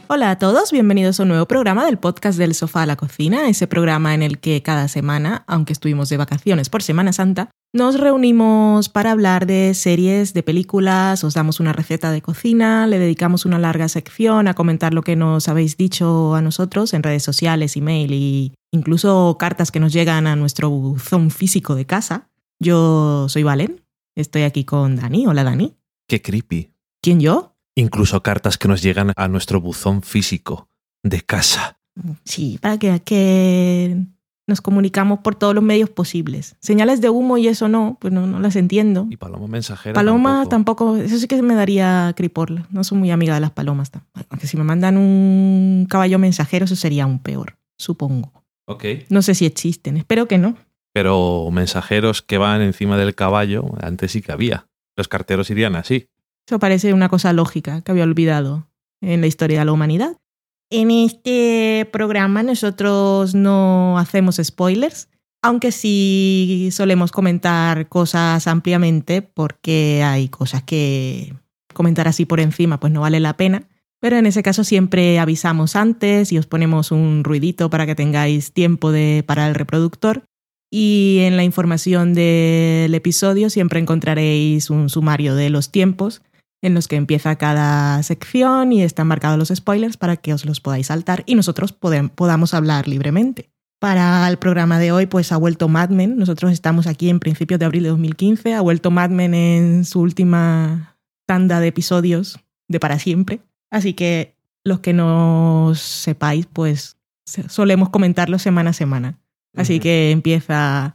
Hola a todos, bienvenidos a un nuevo programa del podcast del sofá a la cocina, ese programa en el que cada semana, aunque estuvimos de vacaciones por Semana Santa, nos reunimos para hablar de series, de películas, os damos una receta de cocina, le dedicamos una larga sección a comentar lo que nos habéis dicho a nosotros en redes sociales, email e incluso cartas que nos llegan a nuestro buzón físico de casa. Yo soy Valen, estoy aquí con Dani. Hola, Dani. Qué creepy. ¿Quién, yo? Incluso cartas que nos llegan a nuestro buzón físico de casa. Sí, para que nos comunicamos por todos los medios posibles. Señales de humo y eso no, pues no las entiendo. Y paloma mensajera Paloma tampoco, eso sí que me daría cripor. No soy muy amiga de las palomas. Aunque si me mandan un caballo mensajero, eso sería aún peor, supongo. Ok. No sé si existen, espero que no. Pero mensajeros que van encima del caballo, antes sí que había. Los carteros irían así. Eso parece una cosa lógica que había olvidado en la historia de la humanidad. En este programa nosotros no hacemos spoilers, aunque sí solemos comentar cosas ampliamente porque hay cosas que comentar así por encima pues no vale la pena. Pero en ese caso siempre avisamos antes y os ponemos un ruidito para que tengáis tiempo de parar el reproductor. Y en la información del episodio siempre encontraréis un sumario de los tiempos en los que empieza cada sección y están marcados los spoilers para que os los podáis saltar y nosotros podamos hablar libremente. Para el programa de hoy pues ha vuelto Mad Men. Nosotros estamos aquí en principios de abril de 2015. Ha vuelto Mad Men en su última tanda de episodios de para siempre. Así que los que no sepáis pues solemos comentarlo semana a semana. Así que empieza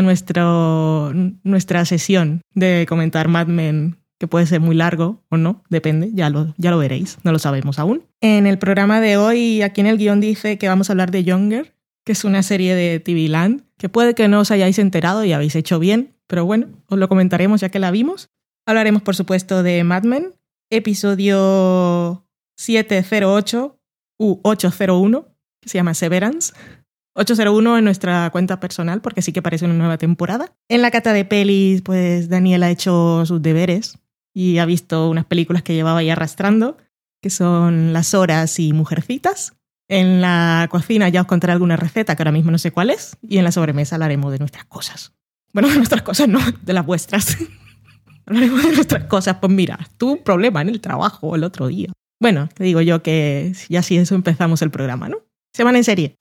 nuestra sesión de comentar Mad Men, que puede ser muy largo o no, depende, ya lo veréis, no lo sabemos aún. En el programa de hoy, aquí en el guión dice que vamos a hablar de Younger, que es una serie de TV Land, que puede que no os hayáis enterado y habéis hecho bien, pero bueno, os lo comentaremos ya que la vimos. Hablaremos, por supuesto, de Mad Men, episodio 708 u 801, que se llama Severance. 801 en nuestra cuenta personal, porque sí que parece una nueva temporada. En la cata de pelis, pues Daniel ha hecho sus deberes y ha visto unas películas que llevaba ahí arrastrando, que son Las Horas y Mujercitas. En la cocina ya os contaré alguna receta, que ahora mismo no sé cuál es, y en la sobremesa hablaremos de nuestras cosas. Bueno, de nuestras cosas no, de las vuestras. Hablaremos de nuestras cosas. Pues mira, tuve un problema en el trabajo el otro día. Bueno, te digo yo que ya así eso empezamos el programa, ¿no? Semana en serie.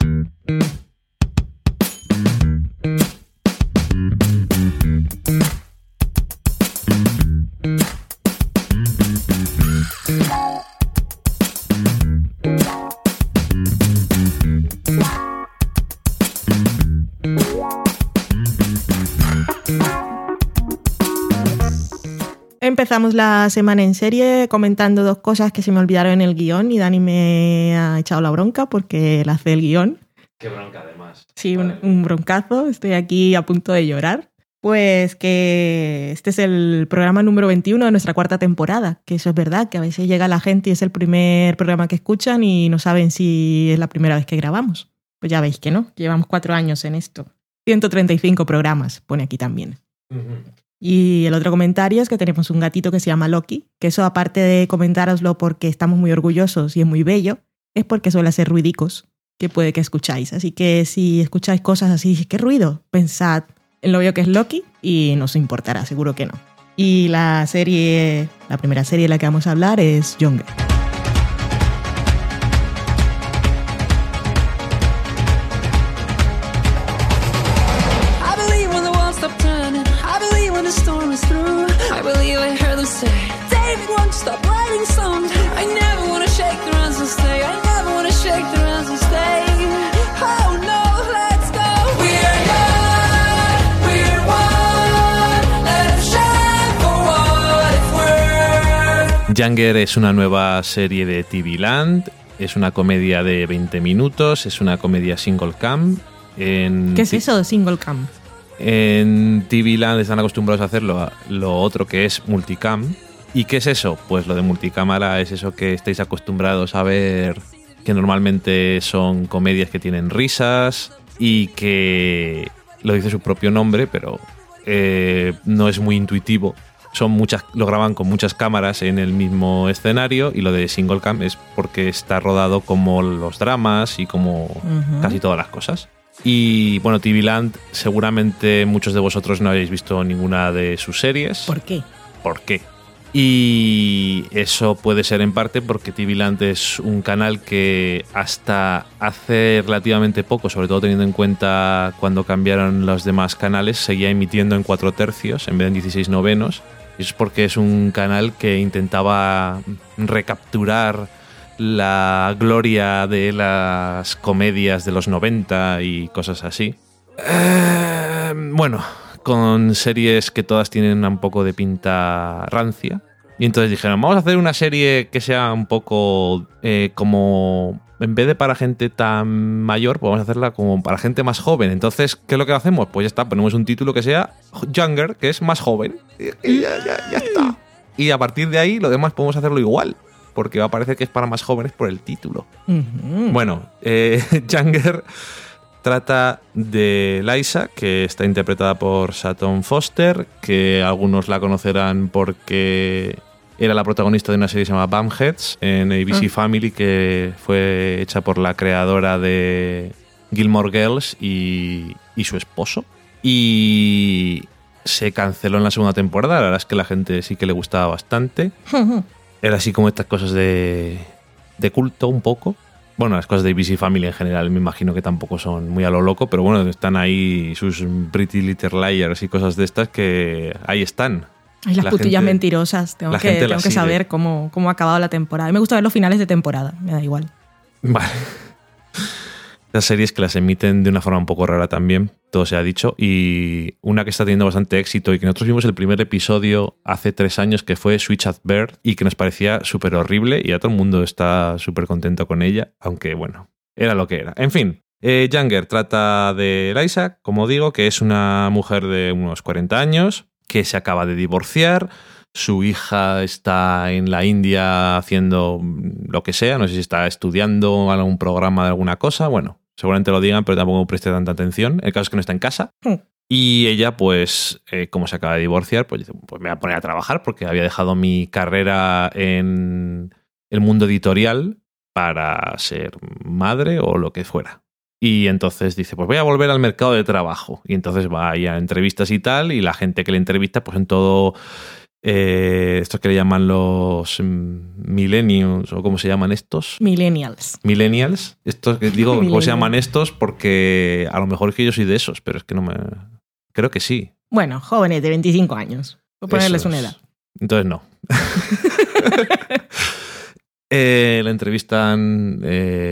Empezamos la semana en serie comentando dos cosas que se me olvidaron en el guión y Dani me ha echado la bronca porque la hace el guión. Qué bronca, además. Sí, un broncazo. Estoy aquí a punto de llorar. Pues que este es el programa número 21 de nuestra cuarta temporada, que eso es verdad, que a veces llega la gente y es el primer programa que escuchan y no saben si es la primera vez que grabamos. Pues ya veis que no, llevamos 4 años en esto. 135 programas, pone aquí también. Y el otro comentario es que tenemos un gatito que se llama Loki, que eso aparte de comentároslo porque estamos muy orgullosos y es muy bello, es porque suele hacer ruidicos que puede que escucháis. Así que si escucháis cosas así, ¿qué ruido? Pensad en lo bello que es Loki y no os importará, seguro que no. Y la primera serie de la que vamos a hablar es Younger. Younger es una nueva serie de TV Land, es una comedia de 20 minutos, es una comedia single cam. ¿Qué es eso de single cam? En TV Land están acostumbrados a hacerlo, lo otro que es multicam. ¿Y qué es eso? Pues lo de multicámara es eso que estáis acostumbrados a ver, que normalmente son comedias que tienen risas y que lo dice su propio nombre, pero no es muy intuitivo lo graban con muchas cámaras en el mismo escenario, y lo de single cam es porque está rodado como los dramas y como casi todas las cosas. Y bueno, TV Land, seguramente muchos de vosotros no habéis visto ninguna de sus series. ¿Por qué? ¿Por qué? Y eso puede ser en parte porque TV Land es un canal que hasta hace relativamente poco, sobre todo teniendo en cuenta cuando cambiaron los demás canales, seguía emitiendo en 4/3 en vez de en 16/9. Y eso es porque es un canal que intentaba recapturar la gloria de las comedias de los 90 y cosas así. Bueno, con series que todas tienen un poco de pinta rancia. Y entonces dijeron, vamos a hacer una serie que sea un poco como... En vez de para gente tan mayor, pues vamos a hacerla como para gente más joven. Entonces, ¿qué es lo que hacemos? Pues ya está, ponemos un título que sea Younger, que es más joven. Y ya está. Y a partir de ahí, lo demás podemos hacerlo igual, porque va a parecer que es para más jóvenes por el título. Bueno, Younger trata de Liza, que está interpretada por Sutton Foster, que algunos la conocerán porque era la protagonista de una serie que se llama Bumpheads en ABC Family, que fue hecha por la creadora de Gilmore Girls y su esposo. Y se canceló en la segunda temporada. La verdad es que la gente sí que le gustaba bastante. Era así como estas cosas de culto un poco. Bueno, las cosas de ABC Family en general me imagino que tampoco son muy a lo loco, pero bueno, están ahí sus Pretty Little Liars y cosas de estas que ahí están. Ay, las putillas mentirosas. Tengo que saber cómo ha acabado la temporada. Me gusta ver los finales de temporada, me da igual. Vale. Las series que las emiten de una forma un poco rara también, todo se ha dicho, y una que está teniendo bastante éxito y que nosotros vimos el primer episodio hace 3 años, que fue Switch at Birth, y que nos parecía súper horrible, y a todo el mundo está súper contento con ella, aunque bueno, era lo que era. En fin, Younger trata de Liza, como digo, que es una mujer de unos 40 años, que se acaba de divorciar. Su hija está en la India haciendo lo que sea, no sé si está estudiando algún programa de alguna cosa, bueno, seguramente lo digan, pero tampoco preste tanta atención. El caso es que no está en casa. Y ella, pues, como se acaba de divorciar, pues dice, pues me voy a poner a trabajar porque había dejado mi carrera en el mundo editorial para ser madre o lo que fuera. Y entonces dice, pues voy a volver al mercado de trabajo. Y entonces va ahí a entrevistas y tal, y la gente que le entrevista, pues en todo... estos que le llaman los millennials, o ¿cómo se llaman estos? Millennials. Estos que digo, ¿cómo se llaman estos? Porque a lo mejor es que yo soy de esos, pero es que no me... Creo que sí. Bueno, jóvenes de 25 años. Voy a ponerles una edad. Entonces no. La entrevistan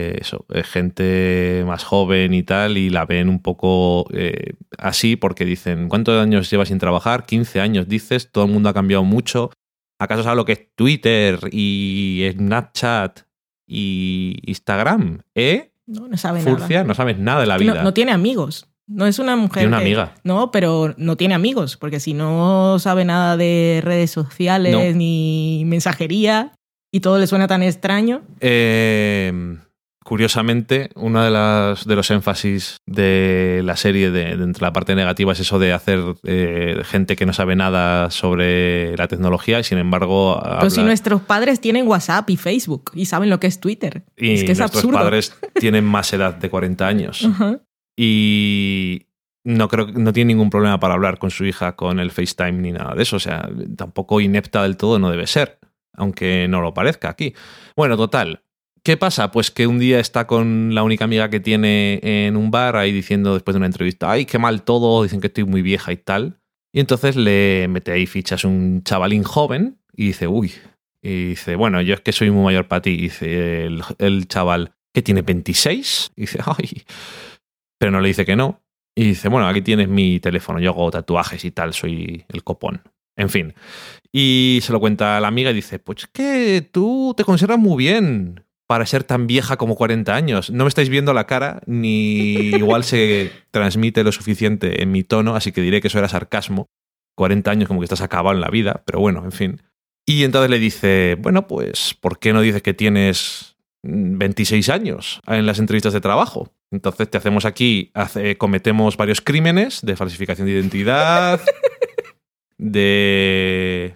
gente más joven y tal, y la ven un poco así porque dicen, ¿cuántos años llevas sin trabajar? 15 años, dices, todo el mundo ha cambiado mucho. ¿Acaso sabes lo que es Twitter y Snapchat y Instagram? No sabe Furcia, nada. No sabes nada de la vida. No tiene amigos. No es una mujer. Tiene una amiga. No, pero no tiene amigos, porque si no sabe nada de redes sociales ni mensajería... Y todo le suena tan extraño. Curiosamente, uno de los énfasis de la serie, entre la parte negativa, es eso de hacer gente que no sabe nada sobre la tecnología y sin embargo... Pero si nuestros padres tienen WhatsApp y Facebook y saben lo que es Twitter. Y es que es absurdo. Nuestros padres tienen más edad de 40 años. Y... No tiene ningún problema para hablar con su hija con el FaceTime ni nada de eso. O sea, tampoco inepta del todo no debe ser. Aunque no lo parezca aquí. Bueno, total. ¿Qué pasa? Pues que un día está con la única amiga que tiene en un bar ahí diciendo después de una entrevista, ¡ay, qué mal todo! Dicen que estoy muy vieja y tal. Y entonces le mete ahí fichas un chavalín joven y dice, uy. Y dice, bueno, yo es que soy muy mayor para ti. Y dice el chaval, ¿que tiene 26? Y dice, ¡ay! Pero no le dice que no. Y dice, bueno, aquí tienes mi teléfono, yo hago tatuajes y tal, soy el copón. En fin. Y se lo cuenta a la amiga y dice, pues que tú te conservas muy bien para ser tan vieja como 40 años. No me estáis viendo la cara, ni igual se transmite lo suficiente en mi tono, así que diré que eso era sarcasmo. 40 años como que estás acabado en la vida, pero bueno, en fin. Y entonces le dice, bueno, pues, ¿por qué no dices que tienes 26 años en las entrevistas de trabajo? Entonces te hacemos aquí, cometemos varios crímenes de falsificación de identidad... de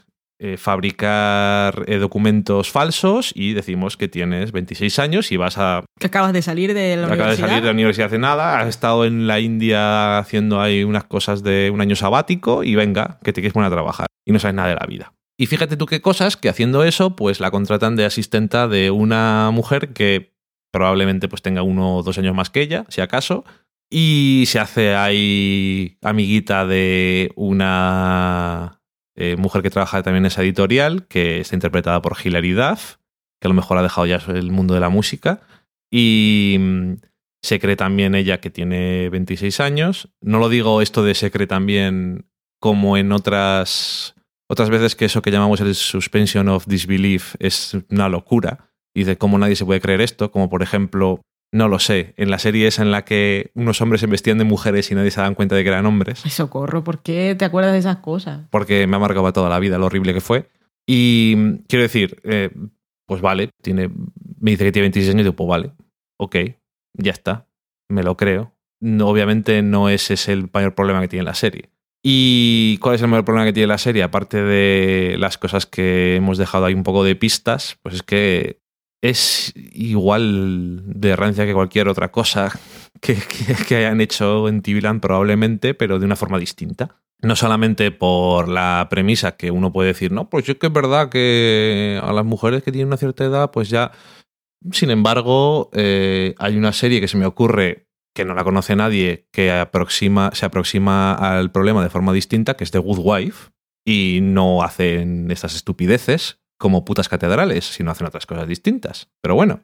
fabricar documentos falsos y decimos que tienes 26 años y vas a... Que acabas de salir de la universidad. Acabas de salir de la universidad hace nada, has estado en la India haciendo ahí unas cosas de un año sabático y venga, que te quieres poner a trabajar y no sabes nada de la vida. Y fíjate tú qué cosas que haciendo eso pues la contratan de asistenta de una mujer que probablemente pues tenga 1 o 2 años más que ella, si acaso, y se hace ahí amiguita de una... mujer que trabaja también en esa editorial, que está interpretada por Hilary Duff, que a lo mejor ha dejado ya el mundo de la música, y se cree también ella que tiene 26 años. No lo digo esto de se cree también como en otras veces que eso que llamamos el suspension of disbelief es una locura, y de cómo nadie se puede creer esto, como por ejemplo... No lo sé, en la serie esa en la que unos hombres se vestían de mujeres y nadie se daban cuenta de que eran hombres. Ay, socorro, ¿por qué te acuerdas de esas cosas? Porque me ha marcado toda la vida lo horrible que fue. Y quiero decir, pues vale, me dice que tiene 26 años y digo, pues vale, ok, ya está, me lo creo. No, obviamente no ese es el mayor problema que tiene la serie. ¿Y cuál es el mayor problema que tiene la serie? Aparte de las cosas que hemos dejado ahí un poco de pistas, pues es que es igual de rancia que cualquier otra cosa que hayan hecho en TV Land probablemente, pero de una forma distinta. No solamente por la premisa que uno puede decir, no, pues es que es verdad que a las mujeres que tienen una cierta edad, pues ya... Sin embargo, hay una serie que se me ocurre, que no la conoce nadie, que se aproxima al problema de forma distinta, que es The Good Wife, y no hacen estas estupideces como putas catedrales, sino hacen otras cosas distintas. Pero bueno,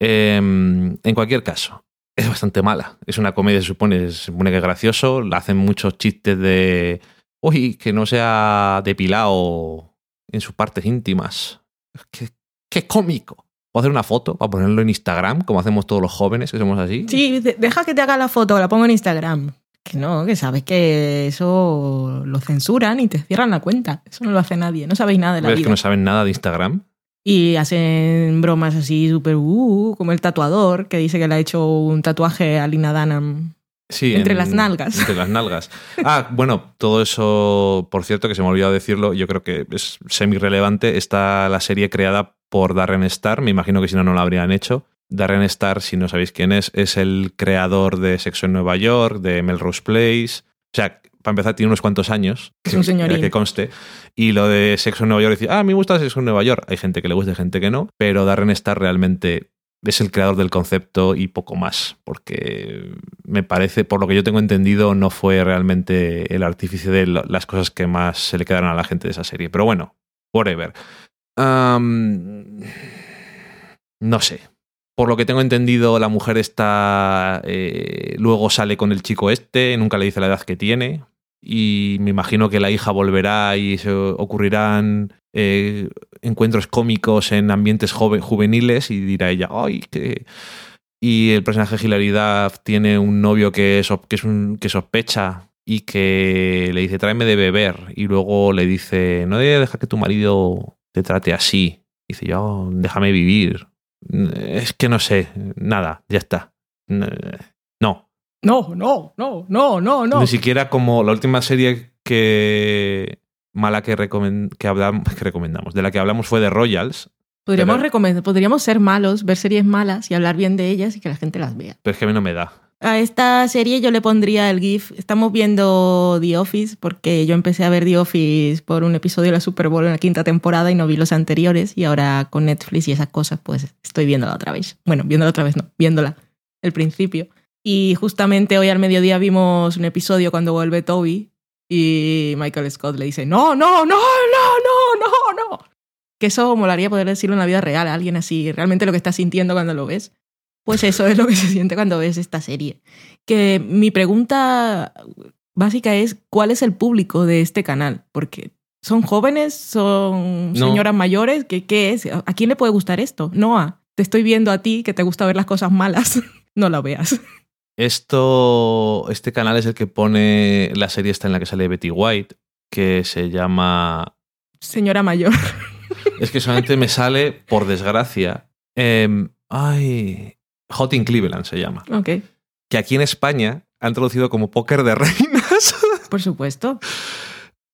en cualquier caso, es bastante mala. Es una comedia, se supone que es gracioso, hacen muchos chistes de... Uy, que no sea depilado en sus partes íntimas. ¡Qué cómico! Puedo hacer una foto para ponerlo en Instagram, como hacemos todos los jóvenes que somos así. Sí, deja que te haga la foto, la pongo en Instagram. Que no, que sabes que eso lo censuran y te cierran la cuenta. Eso no lo hace nadie, no sabéis nada de la vida. ¿Ves que no saben nada de Instagram? Y hacen bromas así súper como el tatuador que dice que le ha hecho un tatuaje a Lina Dunham. Sí, entre las nalgas. Entre las nalgas. Ah, bueno, todo eso, por cierto, que se me ha olvidado decirlo, yo creo que es semi-relevante. Está la serie creada por Darren Star, me imagino que si no, no la habrían hecho. Darren Star, si no sabéis quién es el creador de Sexo en Nueva York, de Melrose Place. O sea, para empezar, tiene unos cuantos años. Es un señorín. Que conste. Y lo de Sexo en Nueva York, decía, a mí me gusta Sexo en Nueva York. Hay gente que le gusta y gente que no. Pero Darren Star realmente es el creador del concepto y poco más. Porque me parece, por lo que yo tengo entendido, no fue realmente el artífice de las cosas que más se le quedaron a la gente de esa serie. Pero bueno, whatever. No sé. Por lo que tengo entendido, la mujer está... luego sale con el chico nunca le dice la edad que tiene. Y me imagino que la hija volverá y se ocurrirán encuentros cómicos en ambientes juveniles y dirá ella, ¡ay, qué! Y el personaje de Hilary Duff tiene un novio que sospecha y que le dice, tráeme de beber. Y luego le dice, no debes dejar que tu marido te trate así. Dice, yo, déjame vivir. Es que no sé, nada, ya está. No. No. Ni siquiera como la última serie que recomendamos, de la que hablamos fue de Royals. Podríamos ser malos, ver series malas y hablar bien de ellas y que la gente las vea. Pero es que a mí no me da. A esta serie yo le pondría el GIF. Estamos viendo The Office porque yo empecé a ver The Office por un episodio de la Super Bowl en la 5ª temporada y no vi los anteriores, y ahora con Netflix y esas cosas pues estoy viéndola otra vez. Bueno, viéndola otra vez no, viéndola el principio. Y justamente hoy al mediodía vimos un episodio cuando vuelve Toby y Michael Scott le dice no. Que eso molaría poder decirlo en la vida real a alguien así, realmente lo que estás sintiendo cuando lo ves. Pues eso es lo que se siente cuando ves esta serie. Que mi pregunta básica es, ¿cuál es el público de este canal? Porque ¿son jóvenes? ¿Son señoras mayores? ¿Qué es? ¿A quién le puede gustar esto? Noah, te estoy viendo a ti que te gusta ver las cosas malas. No la veas. Este canal es el que pone la serie esta en la que sale Betty White, que se llama... Señora mayor. Es que solamente me sale, por desgracia... Hot in Cleveland se llama. Ok. Que aquí en España han traducido como Póker de Reinas. Por supuesto.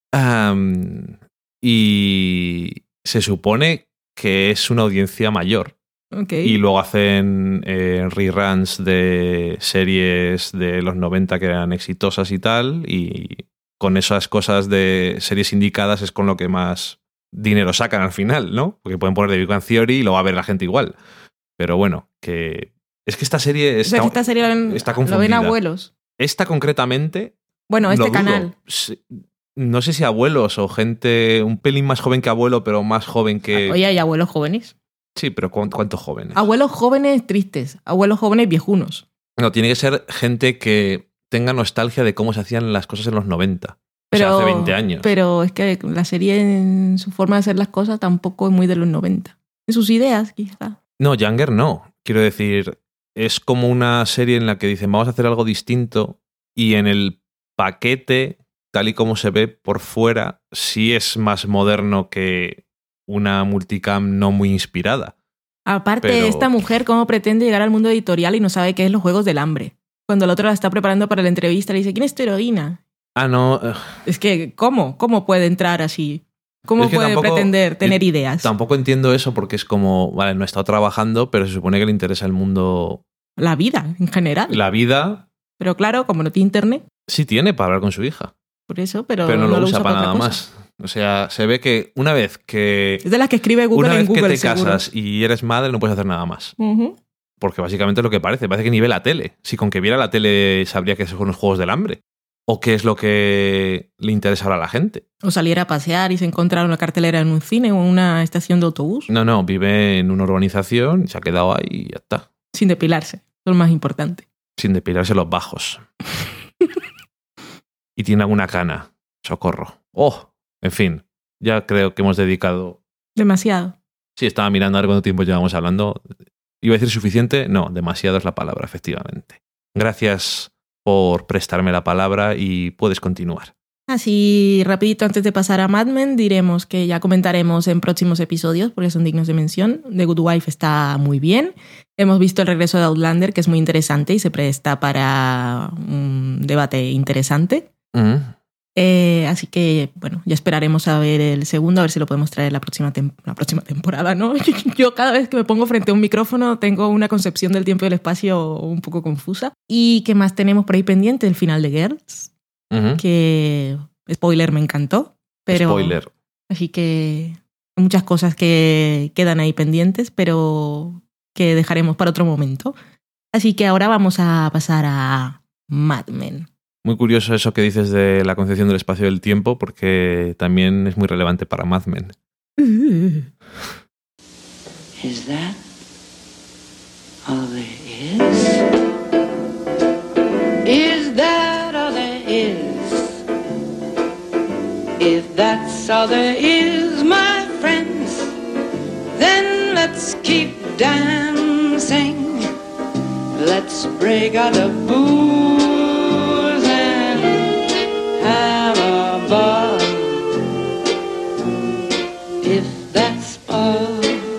Y se supone que es una audiencia mayor. Okay. Y luego hacen reruns de series de los 90 que eran exitosas y tal, y con esas cosas de series indicadas es con lo que más dinero sacan al final, ¿no? Porque pueden poner The Big Bang Theory y lo va a ver la gente igual. Pero bueno, que es que esta serie está, o sea, que esta serie está confundida. Lo ven abuelos. Esta concretamente... Bueno, este canal. No sé si abuelos o gente un pelín más joven que abuelo, pero más joven que... Oye, ¿hay abuelos jóvenes? Sí, pero ¿cuántos jóvenes? Abuelos jóvenes tristes, abuelos jóvenes viejunos. No, tiene que ser gente que tenga nostalgia de cómo se hacían las cosas en los 90. Pero, o sea, hace 20 años. Pero es que la serie en su forma de hacer las cosas tampoco es muy de los 90. En sus ideas, quizá. No, Younger no. Quiero decir, es como una serie en la que dicen vamos a hacer algo distinto y en el paquete, tal y como se ve por fuera, sí es más moderno que una multicam no muy inspirada. Aparte, pero... esta mujer, ¿cómo pretende llegar al mundo editorial y no sabe qué es los Juegos del Hambre? Cuando el otro la está preparando para la entrevista, le dice, ¿quién es tu heroína? Ah, no. Es que, ¿cómo? ¿Cómo puede entrar así? ¿Cómo puede tampoco, pretender tener ideas? Tampoco entiendo eso porque es como, vale, no he estado trabajando, pero se supone que le interesa el mundo... La vida, en general. La vida... Pero claro, como no tiene internet... Sí tiene para hablar con su hija. Por eso, pero no lo usa para nada cosa. más. O sea, se ve que una vez que... Es de las que escribe Google en Google, una vez que te seguro. casas y eres madre no puedes hacer nada más. Porque básicamente es lo que parece. Parece que ni ve la tele. Si con que viera la tele sabría que esos son los Juegos del Hambre. ¿O qué es lo que le interesa ahora a la gente? O saliera a pasear y se encontrara una cartelera en un cine o en una estación de autobús. No, vive en una urbanización, se ha quedado ahí y ya está. Sin depilarse, eso es lo más importante. Sin depilarse los bajos. Y tiene alguna cana. Socorro. ¡Oh! En fin, ya creo que hemos dedicado... Demasiado. Sí, estaba mirando a ver cuánto tiempo llevamos hablando. ¿Iba a decir suficiente? No, demasiado es la palabra, efectivamente. Gracias por prestarme la palabra y puedes continuar. Así, rapidito, antes de pasar a Mad Men, diremos que ya comentaremos en próximos episodios, porque son dignos de mención. The Good Wife está muy bien. Hemos visto el regreso de Outlander, que es muy interesante y se presta para un debate interesante. Así que, bueno, ya esperaremos a ver el segundo, a ver si lo podemos traer la próxima temporada, ¿no? Yo cada vez que me pongo frente a un micrófono tengo una concepción del tiempo y del espacio un poco confusa. ¿Y qué más tenemos por ahí pendiente? El final de Girls, que, spoiler, me encantó. Pero, spoiler. Así que hay muchas cosas que quedan ahí pendientes, pero que dejaremos para otro momento. Así que ahora vamos a pasar a Mad Men. Muy curioso eso que dices de la concepción del espacio y del tiempo, porque también es muy relevante para Mad Men. Is that all there is? Is that all there is? If that's all there is, my friends, then let's keep dancing. Let's break out the booze. Have a ball. If that's all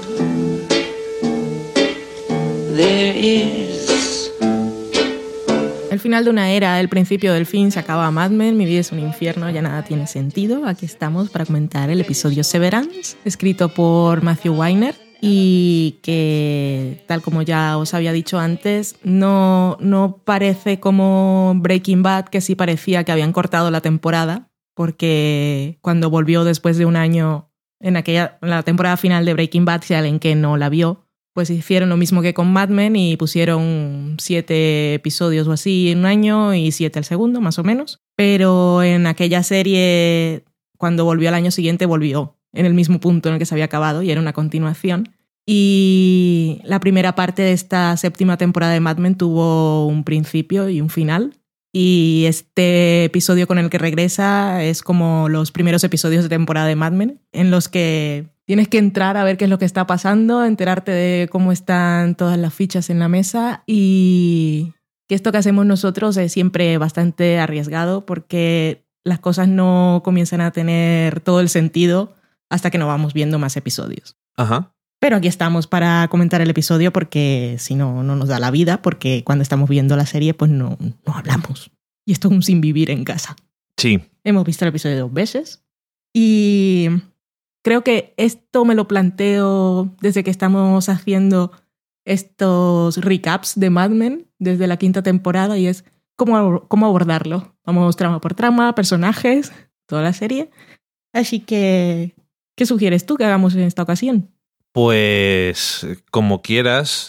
there is. El final de una era, el principio del fin, se acaba Mad Men, mi vida es un infierno, ya nada tiene sentido. Aquí estamos para comentar el episodio Severance, escrito por Matthew Weiner y que, tal como ya os había dicho antes, no parece como Breaking Bad, que sí parecía que habían cortado la temporada, porque cuando volvió después de un año en la temporada final de Breaking Bad, si alguien que no la vio, pues hicieron lo mismo que con Mad Men y pusieron 7 episodios o así en un año y 7 el segundo, más o menos. Pero en aquella serie, cuando volvió al año siguiente, volvió en el mismo punto en el que se había acabado y era una continuación. Y la primera parte de esta 7ª temporada de Mad Men tuvo un principio y un final. Y este episodio con el que regresa es como los primeros episodios de temporada de Mad Men, en los que tienes que entrar a ver qué es lo que está pasando, enterarte de cómo están todas las fichas en la mesa, y que esto que hacemos nosotros es siempre bastante arriesgado porque las cosas no comienzan a tener todo el sentido hasta que no vamos viendo más episodios. Ajá. Pero aquí estamos para comentar el episodio porque si no, no nos da la vida, porque cuando estamos viendo la serie pues no hablamos. Y esto es un sin vivir en casa. Sí. Hemos visto el episodio 2 veces. Y creo que esto me lo planteo desde que estamos haciendo estos recaps de Mad Men desde la 5ª temporada, y es cómo abordarlo. Vamos trama por trama, personajes, toda la serie. Así que, ¿qué sugieres tú que hagamos en esta ocasión? Pues como quieras.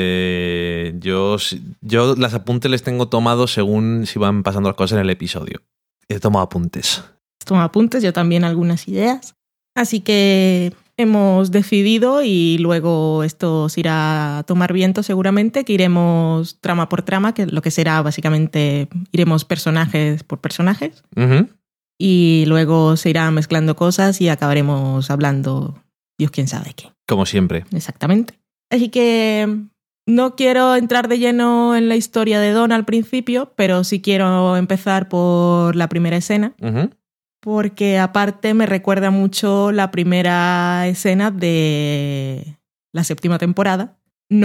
Yo las apuntes les tengo tomados según si van pasando las cosas en el episodio. He tomado apuntes. Toma apuntes, yo también algunas ideas. Así que hemos decidido, y luego esto se irá a tomar viento seguramente, que iremos trama por trama, que lo que será básicamente iremos personajes por personajes. Uh-huh. Y luego se irán mezclando cosas y acabaremos hablando Dios quién sabe qué. Como siempre. Exactamente. Así que no quiero entrar de lleno en la historia de Don al principio, pero sí quiero empezar por la primera escena. Uh-huh. Porque aparte me recuerda mucho la primera escena de la 7ª temporada.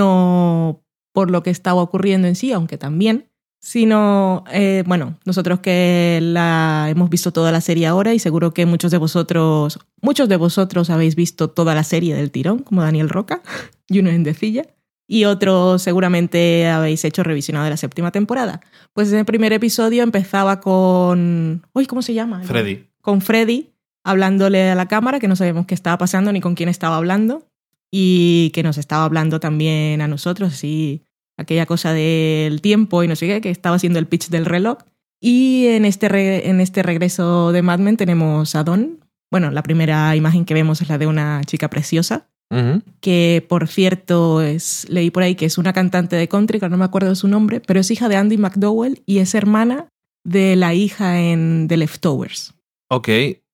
No por lo que estaba ocurriendo en sí, aunque también, sino, nosotros que la hemos visto toda la serie ahora, y seguro que muchos de vosotros habéis visto toda la serie del tirón, como Daniel Roca y uno en Decilla, y otros seguramente habéis hecho revisionado de la 7ª temporada. Pues en el primer episodio empezaba con... Uy, ¿cómo se llama? Freddy. Con Freddy, hablándole a la cámara, que no sabíamos qué estaba pasando ni con quién estaba hablando, y que nos estaba hablando también a nosotros, así, aquella cosa del tiempo y no sé qué, que estaba haciendo el pitch del reloj. Y en este regreso de Mad Men tenemos a Dawn. Bueno, la primera imagen que vemos es la de una chica preciosa, Uh-huh. que por cierto leí por ahí que es una cantante de country, que no me acuerdo de su nombre, pero es hija de Andy McDowell y es hermana de la hija en The Leftovers. Ok,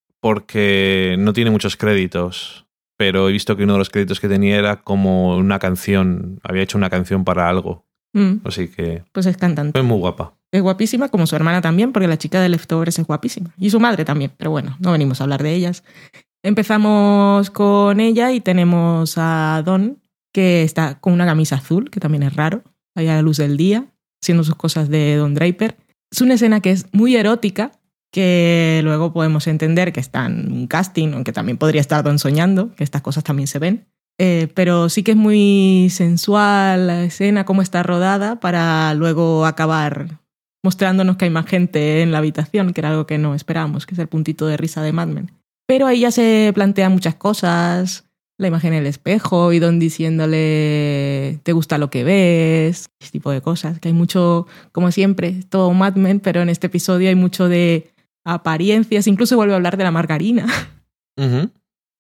porque no tiene muchos créditos, pero he visto que uno de los créditos que tenía era como una canción, había hecho una canción para algo. Así que... Pues es cantante. Es muy guapa. Es guapísima, como su hermana también, porque la chica de Leftovers es guapísima. Y su madre también, pero bueno, no venimos a hablar de ellas. Empezamos con ella y tenemos a Dawn, que está con una camisa azul, que también es raro, ahí a la luz del día, haciendo sus cosas de Don Draper. Es una escena que es muy erótica, que luego podemos entender que está en un casting, aunque también podría estar Don soñando, que estas cosas también se ven. Pero sí que es muy sensual la escena, cómo está rodada, para luego acabar mostrándonos que hay más gente en la habitación, que era algo que no esperábamos, que es el puntito de risa de Mad Men. Pero ahí ya se plantean muchas cosas, la imagen en el espejo y Don diciéndole ¿te gusta lo que ves? Ese tipo de cosas, que hay mucho, como siempre, todo Mad Men, pero en este episodio hay mucho de apariencias, incluso vuelve a hablar de la margarina. Uh-huh.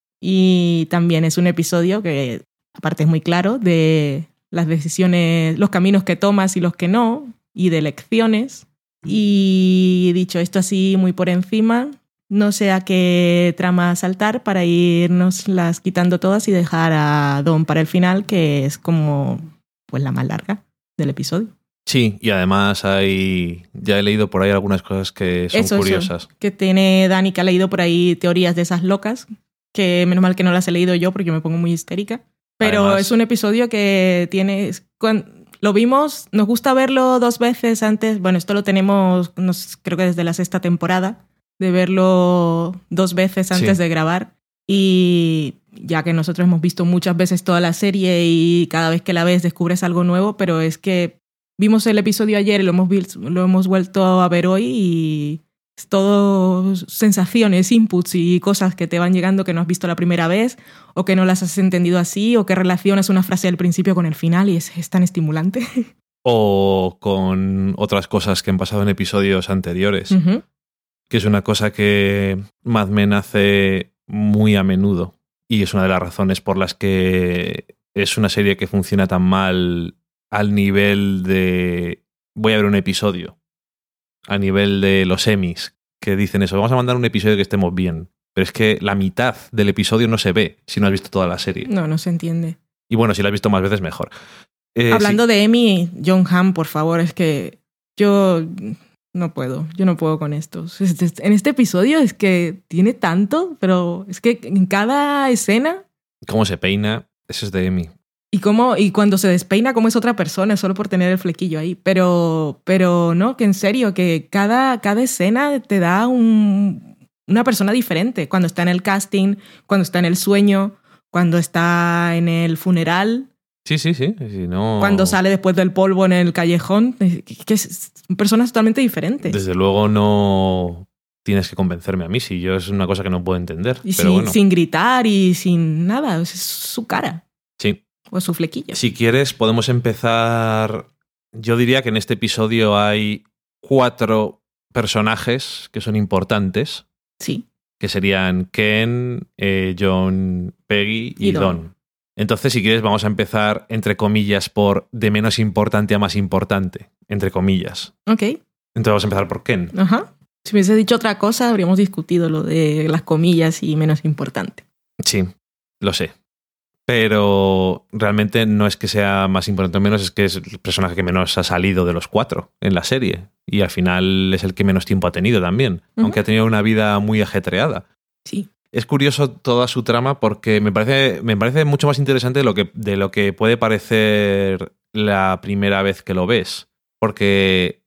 Y también es un episodio que aparte es muy claro de las decisiones, los caminos que tomas y los que no, y de elecciones. Y dicho esto así muy por encima, no sé a qué trama saltar para irnos las quitando todas y dejar a Don para el final, que es como pues la más larga del episodio. Sí, y además ya he leído por ahí algunas cosas que son curiosas. Eso, que tiene Dani, que ha leído por ahí teorías de esas locas, que menos mal que no las he leído yo porque me pongo muy histérica. Pero además, es un episodio que tiene... Lo vimos, nos gusta verlo 2 veces antes. Bueno, esto lo tenemos, creo que desde la 6ª temporada, de verlo 2 veces antes de grabar. Y ya que nosotros hemos visto muchas veces toda la serie y cada vez que la ves descubres algo nuevo, pero es que vimos el episodio ayer y lo hemos vuelto a ver hoy y es todo sensaciones, inputs y cosas que te van llegando que no has visto la primera vez o que no las has entendido así o que relacionas una frase del principio con el final y es tan estimulante. O con otras cosas que han pasado en episodios anteriores, uh-huh. Que es una cosa que Mad Men hace muy a menudo y es una de las razones por las que es una serie que funciona tan mal al nivel de voy a ver un episodio, a nivel de los Emmys, que dicen eso, vamos a mandar un episodio que estemos bien. Pero es que la mitad del episodio no se ve si no has visto toda la serie. No se entiende. Y bueno, si la has visto más veces, mejor. Hablando de Emmy, Jon Hamm, por favor, es que yo no puedo con estos. En este episodio es que tiene tanto, pero es que en cada escena... Cómo se peina, eso es de Emmy. Y cuando se despeina, como es otra persona, solo por tener el flequillo ahí. Pero no, que en serio, que cada escena te da una persona diferente. Cuando está en el casting, cuando está en el sueño, cuando está en el funeral. Sí. Si no... Cuando sale después del polvo en el callejón. Que son personas totalmente diferentes. Desde luego no tienes que convencerme a mí, si yo es una cosa que no puedo entender. Y pero bueno. sin gritar y sin nada. Es su cara. Sí. O su flequillo. Si quieres, podemos empezar... Yo diría que en este episodio hay 4 personajes que son importantes. Sí. Que serían Ken, John, Peggy y Don. Entonces, si quieres, vamos a empezar, entre comillas, por de menos importante a más importante. Entre comillas. Ok. Entonces vamos a empezar por Ken. Ajá. Si hubiese dicho otra cosa, habríamos discutido lo de las comillas y menos importante. Sí, lo sé. Pero realmente no es que sea más importante o menos, es que es el personaje que menos ha salido de los 4 en la serie. Y al final es el que menos tiempo ha tenido también. Aunque ha tenido una vida muy ajetreada. Sí. Es curioso toda su trama porque me parece mucho más interesante de lo que puede parecer la primera vez que lo ves. Porque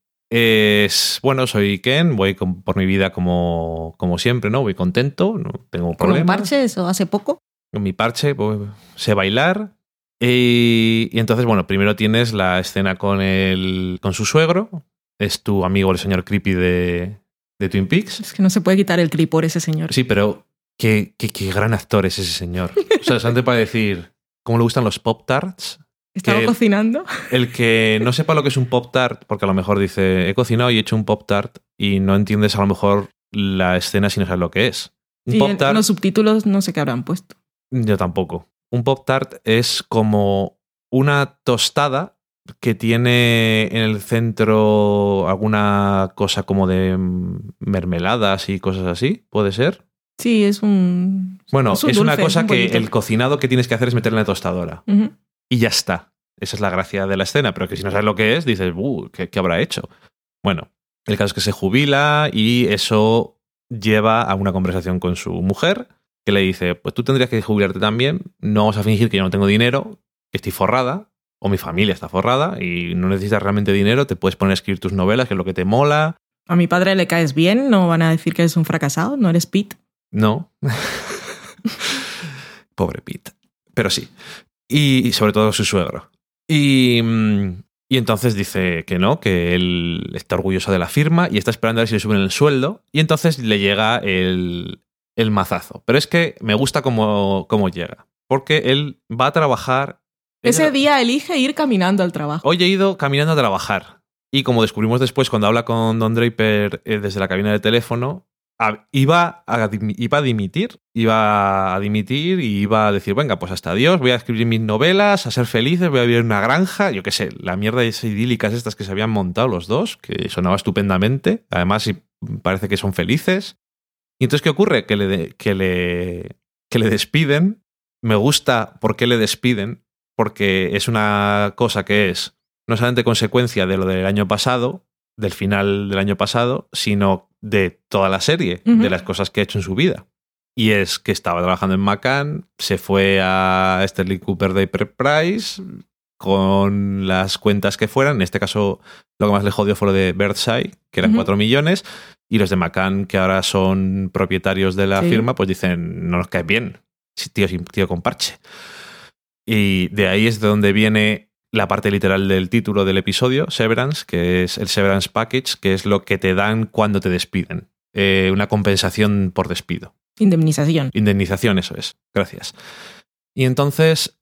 soy Ken, voy por mi vida como siempre, ¿no? Voy contento, no tengo problemas. ¿Con un parche eso hace poco? Con mi parche, pues, sé bailar. Y entonces, bueno, primero tienes la escena con su suegro. Es tu amigo el señor Creepy de Twin Peaks. Es que no se puede quitar el clipor ese señor. Sí, pero qué gran actor es ese señor. O sea, solamente para decir cómo le gustan los Pop-Tarts. ¿Estaba cocinando? El que no sepa lo que es un Pop-Tart, porque a lo mejor dice, he cocinado y he hecho un Pop-Tart y no entiendes a lo mejor la escena si no sabes lo que es. Un Pop-Tart, los subtítulos no sé qué habrán puesto. Yo tampoco. Un Pop-Tart es como una tostada que tiene en el centro alguna cosa como de mermeladas y cosas así, ¿puede ser? Sí, es un... Bueno, es dulce, una cosa que bonito. el cocinado que tienes que hacer es meterle en la tostadora. Uh-huh. Y ya está. Esa es la gracia de la escena, pero que si no sabes lo que es, dices, ¿qué habrá hecho? Bueno, el caso es que se jubila y eso lleva a una conversación con su mujer, que le dice, pues tú tendrías que jubilarte también, no vamos a fingir que yo no tengo dinero, que estoy forrada, o mi familia está forrada y no necesitas realmente dinero, te puedes poner a escribir tus novelas, que es lo que te mola. A mi padre le caes bien, no van a decir que eres un fracasado, no eres Pete. No. Pobre Pete. Pero sí. Y sobre todo su suegro. Y entonces dice que no, que él está orgulloso de la firma y está esperando a ver si le suben el sueldo. Y entonces le llega el mazazo. Pero es que me gusta cómo llega. Porque él va a trabajar... Ese día elige ir caminando al trabajo. Hoy he ido caminando a trabajar. Y como descubrimos después cuando habla con Don Draper desde la cabina de teléfono, iba a dimitir y iba a decir, venga, pues hasta Dios, voy a escribir mis novelas, a ser felices, voy a vivir en una granja, yo qué sé, la mierda idílicas estas que se habían montado los dos, que sonaba estupendamente, además parece que son felices. Y entonces, ¿qué ocurre? Que le despiden. Me gusta por qué le despiden, porque es una cosa que es no solamente consecuencia de lo del año pasado, del final del año pasado, sino de toda la serie, de las cosas que ha hecho en su vida. Y es que estaba trabajando en McCann, se fue a Sterling Cooper de Price con las cuentas que fueran. En este caso, lo que más le jodió fue lo de Birdseye, que eran 4 millones, y los de McCann, que ahora son propietarios de la firma, pues dicen, no nos cae bien, tío con parche. Y de ahí es de donde viene la parte literal del título del episodio, Severance, que es el Severance Package, que es lo que te dan cuando te despiden. Una compensación por despido. Indemnización, eso es. Gracias. Y entonces,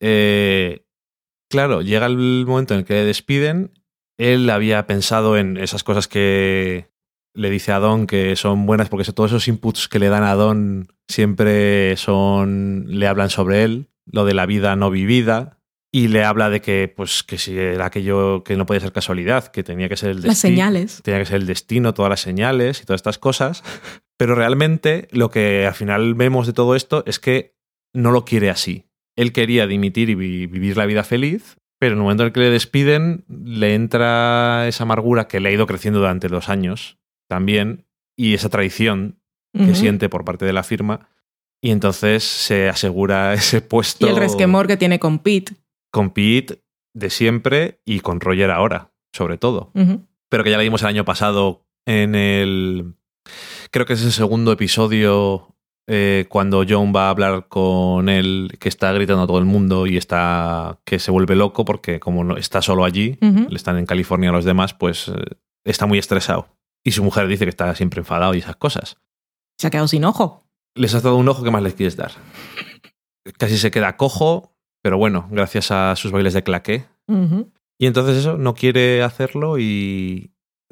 claro, llega el momento en el que le despiden. Él había pensado en esas cosas que le dice a Don que son buenas, porque todos esos inputs que le dan a Don siempre le hablan sobre él, lo de la vida no vivida. Y le habla de que si era aquello que no podía ser casualidad, que tenía que ser el destino. Las señales. Tenía que ser el destino, todas las señales y todas estas cosas. Pero realmente lo que al final vemos de todo esto es que no lo quiere así. Él quería dimitir y vivir la vida feliz, pero en el momento en el que le despiden, le entra esa amargura que le ha ido creciendo durante 2 años también, y esa traición que siente por parte de la firma. Y entonces se asegura ese puesto. Y el resquemor que tiene con Pete. con Pete de siempre y con Roger ahora, sobre todo. Ujú. Pero que ya la vimos el año pasado en el... Creo que es el segundo episodio cuando John va a hablar con él, que está gritando a todo el mundo y que se vuelve loco porque como no, está solo allí, Ujú. le están en California los demás, pues está muy estresado. Y su mujer dice que está siempre enfadado y esas cosas. Se ha quedado sin ojo. Les has dado un ojo, ¿qué más les quieres dar? Casi se queda cojo, pero bueno, gracias a sus bailes de claqué. Ujú. Y entonces eso, no quiere hacerlo y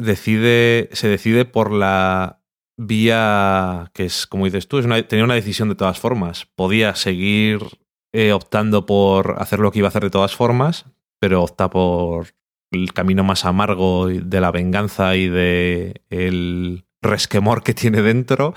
se decide por la vía que es, como dices tú, tenía una decisión de todas formas. Podía seguir optando por hacer lo que iba a hacer de todas formas, pero opta por el camino más amargo de la venganza y de el resquemor que tiene dentro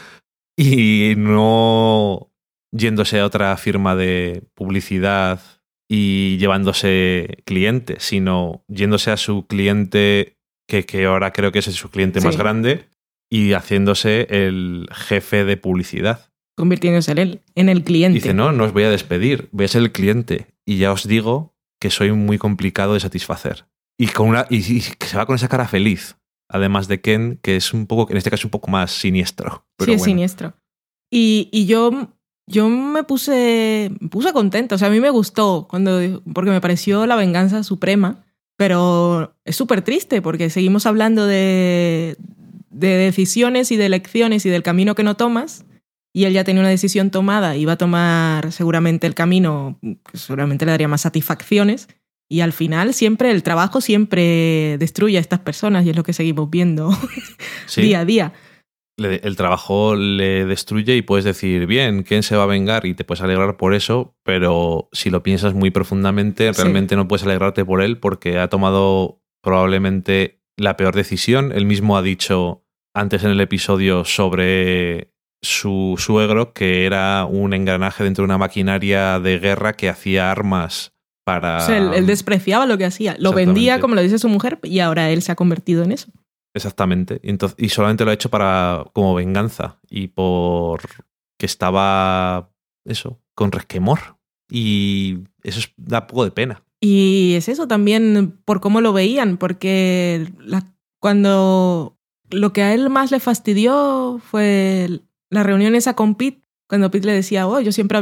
y no yéndose a otra firma de publicidad y llevándose clientes, sino yéndose a su cliente que ahora creo que ese es su cliente más grande y haciéndose el jefe de publicidad. Convirtiéndose en el cliente. Dice, no os voy a despedir, voy a ser el cliente y ya os digo que soy muy complicado de satisfacer. Y que se va con esa cara feliz. Además de Ken, que es un poco, en este caso un poco más siniestro. Pero sí, es siniestro. Y yo me puse contenta. O sea, a mí me gustó porque me pareció la venganza suprema. Pero es súper triste porque seguimos hablando de decisiones y de elecciones y del camino que no tomas. Y él ya tenía una decisión tomada y va a tomar seguramente el camino que seguramente le daría más satisfacciones. Y al final el trabajo siempre destruye a estas personas y es lo que seguimos viendo día a día. El trabajo le destruye y puedes decir, bien, ¿quién se va a vengar? Y te puedes alegrar por eso, pero si lo piensas muy profundamente, realmente no puedes alegrarte por él porque ha tomado probablemente la peor decisión. Él mismo ha dicho antes en el episodio sobre su suegro que era un engranaje dentro de una maquinaria de guerra que hacía armas para... O sea, él despreciaba lo que hacía. Lo vendía, como lo dice su mujer, y ahora él se ha convertido en eso. Exactamente. Y solamente lo ha hecho como venganza y por que estaba con resquemor. Y eso da poco de pena. Y es eso también por cómo lo veían, porque cuando lo que a él más le fastidió fue la reunión esa con Pete, cuando Pete le decía, yo siempre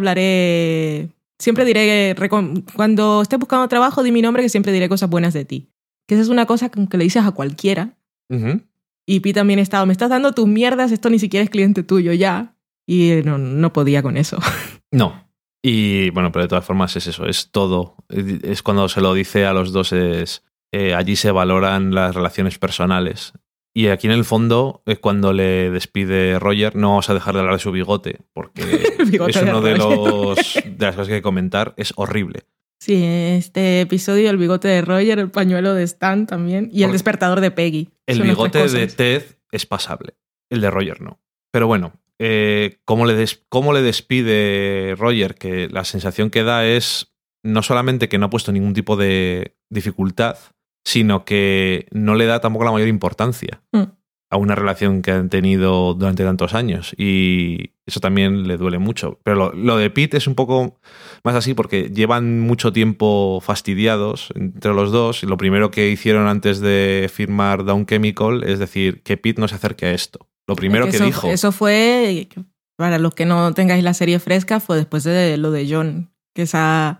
diré, cuando estés buscando trabajo, di mi nombre que siempre diré cosas buenas de ti. Que esa es una cosa que le dices a cualquiera. Uh-huh. Y Pete también estaba, me estás dando tus mierdas, esto ni siquiera es cliente tuyo ya. Y no podía con eso. No. Y bueno, pero de todas formas es eso, es todo. Es cuando se lo dice a los dos, allí se valoran las relaciones personales. Y aquí en el fondo es cuando le despide Roger, no vamos a dejar de hablar de su bigote, porque es uno de las cosas que hay que comentar, es horrible. Sí, este episodio, el bigote de Roger, el pañuelo de Stan también, y el despertador de Peggy. El bigote de Ted es pasable, el de Roger no. Pero bueno, ¿cómo le despide Roger? Que la sensación que da es no solamente que no ha puesto ningún tipo de dificultad, sino que no le da tampoco la mayor importancia a una relación que han tenido durante tantos años. Y eso también le duele mucho. Pero lo de Pete es un poco más así porque llevan mucho tiempo fastidiados entre los dos. Y lo primero que hicieron antes de firmar Down Chemical es decir, que Pete no se acerque a esto. Lo primero que dijo... Eso fue, para los que no tengáis la serie fresca, fue después de lo de John. Que esa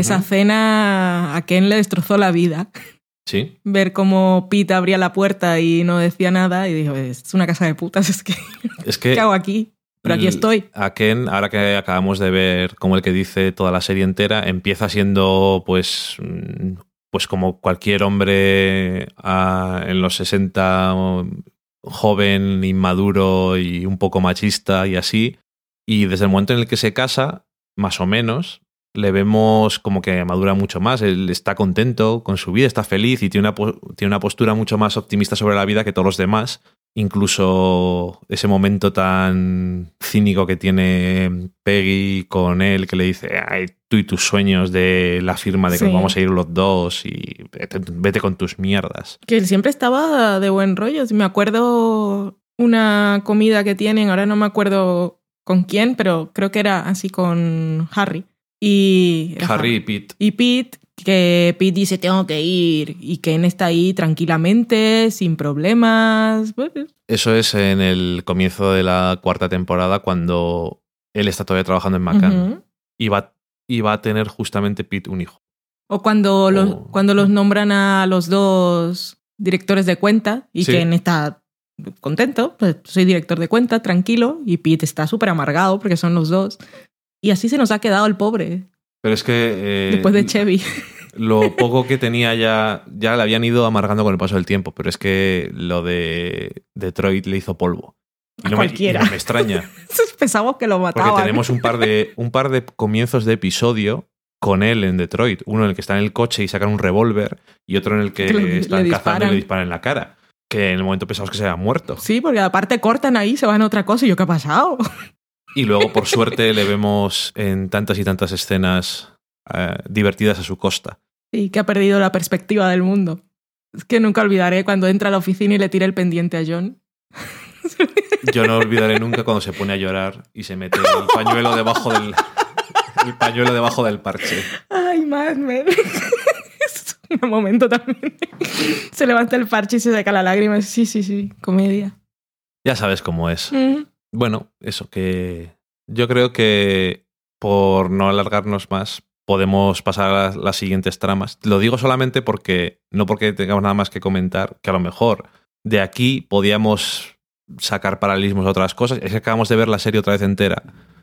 cena a Ken le destrozó la vida. Sí. Ver cómo Pete abría la puerta y no decía nada y dijo, es una casa de putas, es que ¿qué hago aquí? Pero aquí estoy. A Ken, ahora que acabamos de ver como el que dice toda la serie entera, empieza siendo pues como cualquier hombre en los 60, joven, inmaduro y un poco machista y así. Y desde el momento en el que se casa, más o menos, le vemos como que madura mucho más. Él está contento con su vida, está feliz y tiene una postura mucho más optimista sobre la vida que todos los demás. Incluso ese momento tan cínico que tiene Peggy con él, que le dice, ay, tú y tus sueños de la firma de que nos vamos a ir los dos y vete con tus mierdas. Que él siempre estaba de buen rollo. Me acuerdo una comida que tienen, ahora no me acuerdo con quién, pero creo que era así con Harry. Y Harry y Pete. Y Pete, que Pete dice tengo que ir y Ken está ahí tranquilamente, sin problemas. Eso es en el comienzo de la 4ª temporada, cuando él está todavía trabajando en McCann. Y va a tener justamente Pete un hijo. O cuando los nombran a los dos directores de cuenta y Ken está contento, pues soy director de cuenta, tranquilo, y Pete está súper amargado porque son los dos. Y así se nos ha quedado el pobre. Pero es que... después de Chevy. Lo poco que tenía ya le habían ido amargando con el paso del tiempo, pero es que lo de Detroit le hizo polvo. Y no cualquiera. Me extraña. Pensamos que lo mataban. Porque tenemos un par de comienzos de episodio con él en Detroit. Uno en el que está en el coche y sacan un revólver, y otro en el que están cazando y le disparan en la cara. Que en el momento pensamos que se había muerto. Sí, porque aparte cortan ahí, se van a otra cosa y yo, ¿qué ha pasado? Y luego, por suerte, le vemos en tantas y tantas escenas divertidas a su costa. Sí, que ha perdido la perspectiva del mundo. Es que nunca olvidaré cuando entra a la oficina y le tira el pendiente a John. Yo no olvidaré nunca cuando se pone a llorar y se mete el pañuelo debajo del parche. Ay, Mad Men. Es un momento también. Se levanta el parche y se saca la lágrima. Sí, comedia. Ya sabes cómo es. Bueno, eso, que yo creo que por no alargarnos más podemos pasar a las siguientes tramas. Lo digo solamente porque, no porque tengamos nada más que comentar, que a lo mejor de aquí podíamos sacar paralelismos a otras cosas. Es que acabamos de ver la serie otra vez entera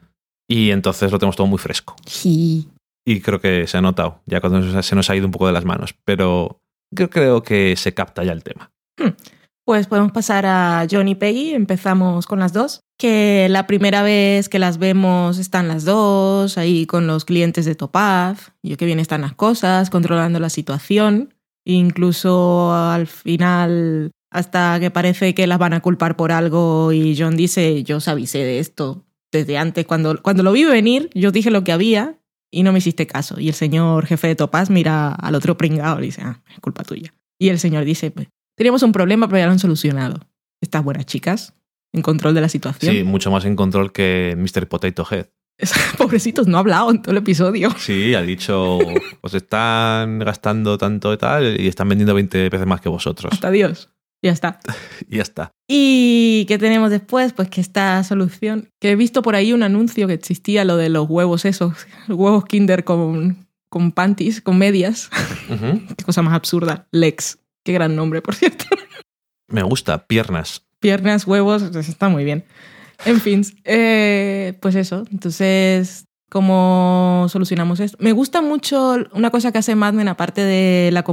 y entonces lo tenemos todo muy fresco. Sí. Y creo que se ha notado, ya cuando se nos ha ido un poco de las manos, pero creo que se capta ya el tema. Pues podemos pasar a John y Peggy, empezamos con las dos, que la primera vez que las vemos están las dos, ahí con los clientes de Topaz, y qué bien están las cosas, controlando la situación, incluso al final, hasta que parece que las van a culpar por algo, y John dice, yo os avisé de esto desde antes, cuando lo vi venir, yo os dije lo que había, y no me hiciste caso, y el señor jefe de Topaz mira al otro pringado y dice, es culpa tuya, y el señor dice, pues, teníamos un problema, pero ya lo han solucionado. Estas buenas chicas, en control de la situación. Sí, mucho más en control que Mr. Potato Head. Pobrecitos, no ha hablado en todo el episodio. Sí, ha dicho, os están gastando tanto y tal, y están vendiendo 20 veces más que vosotros. Hasta Dios. Ya está. Y ya está. ¿Y qué tenemos después? Pues que esta solución, que he visto por ahí un anuncio que existía, lo de los huevos esos, huevos Kinder con panties, con medias. Qué cosa más absurda. Lex. Qué gran nombre, por cierto. Me gusta, piernas. Piernas, huevos, pues está muy bien. En fin, pues eso. Entonces, ¿cómo solucionamos esto? Me gusta mucho una cosa que hace Mad Men, aparte de la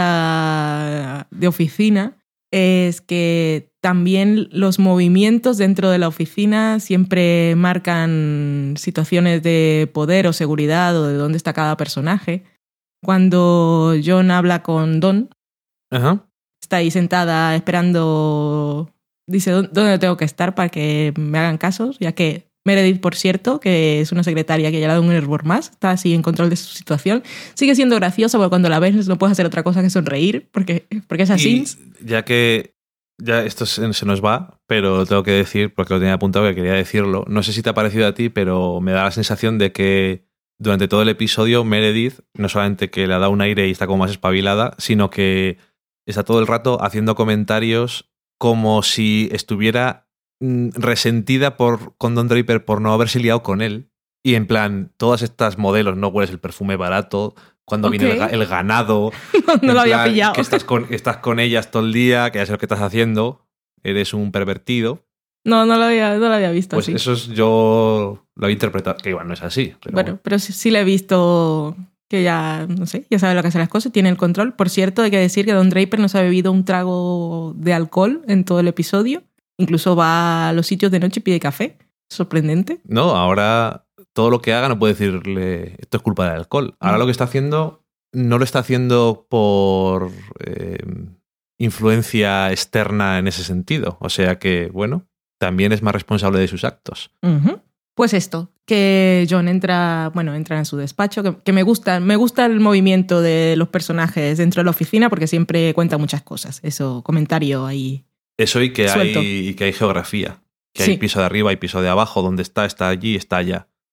comedia de oficina, es que también los movimientos dentro de la oficina siempre marcan situaciones de poder o seguridad o de dónde está cada personaje. Cuando John habla con Don, está ahí sentada esperando, dice, ¿dónde tengo que estar para que me hagan caso? Ya que Meredith, por cierto, que es una secretaria que ya le ha dado un error más, está así en control de su situación. Sigue siendo graciosa porque cuando la ves no puedes hacer otra cosa que sonreír porque es así. Y ya esto se nos va, pero lo tengo que decir porque lo tenía apuntado que quería decirlo. No sé si te ha parecido a ti, pero me da la sensación de que durante todo el episodio Meredith no solamente que le da un aire y está como más espabilada, sino que está todo el rato haciendo comentarios como si estuviera resentida con Don Draper por no haberse liado con él. Y en plan, todas estas modelos, no hueles el perfume barato, cuando viene el ganado. No lo había pillado. Que estás con ellas todo el día, que ya sé lo que estás haciendo, eres un pervertido. No lo había visto pues así. Eso yo lo había interpretado, que igual no es así. Bueno, pero sí le he visto que ya, no sé, ya sabe lo que hace las cosas, tiene el control. Por cierto, hay que decir que Don Draper no se ha bebido un trago de alcohol en todo el episodio. Incluso va a los sitios de noche y pide café. Sorprendente. No, ahora todo lo que haga no puede decirle esto es culpa del alcohol. Ahora lo que está haciendo no lo está haciendo por influencia externa en ese sentido. O sea que, bueno, también es más responsable de sus actos. Pues esto, que John entra en su despacho, que me gusta el movimiento de los personajes dentro de la oficina porque siempre cuenta muchas cosas. Eso, comentario ahí. Eso y que suelto. hay geografía. Que hay piso de arriba y piso de abajo, donde está allí, está allá.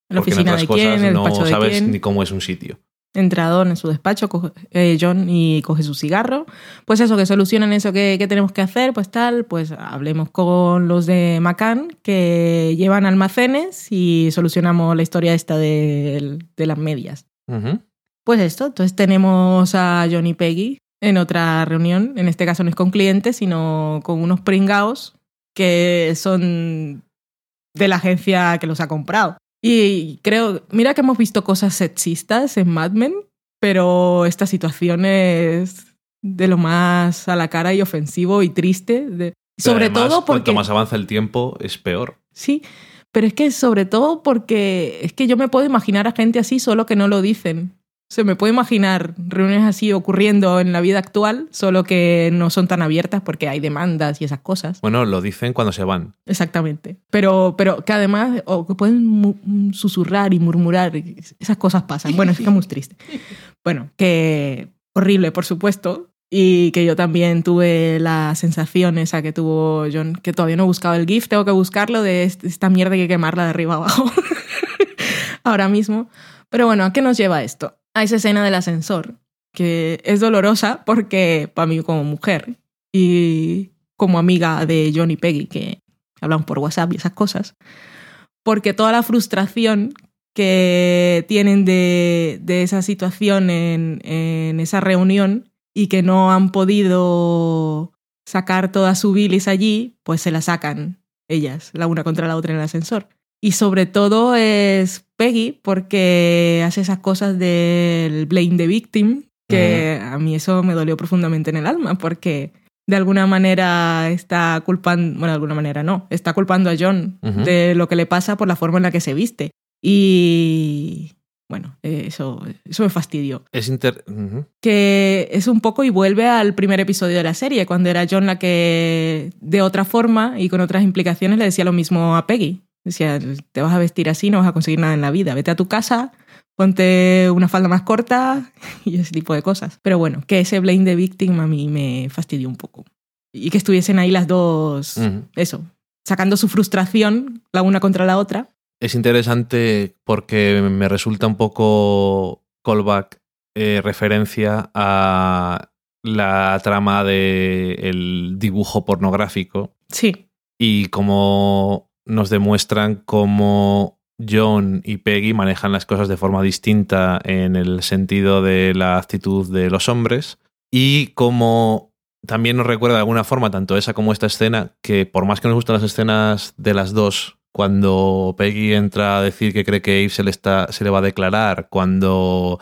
En la Porque oficina en de otras quién, cosas en el no despacho de sabes quién. ni cómo es un sitio. Entra Don en su despacho, John, y coge su cigarro. Pues eso, que solucionan eso que tenemos que hacer, pues tal, pues hablemos con los de McCann que llevan almacenes y solucionamos la historia esta de las medias. Ujú. Pues esto, entonces tenemos a John y Peggy en otra reunión. En este caso no es con clientes, sino con unos pringaos que son de la agencia que los ha comprado. Y creo, mira que hemos visto cosas sexistas en Mad Men, pero esta situación es de lo más a la cara y ofensivo y triste. Pero Sobre además, todo porque... cuanto más avanza el tiempo, es peor. Sí, pero es que sobre todo porque es que yo me puedo imaginar a gente así solo que no lo dicen. O sea, me puedo imaginar reuniones así ocurriendo en la vida actual, solo que no son tan abiertas porque hay demandas y esas cosas. Bueno, lo dicen cuando se van. Exactamente. Pero que además, o que pueden susurrar y murmurar, esas cosas pasan. Bueno, es que es muy triste. Bueno, que horrible, por supuesto. Y que yo también tuve la sensación esa que tuvo John, que todavía no he buscado el GIF, tengo que buscarlo, de esta mierda que hay que quemarla de arriba abajo. Ahora mismo. Pero bueno, ¿a qué nos lleva esto? A esa escena del ascensor, que es dolorosa porque para mí como mujer y como amiga de John y Peggy, que hablamos por WhatsApp y esas cosas, porque toda la frustración que tienen de esa situación en esa reunión y que no han podido sacar toda su bilis allí, pues se la sacan ellas, la una contra la otra en el ascensor. Y sobre todo es Peggy, porque hace esas cosas del blame the victim, que a mí eso me dolió profundamente en el alma, porque de alguna manera está culpando, bueno, de alguna manera no, está culpando a John de lo que le pasa por la forma en la que se viste. Y bueno, eso me fastidió. Que es un poco y vuelve al primer episodio de la serie, cuando era John la que de otra forma y con otras implicaciones le decía lo mismo a Peggy. Decía, te vas a vestir así, no vas a conseguir nada en la vida. Vete a tu casa, ponte una falda más corta y ese tipo de cosas. Pero bueno, que ese blame the victim a mí me fastidió un poco. Y que estuviesen ahí las dos, eso, sacando su frustración la una contra la otra. Es interesante porque me resulta un poco callback, referencia a la trama del dibujo pornográfico. Sí. Y cómo nos demuestran cómo John y Peggy manejan las cosas de forma distinta en el sentido de la actitud de los hombres, y cómo también nos recuerda de alguna forma tanto esa como esta escena, que por más que nos gustan las escenas de las dos, cuando Peggy entra a decir que cree que Abe se le va a declarar, cuando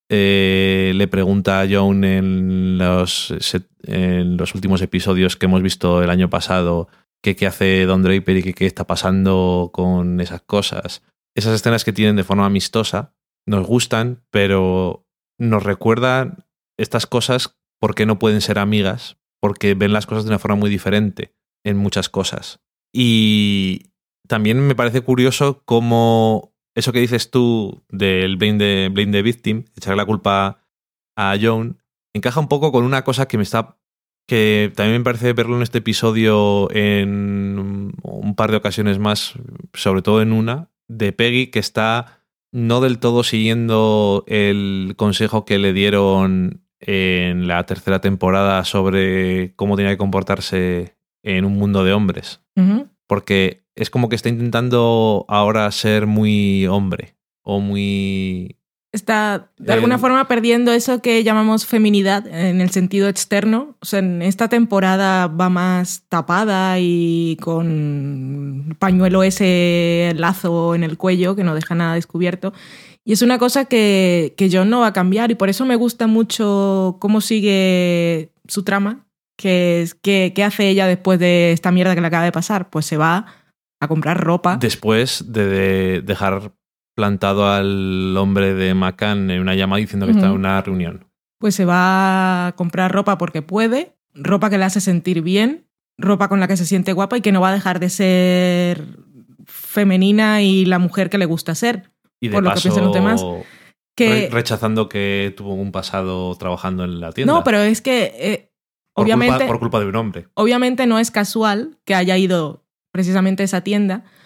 le pregunta a John en los últimos episodios que hemos visto el año pasado que qué hace Don Draper y que qué está pasando con esas cosas. Esas escenas que tienen de forma amistosa nos gustan, pero nos recuerdan estas cosas porque no pueden ser amigas, porque ven las cosas de una forma muy diferente en muchas cosas. Y también me parece curioso cómo eso que dices tú del blame the victim, echarle la culpa a John, encaja un poco con una cosa que también me parece verlo en este episodio en un par de ocasiones más, sobre todo en una, de Peggy, que está no del todo siguiendo el consejo que le dieron en la tercera temporada sobre cómo tenía que comportarse en un mundo de hombres. Porque es como que está intentando ahora ser muy hombre o muy... Está de alguna forma perdiendo eso que llamamos feminidad en el sentido externo. O sea, en esta temporada va más tapada y con pañuelo ese lazo en el cuello que no deja nada descubierto. Y es una cosa que John no va a cambiar, y por eso me gusta mucho cómo sigue su trama, que es qué hace ella después de esta mierda que le acaba de pasar. Pues se va a comprar ropa. Después de dejar plantado al hombre de McCann en una llamada diciendo que está en una reunión. Pues se va a comprar ropa porque puede, ropa que le hace sentir bien, ropa con la que se siente guapa y que no va a dejar de ser femenina y la mujer que le gusta ser. Y de por paso, lo que piensan los demás. Rechazando que tuvo un pasado trabajando en la tienda. No, pero es que obviamente... Por culpa de un hombre. Obviamente no es casual que haya ido precisamente a esa tienda,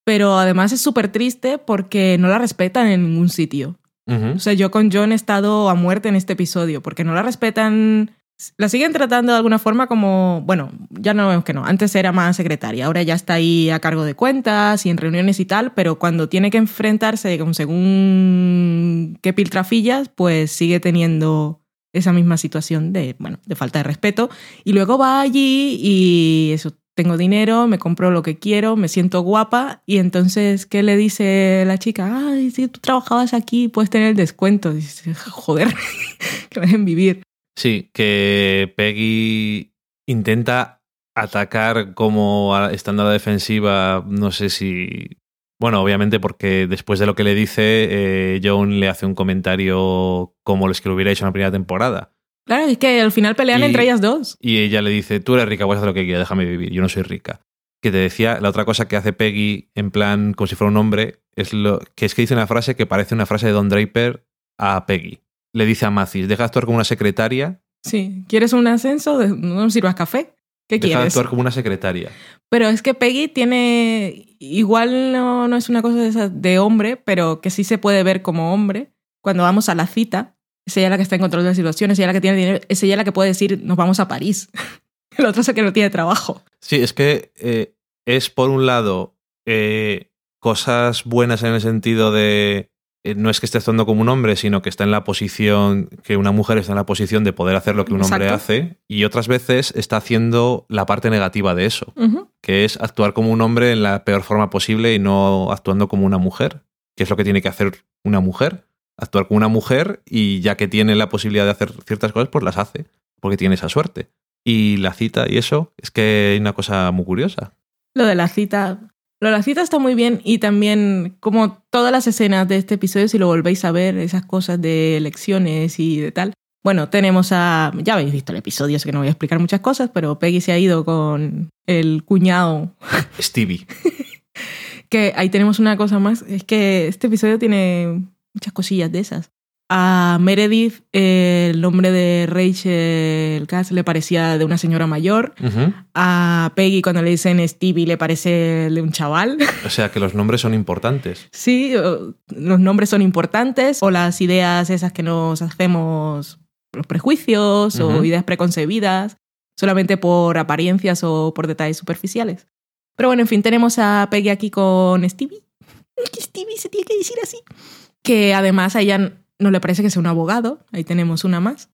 Pero además es súper triste porque no la respetan en ningún sitio. Ujú. O sea, yo con John he estado a muerte en este episodio porque no la respetan. La siguen tratando de alguna forma como, bueno, ya no vemos que no. Antes era más secretaria, ahora ya está ahí a cargo de cuentas y en reuniones y tal, pero cuando tiene que enfrentarse con según qué piltrafillas, pues sigue teniendo esa misma situación de, bueno, de falta de respeto. Y luego va allí y eso, tengo dinero, me compro lo que quiero, me siento guapa y entonces, ¿qué le dice la chica? Ay, si tú trabajabas aquí, puedes tener el descuento. Y dice, joder, que me dejen vivir. Sí, que Peggy intenta atacar como estando a la defensiva, no sé si... Bueno, obviamente porque después de lo que le dice, John le hace un comentario como los que lo hubiera hecho en la primera temporada. Claro, es que al final pelean entre ellas dos. Y ella le dice, tú eres rica, puedes hacer lo que quieras, déjame vivir, yo no soy rica. Que te decía, la otra cosa que hace Peggy, en plan, como si fuera un hombre, es que dice una frase que parece una frase de Don Draper a Peggy. Le dice a Mathis, deja de actuar como una secretaria. Sí, ¿quieres un ascenso? No sirvas café. ¿Qué Deja de quieres? actuar como una secretaria. Pero es que Peggy tiene... Igual no es una cosa de hombre, pero que sí se puede ver como hombre. Cuando vamos a la cita, es ella la que está en control de la situación, es ella la que tiene dinero, es ella la que puede decir, nos vamos a París. El otro es el que no tiene trabajo. Sí, es que es por un lado cosas buenas en el sentido de no es que esté actuando como un hombre, sino que está en la posición, que una mujer está en la posición de poder hacer lo que un hombre hace, y otras veces está haciendo la parte negativa de eso, que es actuar como un hombre en la peor forma posible y no actuando como una mujer, que es lo que tiene que hacer una mujer, actuar como una mujer y ya que tiene la posibilidad de hacer ciertas cosas, pues las hace, porque tiene esa suerte. Y la cita y eso, es que hay una cosa muy curiosa. Lo de la cita está muy bien y también como todas las escenas de este episodio, si lo volvéis a ver, esas cosas de elecciones y de tal. Bueno, tenemos a... Ya habéis visto el episodio, así que no voy a explicar muchas cosas, pero Peggy se ha ido con el cuñado... Stevie. Que ahí tenemos una cosa más, es que este episodio tiene muchas cosillas de esas. A Meredith, el nombre de Rachel Cass le parecía de una señora mayor. A Peggy, cuando le dicen Stevie, le parece de un chaval. O sea, que los nombres son importantes. Sí, los nombres son importantes, o las ideas esas que nos hacemos, los prejuicios o ideas preconcebidas, solamente por apariencias o por detalles superficiales. Pero bueno, en fin, tenemos a Peggy aquí con Stevie. Que Stevie se tiene que decir así. Que además a ella no le parece que sea un abogado, ahí tenemos una más.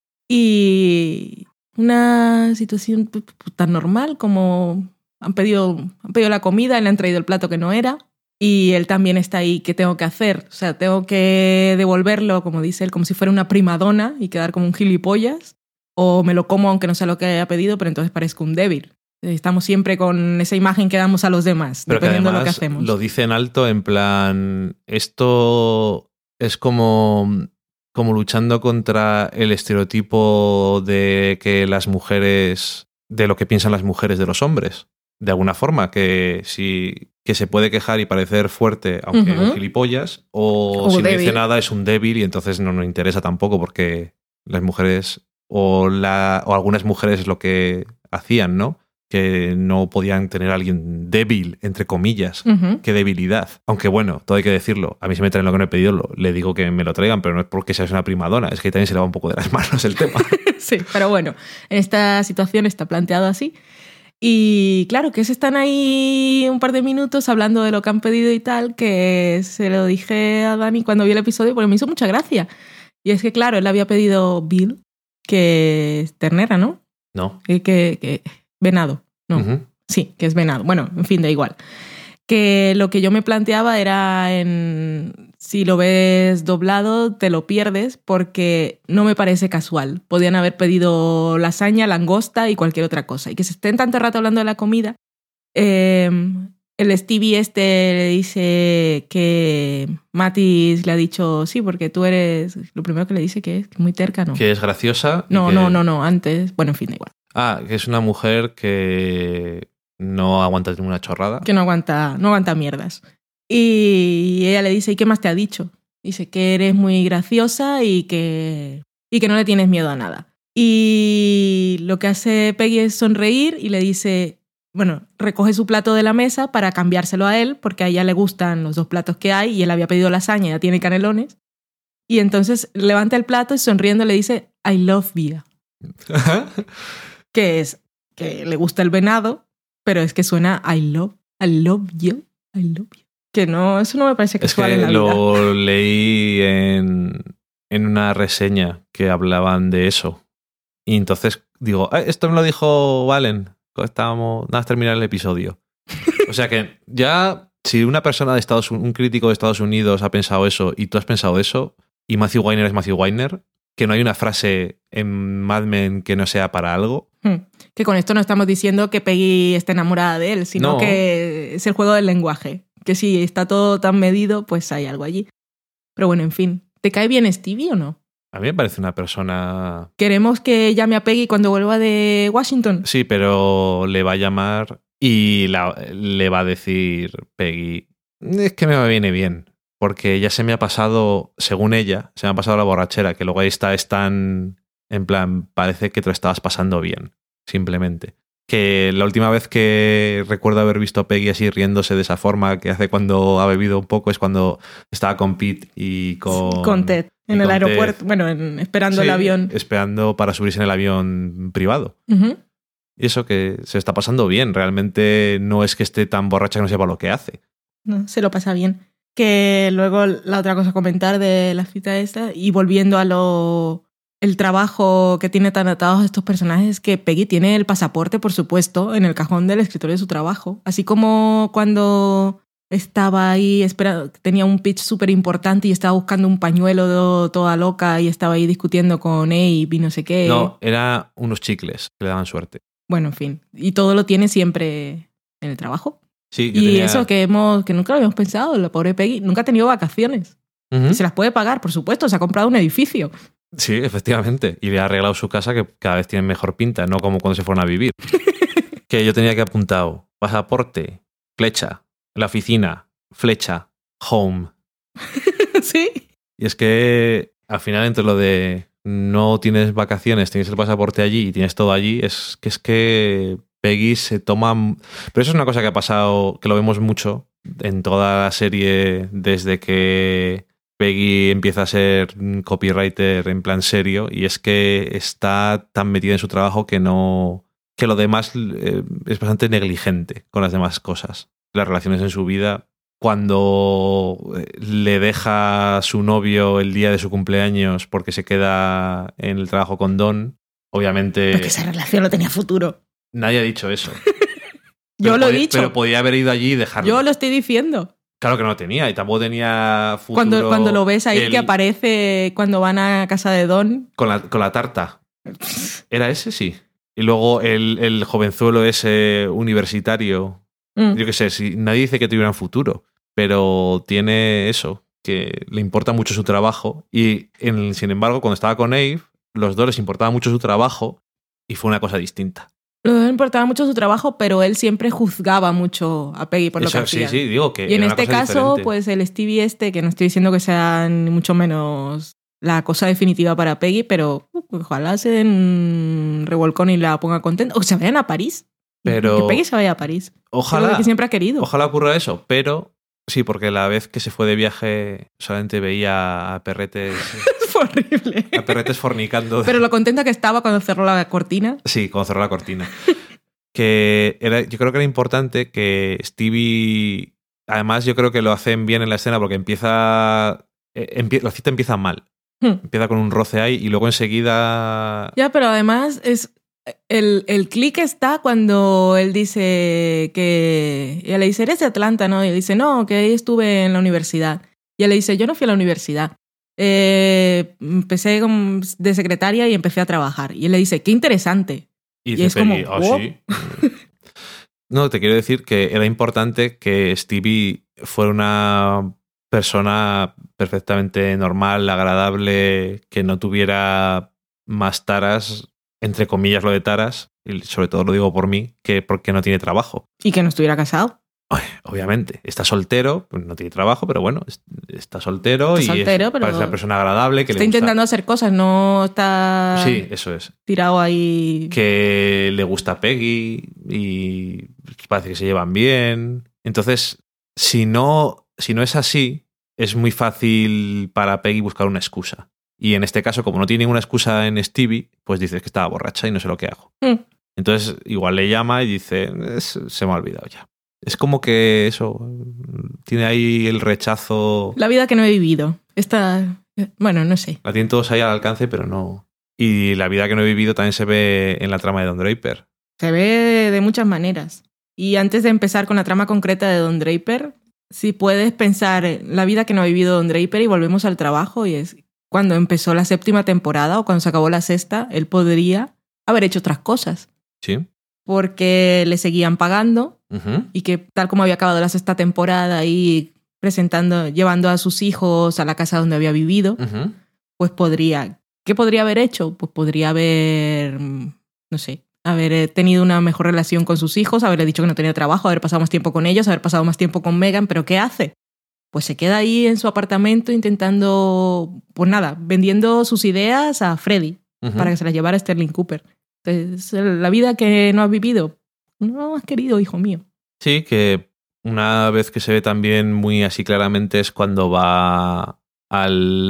Y una situación tan normal como han pedido la comida y le han traído el plato que no era. Y él también está ahí, ¿qué tengo que hacer? O sea, tengo que devolverlo, como dice él, como si fuera una primadona y quedar como un gilipollas. O me lo como aunque no sea lo que haya pedido, pero entonces parezco un débil. Estamos siempre con esa imagen que damos a los demás, pero dependiendo que además de lo que hacemos. Lo dice en alto, en plan, esto es como luchando contra el estereotipo de que las mujeres, de lo que piensan las mujeres de los hombres. De alguna forma, que se puede quejar y parecer fuerte, aunque un gilipollas, o si débil. No dice nada es un débil y entonces no nos interesa tampoco porque las mujeres o algunas mujeres es lo que hacían, ¿no? Que no podían tener a alguien débil, entre comillas. Qué debilidad. Aunque bueno, todo hay que decirlo. A mí si me traen lo que no he pedido, le digo que me lo traigan, pero no es porque seas una primadona, es que también se le va un poco de las manos el tema. Sí, pero bueno, en esta situación está planteado así. Y claro, que se están ahí un par de minutos hablando de lo que han pedido y tal, que se lo dije a Dani cuando vi el episodio porque me hizo mucha gracia. Y es que claro, él había pedido Bill, que es ternera, ¿no? No. Que venado, no. Sí, que es venado. Bueno, en fin, da igual. Que lo que yo me planteaba era si lo ves doblado, te lo pierdes porque no me parece casual. Podían haber pedido lasaña, langosta y cualquier otra cosa. Y que se estén tanto rato hablando de la comida. El Stevie le dice que Mathis le ha dicho sí, porque tú eres... Lo primero que le dice que es muy terca, ¿no? Que es graciosa. No, antes... Bueno, en fin, da igual. Ah, que es una mujer que no aguanta ninguna chorrada. Que no aguanta mierdas. Y ella le dice, ¿y qué más te ha dicho? Dice que eres muy graciosa y que no le tienes miedo a nada. Y lo que hace Peggy es sonreír y le dice, bueno, recoge su plato de la mesa para cambiárselo a él, porque a ella le gustan los 2 platos que hay y él había pedido lasaña y ya tiene canelones. Y entonces levanta el plato y sonriendo le dice I love you. Que es que le gusta el venado, pero es que suena I love you. Que no, eso no me parece casual en la vida. Lo leí en una reseña que hablaban de eso. Y entonces digo, esto me lo dijo Valen. Estábamos nada más terminar el episodio. O sea que ya, si una persona de un crítico de Estados Unidos ha pensado eso y tú has pensado eso, y Matthew Weiner es Matthew Weiner, que no hay una frase en Mad Men que no sea para algo. Que con esto no estamos diciendo que Peggy esté enamorada de él, sino que es el juego del lenguaje. Que si está todo tan medido, pues hay algo allí. Pero bueno, en fin. ¿Te cae bien Stevie o no? A mí me parece una persona... ¿Queremos que llame a Peggy cuando vuelva de Washington? Sí, pero le va a llamar y le va a decir Peggy, es que me viene bien. Porque ya se me ha pasado, según ella, se me ha pasado la borrachera, que luego ahí es tan... En plan, parece que te lo estabas pasando bien, simplemente. Que la última vez que recuerdo haber visto a Peggy así riéndose de esa forma que hace cuando ha bebido un poco es cuando estaba con Pete y con Ted en el aeropuerto, bueno, esperando el avión. Esperando para subirse en el avión privado. Uh-huh. Y eso que se está pasando bien, realmente no es que esté tan borracha que no sepa lo que hace. No, se lo pasa bien. Que luego la otra cosa a comentar de la cita esta, y volviendo a el trabajo que tiene tan atados estos personajes, es que Peggy tiene el pasaporte, por supuesto, en el cajón del escritorio de su trabajo. Así como cuando estaba ahí esperando, tenía un pitch súper importante y estaba buscando un pañuelo toda loca y estaba ahí discutiendo con Abe y no sé qué. No, era unos chicles que le daban suerte. Bueno, en fin. Y todo lo tiene siempre en el trabajo. Sí, y eso que nunca lo habíamos pensado, la pobre Peggy nunca ha tenido vacaciones. Uh-huh. Y se las puede pagar, por supuesto, se ha comprado un edificio. Sí, efectivamente. Y le ha arreglado su casa que cada vez tiene mejor pinta, no como cuando se fueron a vivir. Que yo tenía que apuntado pasaporte, flecha, la oficina, flecha, home. Sí. Y es que al final entre lo de no tienes vacaciones, tienes el pasaporte allí y tienes todo allí, es que Peggy se toma... Pero eso es una cosa que ha pasado, que lo vemos mucho en toda la serie desde que Peggy empieza a ser copywriter en plan serio, y es que está tan metida en su trabajo que lo demás es bastante negligente con las demás cosas. Las relaciones en su vida, cuando le deja a su novio el día de su cumpleaños porque se queda en el trabajo con Don, obviamente... Porque esa relación no tenía futuro. Nadie ha dicho eso. Yo lo he dicho. Pero podía haber ido allí y dejarlo. Yo lo estoy diciendo. Claro que no tenía, y tampoco tenía futuro. Cuando lo ves ahí que aparece cuando van a casa de Don. Con la tarta. ¿Era ese? Sí. Y luego el jovenzuelo ese universitario. Yo qué sé, nadie dice que tuviera futuro, pero tiene eso, que le importa mucho su trabajo. Y sin embargo, cuando estaba con Abe, los dos les importaba mucho su trabajo y fue una cosa distinta. Le importaba mucho su trabajo, pero él siempre juzgaba mucho a Peggy por lo que hacía. Sí, digo que. Y en este caso, diferente. Pues el Stevie que no estoy diciendo que sea ni mucho menos la cosa definitiva para Peggy, pero ojalá se den un revolcón y la ponga contenta. O que se vayan a París. Pero que Peggy se vaya a París. Ojalá. Es lo que siempre ha querido. Ojalá ocurra eso, pero sí, porque la vez que se fue de viaje solamente veía a perretes. Fue horrible. A perretes fornicando. Pero lo contenta que estaba cuando cerró la cortina. Sí, cuando cerró la cortina. Yo creo que era importante que Stevie... Además, yo creo que lo hacen bien en la escena porque la cita empieza mal. Empieza con un roce ahí y luego enseguida... Ya, pero además el clic está cuando él dice que... Ella le dice, eres de Atlanta, ¿no? Y él dice, no, que ahí estuve en la universidad. Y él le dice, yo no fui a la universidad. Empecé de secretaria y empecé a trabajar. Y él le dice, qué interesante. Y es como, sí. No, te quiero decir que era importante que Stevie fuera una persona perfectamente normal, agradable, que no tuviera más taras, entre comillas lo de taras, y sobre todo lo digo por mí, que porque no tiene trabajo. Y que no estuviera casado. obviamente, está soltero, pues no tiene trabajo, pero bueno, está soltero Está soltero, pero parece una persona agradable. Que está le gusta. intentando hacer cosas, no está Sí, eso es. tirado ahí. Que le gusta a Peggy y parece que se llevan bien. Entonces, si no es así, es muy fácil para Peggy buscar una excusa. Y en este caso, como no tiene ninguna excusa en Stevie, pues dices que estaba borracha y no sé lo que hago. Entonces, igual le llama y dice, se me ha olvidado ya. Es como que eso, tiene ahí el rechazo. La vida que no he vivido. Bueno, no sé. La tienen todos ahí al alcance, pero no. Y la vida que no he vivido también se ve en la trama de Don Draper. Se ve de muchas maneras. Y antes de empezar con la trama concreta de Don Draper, si puedes pensar en la vida que no ha vivido Don Draper y volvemos al trabajo, y es cuando empezó la 7ª temporada o cuando se acabó la 6ª, él podría haber hecho otras cosas. Sí. Porque le seguían pagando y que tal como había acabado la 6ª temporada y llevando a sus hijos a la casa donde había vivido, pues ¿qué podría haber hecho? Pues podría haber, no sé, haber tenido una mejor relación con sus hijos, haberle dicho que no tenía trabajo, haber pasado más tiempo con ellos, haber pasado más tiempo con Megan, pero ¿qué hace? Pues se queda ahí en su apartamento intentando, pues nada, vendiendo sus ideas a Freddy para que se las llevara Sterling Cooper. Entonces, la vida que no has vivido, no has querido, hijo mío. Sí, que una vez que se ve también muy así claramente es cuando va a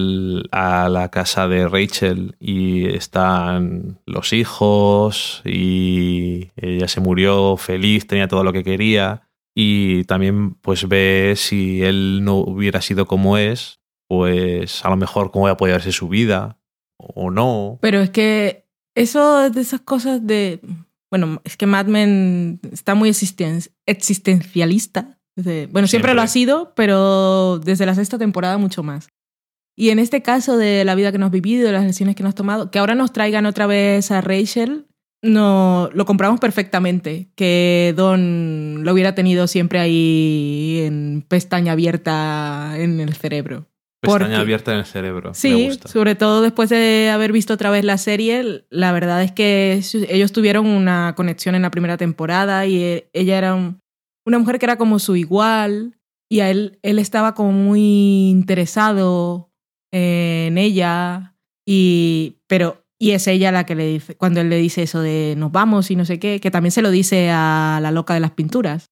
la casa de Rachel y están los hijos y ella se murió feliz, tenía todo lo que quería y también pues ve si él no hubiera sido como es, pues a lo mejor cómo podía haberse su vida o no. Pero es que eso es de esas cosas de... Bueno, es que Mad Men está muy existencialista. Siempre lo ha sido, pero desde la 6ª temporada mucho más. Y en este caso de la vida que nos has vivido, de las lecciones que nos has tomado, que ahora nos traigan otra vez a Rachel, no, lo compramos perfectamente. Que Don lo hubiera tenido siempre ahí en pestaña abierta en el cerebro. Pestaña abierta en el cerebro. Sí, me gusta. Sobre todo después de haber visto otra vez la serie, la verdad es que ellos tuvieron una conexión en la primera temporada y ella era una mujer que era como su igual y a él estaba como muy interesado en ella y es ella la que le dice, cuando él le dice eso de nos vamos y no sé qué, que también se lo dice a la loca de las pinturas.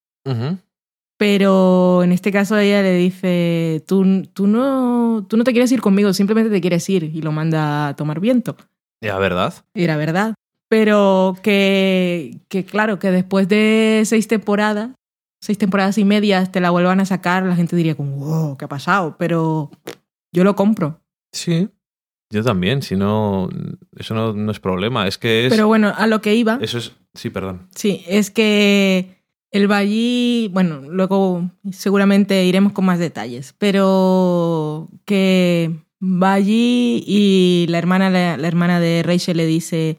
Pero en este caso ella le dice, tú no te quieres ir conmigo, simplemente te quieres ir, y lo manda a tomar viento. ¿Era verdad? Era verdad. Pero que claro, que después de 6 temporadas y media te la vuelvan a sacar, la gente diría como, wow, ¿qué ha pasado? Pero yo lo compro. Sí, yo también, si no, eso no es problema, es que es... Pero bueno, a lo que iba... Eso es... Sí, perdón. Sí, es que... él va allí, bueno, luego seguramente iremos con más detalles, pero que va allí y la hermana de Rachel le dice,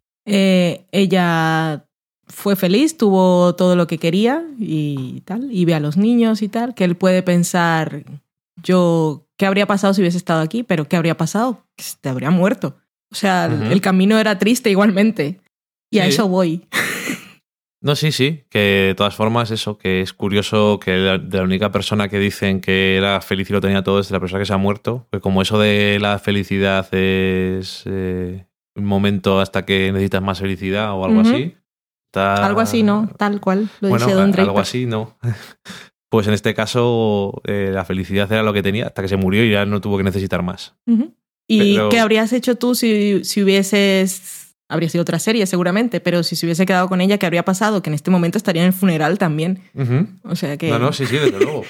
ella fue feliz, tuvo todo lo que quería y tal, y ve a los niños y tal, que él puede pensar, ¿qué habría pasado si hubiese estado aquí? Pero ¿qué habría pasado? Que te habría muerto. O sea, el camino era triste igualmente. Y a eso voy. No, sí, que de todas formas eso, que es curioso que de la única persona que dicen que era feliz y lo tenía todo es la persona que se ha muerto, que como eso de la felicidad es un momento hasta que necesitas más felicidad o algo así. Algo así, ¿no? Tal cual, lo dice Don Draper. Algo así, no. Pues en este caso la felicidad era lo que tenía hasta que se murió y ya no tuvo que necesitar más. ¿Y qué habrías hecho tú si hubieses... Habría sido otra serie seguramente, pero si se hubiese quedado con ella, ¿qué habría pasado? Que en este momento estaría en el funeral también. O sea que... No, sí, desde luego.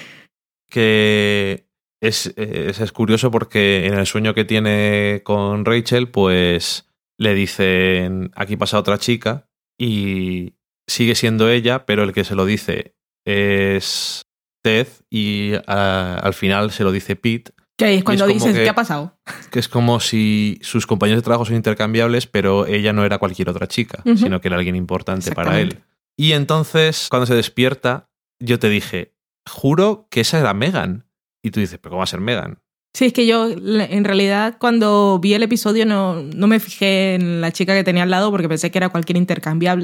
Que es curioso porque en el sueño que tiene con Rachel, pues le dicen, aquí pasa otra chica y sigue siendo ella, pero el que se lo dice es Ted y al final se lo dice Pete. Que es cuando dices, ¿qué ha pasado? Que es como si sus compañeros de trabajo son intercambiables, pero ella no era cualquier otra chica, sino que era alguien importante para él. Y entonces, cuando se despierta, yo te dije, juro que esa era Megan. Y tú dices, ¿pero cómo va a ser Megan? Sí, es que yo, en realidad, cuando vi el episodio no me fijé en la chica que tenía al lado porque pensé que era cualquier intercambiable.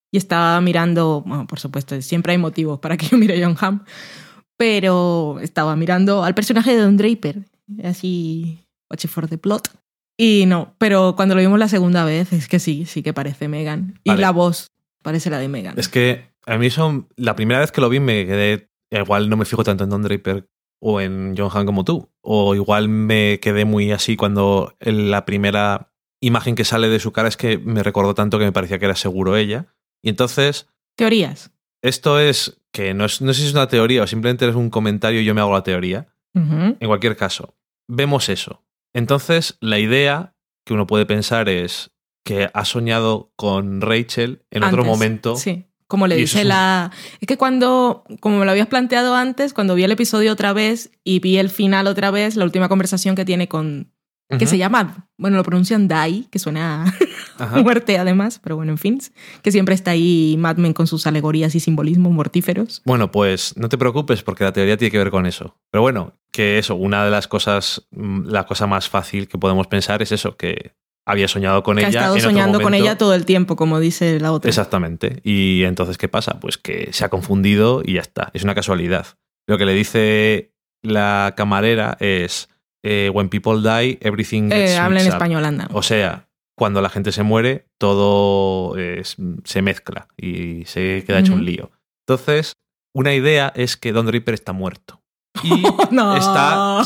y estaba mirando, bueno, por supuesto, siempre hay motivos para que yo mire John Hamm, pero estaba mirando al personaje de Don Draper, así, watch for the plot. Y no, pero cuando lo vimos la segunda vez, es que sí que parece Megan. Y vale. la voz parece la de Megan. Es que a mí la primera vez que lo vi me quedé, igual no me fijo tanto en Don Draper o en John Hamm como tú, o igual me quedé muy así cuando la primera imagen que sale de su cara es que me recordó tanto que me parecía que era seguro ella. Y entonces... Teorías. Esto es que no sé si es una teoría o simplemente es un comentario y yo me hago la teoría. Uh-huh. En cualquier caso, vemos eso. Entonces, la idea que uno puede pensar es que ha soñado con Rachel en otro momento. Sí, como le dice la... Es que como me lo habías planteado antes, cuando vi el episodio otra vez y vi el final otra vez, la última conversación que tiene con... que se llama... Bueno, lo pronuncian Die, que suena a muerte además, pero bueno, en fin. Que siempre está ahí Mad Men con sus alegorías y simbolismos mortíferos. Bueno, pues no te preocupes porque la teoría tiene que ver con eso. Pero bueno, que eso, una de las cosas, la cosa más fácil que podemos pensar es eso, que había soñado con ella. Ha estado soñando con ella todo el tiempo, como dice la otra. Exactamente. Y entonces, ¿qué pasa? Pues que se ha confundido y ya está. Es una casualidad. Lo que le dice la camarera es... when people die, everything gets habla en mixed up. español, anda. O sea, cuando la gente se muere, todo se mezcla y se queda hecho un lío. Entonces, una idea es que Don Draper está muerto. Y no. está...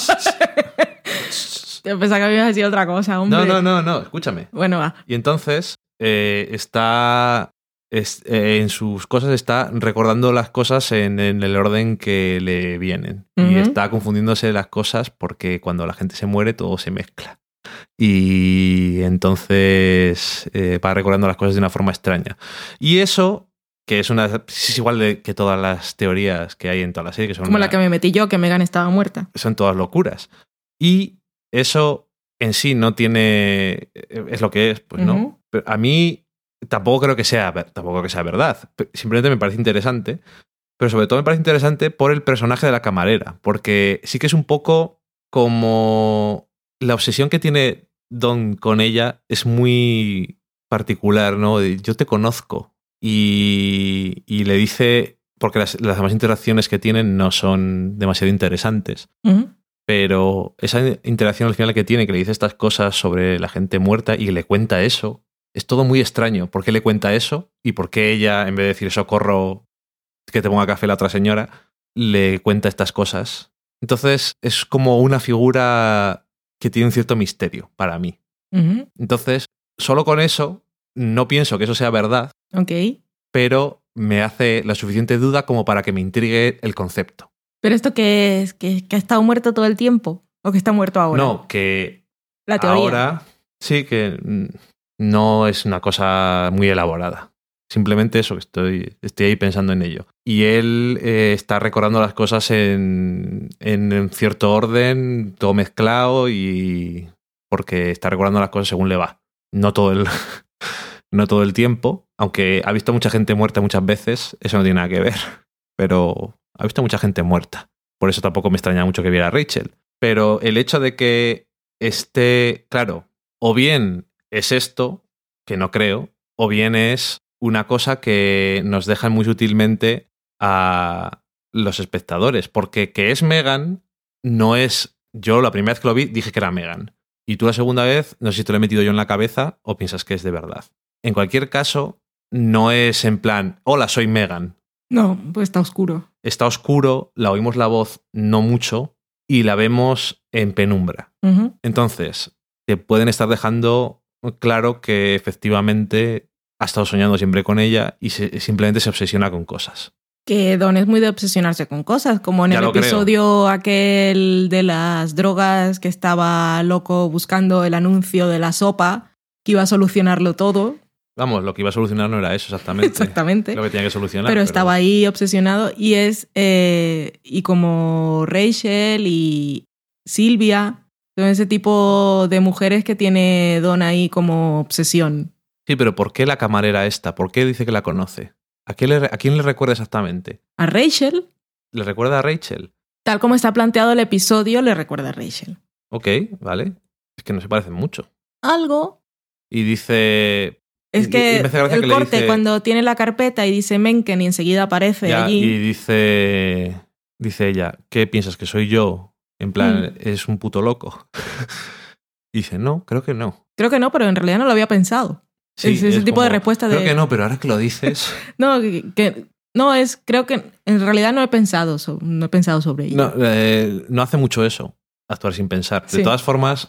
Yo pensaba que habías decir otra cosa, hombre. No, escúchame. Bueno, va. Y entonces está... en sus cosas está recordando las cosas en el orden que le vienen. Y está confundiéndose las cosas porque cuando la gente se muere todo se mezcla. Y entonces va recordando las cosas de una forma extraña. Y eso, que es igual que todas las teorías que hay en toda la serie. Que son como la que me metí yo, que Megan estaba muerta. Son todas locuras. Y eso en sí no tiene... es lo que es, pues no. Pero a mí... Tampoco creo que sea verdad. Simplemente me parece interesante. Pero sobre todo me parece interesante por el personaje de la camarera. Porque sí que es un poco como... La obsesión que tiene Don con ella es muy particular, ¿no? Yo te conozco. Y le dice... Porque las demás interacciones que tienen no son demasiado interesantes. Pero esa interacción al final que tiene, que le dice estas cosas sobre la gente muerta y le cuenta eso... Es todo muy extraño. ¿Por qué le cuenta eso? ¿Y por qué ella, en vez de decir socorro, que te ponga café la otra señora, le cuenta estas cosas? Entonces es como una figura que tiene un cierto misterio para mí. Entonces, solo con eso, no pienso que eso sea verdad, pero me hace la suficiente duda como para que me intrigue el concepto. ¿Pero esto qué es? ¿Que ha estado muerto todo el tiempo? ¿O que está muerto ahora? No, que la teoría. Ahora sí que... No es una cosa muy elaborada. Simplemente eso, que estoy ahí pensando en ello. Y él está recordando las cosas en cierto orden, todo mezclado, y porque está recordando las cosas según le va. No todo el tiempo, aunque ha visto mucha gente muerta muchas veces, eso no tiene nada que ver. Pero ha visto mucha gente muerta. Por eso tampoco me extraña mucho que viera a Rachel. Pero el hecho de que esté, claro, o bien... es esto, que no creo, o bien es una cosa que nos deja muy sutilmente a los espectadores, porque que es Megan no es... Yo la primera vez que lo vi dije que era Megan, y tú la segunda vez no sé si te lo he metido yo en la cabeza o piensas que es de verdad. En cualquier caso, no es en plan, hola, soy Megan. No, pues está oscuro. Está oscuro, la oímos la voz no mucho y la vemos en penumbra. Entonces, te pueden estar dejando... claro que efectivamente ha estado soñando siempre con ella y simplemente se obsesiona con cosas. Que Don es muy de obsesionarse con cosas, como en el episodio aquel de las drogas, que estaba loco buscando el anuncio de la sopa que iba a solucionarlo todo. Vamos, lo que iba a solucionar no era eso exactamente. Exactamente. Lo que tenía que solucionar. Pero estaba ahí obsesionado y y como Rachel y Silvia... son ese tipo de mujeres que tiene Don ahí como obsesión. Sí, pero ¿por qué la camarera esta? ¿Por qué dice que la conoce? ¿A quién le recuerda exactamente? ¿A Rachel? ¿Le recuerda a Rachel? Tal como está planteado el episodio, le recuerda a Rachel. Ok, vale. Es que no se parecen mucho. Algo. Y dice... Es que me hace gracia el que le corte, dice- cuando tiene la carpeta y dice Mencken y enseguida aparece Ya, allí. y dice ella, ¿qué piensas, que soy yo? En plan, ¿es un puto loco? Y dice, no, creo que no. Creo que no, pero en realidad no lo había pensado. Sí, ese es tipo de como, respuesta creo de... que no, pero ahora que lo dices... No, creo que en realidad no he pensado sobre ello. No hace mucho eso, actuar sin pensar. De Sí. todas formas,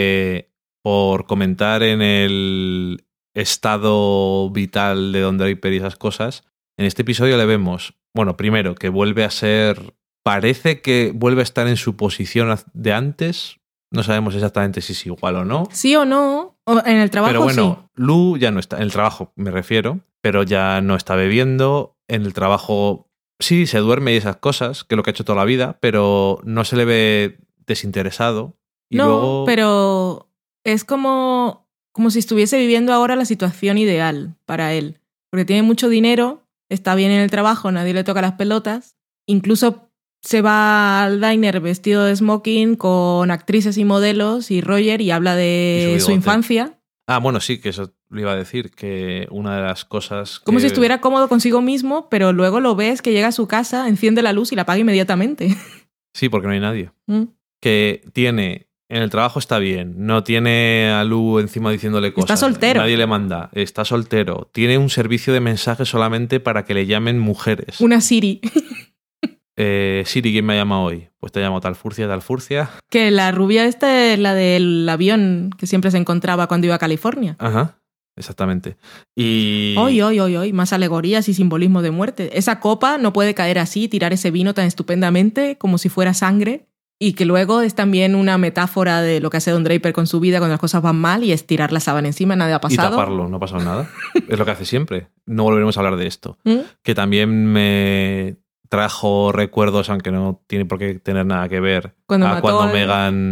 por comentar en el estado vital de Don Draper y esas cosas, en este episodio le vemos, bueno, primero, que vuelve a ser... Parece que vuelve a estar en su posición de antes. No sabemos exactamente si es igual o no. Sí o no, o en el trabajo Pero bueno, sí. Lu ya no está, en el trabajo me refiero, pero ya no está bebiendo. En el trabajo sí, se duerme y esas cosas, que es lo que ha hecho toda la vida, pero no se le ve desinteresado. Y No, luego, pero es como si estuviese viviendo ahora la situación ideal para él. Porque tiene mucho dinero, está bien en el trabajo, nadie le toca las pelotas. Incluso se va al diner vestido de smoking con actrices y modelos y Roger y habla Y de su su bigote. infancia. bueno, sí, que eso le iba a decir, que una de las cosas Como que- si estuviera cómodo consigo mismo, pero luego lo ves que llega a su casa, enciende la luz y la apaga inmediatamente. Sí, porque no hay nadie. Mm. Que tiene... En el trabajo está bien, no tiene a Lu encima diciéndole cosas. Está soltero. Nadie le manda, está soltero. Tiene un servicio de mensajes solamente para que le llamen mujeres. Una Siri. Siri, ¿quién me llama hoy? Pues te llamo tal Furcia, tal Furcia. Que la rubia esta es la del avión que siempre se encontraba cuando iba a California. Ajá, exactamente. Y... Hoy, más alegorías y simbolismo de muerte. Esa copa no puede caer así, tirar ese vino tan estupendamente como si fuera sangre. Y que luego es también una metáfora de lo que hace Don Draper con su vida cuando las cosas van mal y es tirar la sábana encima, nada ha y pasado. taparlo, no ha pasado nada. Es lo que hace siempre. No volveremos a hablar de esto. ¿Mm? Que también me trajo recuerdos, aunque no tiene por qué tener nada que ver, Cuando a mató cuando al-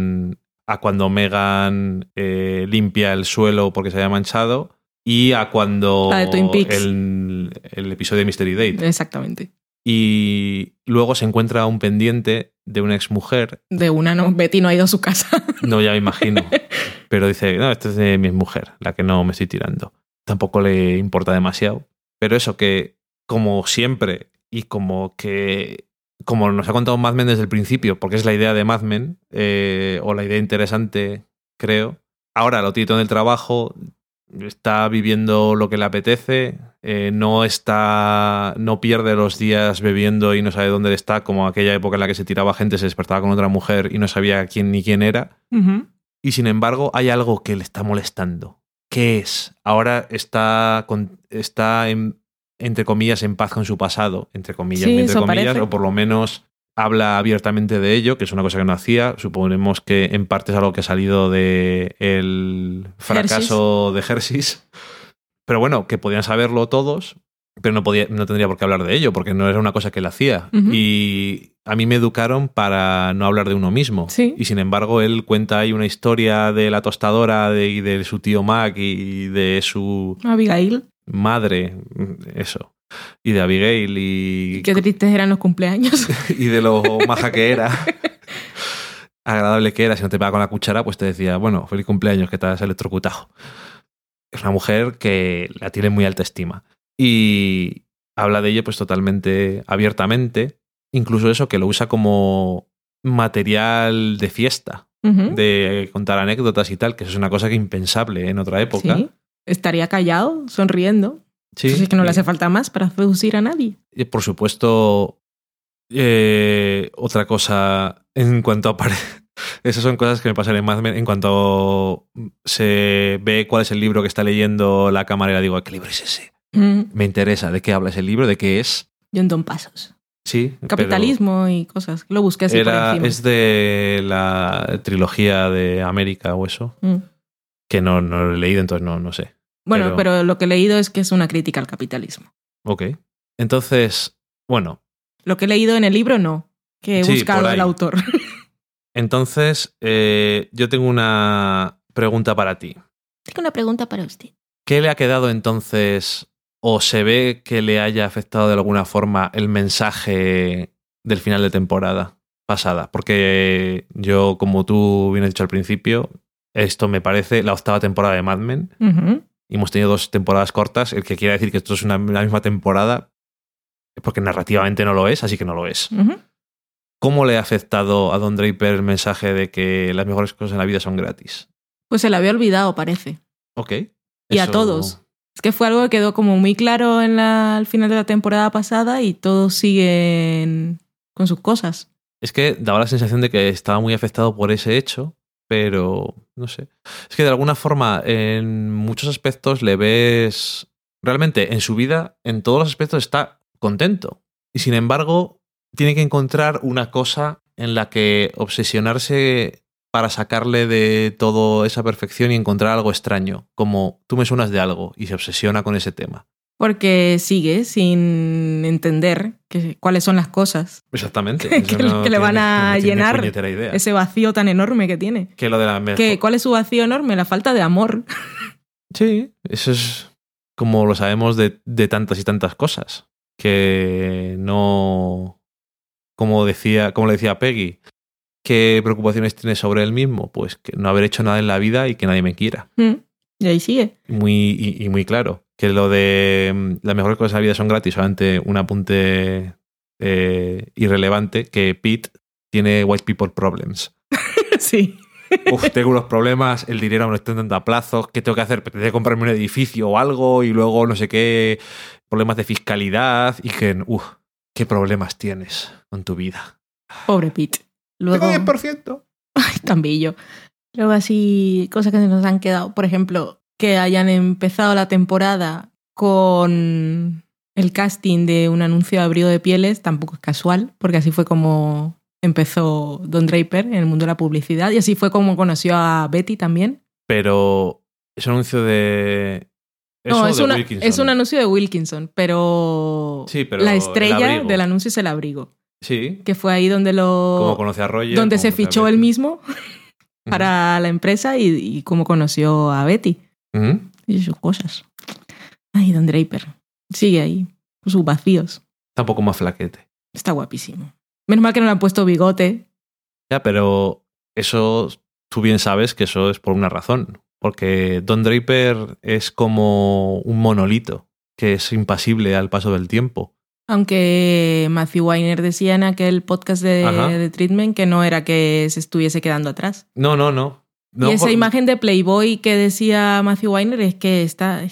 Megan limpia el suelo porque se había manchado y a cuando La de Twin Peaks. el episodio de Mystery Date. Exactamente. Y luego se encuentra un pendiente de una exmujer. De una, no. Betty no ha ido a su casa. No, ya me imagino. Pero dice, no, esta es de mi exmujer, la que no me estoy tirando. Tampoco le importa demasiado. Pero eso que, como siempre, y como nos ha contado Mad Men desde el principio, porque es la idea de Mad Men, o la idea interesante, creo. Ahora lo tiene todo en el trabajo, está viviendo lo que le apetece, no pierde los días bebiendo y no sabe dónde está, como aquella época en la que se tiraba gente, se despertaba con otra mujer y no sabía quién ni quién era. Ujú. Y sin embargo, hay algo que le está molestando. ¿Qué es? Ahora está entre comillas, en paz con su pasado, entre comillas, Sí, entre eso comillas, parece. o por lo menos habla abiertamente de ello, que es una cosa que no hacía. Suponemos que en parte es algo que ha salido del fracaso de Hershey's. Pero bueno, que podían saberlo todos, pero no tendría por qué hablar de ello, porque no era una cosa que él hacía. Ujú. Y a mí me educaron para no hablar de uno mismo. Sí. Y sin embargo, él cuenta ahí una historia de la tostadora y de su tío Mac y de su Abigail. madre, eso, y de Abigail y Qué tristes eran los cumpleaños. y de lo maja que era, agradable que era. Si no te pegaba con la cuchara, pues te decía, bueno, feliz cumpleaños, que te has electrocutado. Es una mujer que la tiene muy alta estima y habla de ello pues totalmente abiertamente, incluso eso, que lo usa como material de fiesta, Ujú. de contar anécdotas y tal, que eso es una cosa que impensable en otra época. Sí. Estaría callado, sonriendo. Sí. Pues es que no le hace falta más para seducir a nadie. Y por supuesto, otra cosa en cuanto a esas son cosas que me pasan en Mad Men. En cuanto se ve cuál es el libro que está leyendo la camarera, digo, ¿qué libro es ese? Me interesa, ¿de qué habla ese libro? ¿De qué es? John Don Pasos. Sí. Capitalismo y cosas. Lo busqué así por encima. Es de la trilogía de América o eso, que no lo he leído, entonces no sé. Bueno, pero lo que he leído es que es una crítica al capitalismo. Ok. Entonces, bueno. Lo que he leído en el libro no, que he Sí, buscado por ahí. al autor. Entonces, yo tengo una pregunta para ti. Tengo una pregunta para usted. ¿Qué le ha quedado entonces, o se ve que le haya afectado de alguna forma el mensaje del final de temporada pasada? Porque yo, como tú bien has dicho al principio, esto me parece la 8ª temporada de Mad Men. Uh-huh. y hemos tenido 2 temporadas cortas, el que quiera decir que esto es la misma temporada, porque narrativamente no lo es, así que no lo es. Ujú. ¿Cómo le ha afectado a Don Draper el mensaje de que las mejores cosas en la vida son gratis? Pues se la había olvidado, parece. Ok. Y a Eso- todos. Es que fue algo que quedó como muy claro al final de la temporada pasada y todos siguen con sus cosas. Es que daba la sensación de que estaba muy afectado por ese hecho, pero no sé. Es que de alguna forma, en muchos aspectos le ves... Realmente, en su vida, en todos los aspectos está contento. Y sin embargo, tiene que encontrar una cosa en la que obsesionarse para sacarle de todo esa perfección y encontrar algo extraño, como tú me suenas de algo, y se obsesiona con ese tema. Porque sigue sin entender cuáles son las cosas Exactamente. que, Eso no que le van tiene- a no tiene llenar puñetera idea. ese vacío tan enorme que tiene. Que lo de la mejor... ¿Cuál es su vacío enorme? La falta de amor. Sí, eso es como lo sabemos de tantas y tantas cosas. Que no... Como le decía Peggy, ¿qué preocupaciones tiene sobre él mismo? Pues que no haber hecho nada en la vida y que nadie me quiera. Y ahí sigue. Muy claro. Que lo de las mejores cosas de la vida son gratis, solamente un apunte irrelevante, que Pete tiene white people problems. Sí. Uf, tengo unos problemas, el dinero me lo estoy dando a plazos, ¿qué tengo que hacer? Tengo que comprarme un edificio o algo y luego no sé qué, problemas de fiscalidad y que, ¿qué problemas tienes con tu vida? Pobre Pete. Luego... Tengo 10%. Ay, tan bello. Luego así, cosas que se nos han quedado. Por ejemplo, que hayan empezado la temporada con el casting de un anuncio de abrigo de pieles, tampoco es casual, porque así fue como empezó Don Draper en el mundo de la publicidad y así fue como conoció a Betty también. Pero es un anuncio de... No, es Wilkinson. un anuncio de Wilkinson, pero, Sí, pero la el estrella abrigo. del anuncio es el abrigo. Sí, Que fue ahí donde como conoce a Roger. donde como se conoce a fichó Betty. él mismo para la empresa y cómo conoció a Betty Ujú. y sus cosas. Ay, Don Draper. Sigue ahí, con sus vacíos. Está un poco más flaquete. Está guapísimo. Menos mal que no le han puesto bigote. Ya, pero eso, tú bien sabes que eso es por una razón. Porque Don Draper es como un monolito que es impasible al paso del tiempo. Aunque Matthew Weiner decía en aquel podcast de Treatment que no era que se estuviese quedando atrás. No. Y esa imagen de Playboy que decía Matthew Weiner es que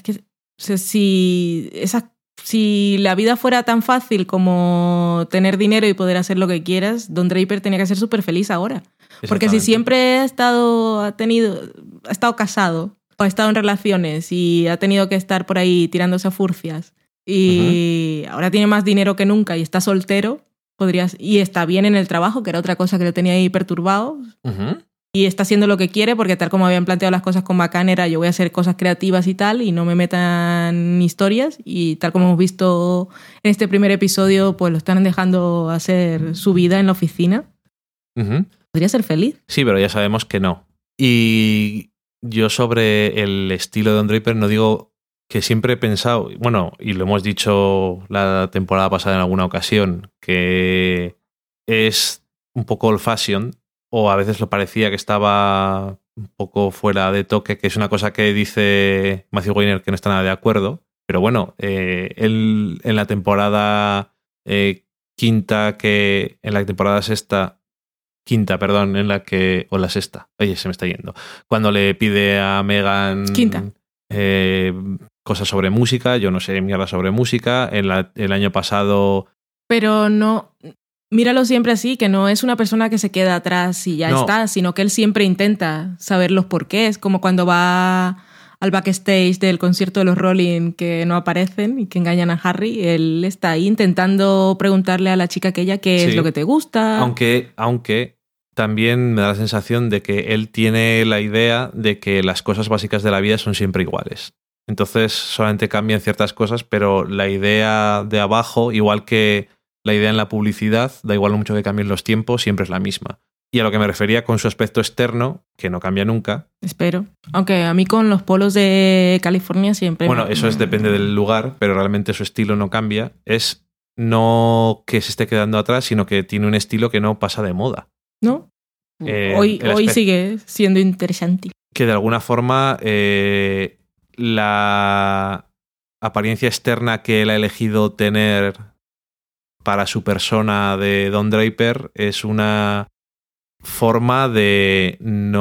si la vida fuera tan fácil como tener dinero y poder hacer lo que quieras, Don Draper tenía que ser súper feliz ahora. Porque si Exactamente. siempre ha estado casado o ha estado en relaciones y ha tenido que estar por ahí tirándose a furcias y ahora tiene más dinero que nunca y está soltero, y está bien en el trabajo, que era otra cosa que lo tenía ahí perturbado, Ujú. y está haciendo lo que quiere porque tal como habían planteado las cosas con Bacán era yo voy a hacer cosas creativas y tal y no me metan historias, y tal como hemos visto en este primer episodio pues lo están dejando hacer su vida en la oficina. Ujú. Podría ser feliz. Sí, pero ya sabemos que no. Y yo sobre el estilo de Don Draper no digo que siempre he pensado, bueno, y lo hemos dicho la temporada pasada en alguna ocasión, que es un poco old fashion, o a veces lo parecía que estaba un poco fuera de toque, que es una cosa que dice Matthew Weiner que no está nada de acuerdo. Pero bueno, él en la temporada la sexta. Oye, se me está yendo. Cuando le pide a Megan Quinta. Cosas sobre música, yo no sé mierda sobre música. El año pasado... Pero no, míralo siempre así, que no es una persona que se queda atrás y ya No. está, sino que él siempre intenta saber los porqués, como cuando va al backstage del concierto de los Rolling que no aparecen y que engañan a Harry, él está ahí intentando preguntarle a la chica aquella qué es Sí. lo que te gusta. Aunque también me da la sensación de que él tiene la idea de que las cosas básicas de la vida son siempre iguales. Entonces solamente cambian ciertas cosas, pero la idea de abajo, igual que la idea en la publicidad, da igual lo mucho que cambien los tiempos, siempre es la misma. Y a lo que me refería con su aspecto externo, que no cambia nunca. Espero. Aunque a mí con los polos de California siempre... Bueno, eso depende del lugar, pero realmente su estilo no cambia. Es no que se esté quedando atrás, sino que tiene un estilo que no pasa de moda. ¿No? Hoy sigue siendo interesante. Que de alguna forma la apariencia externa que él ha elegido tener para su persona de Don Draper es una forma de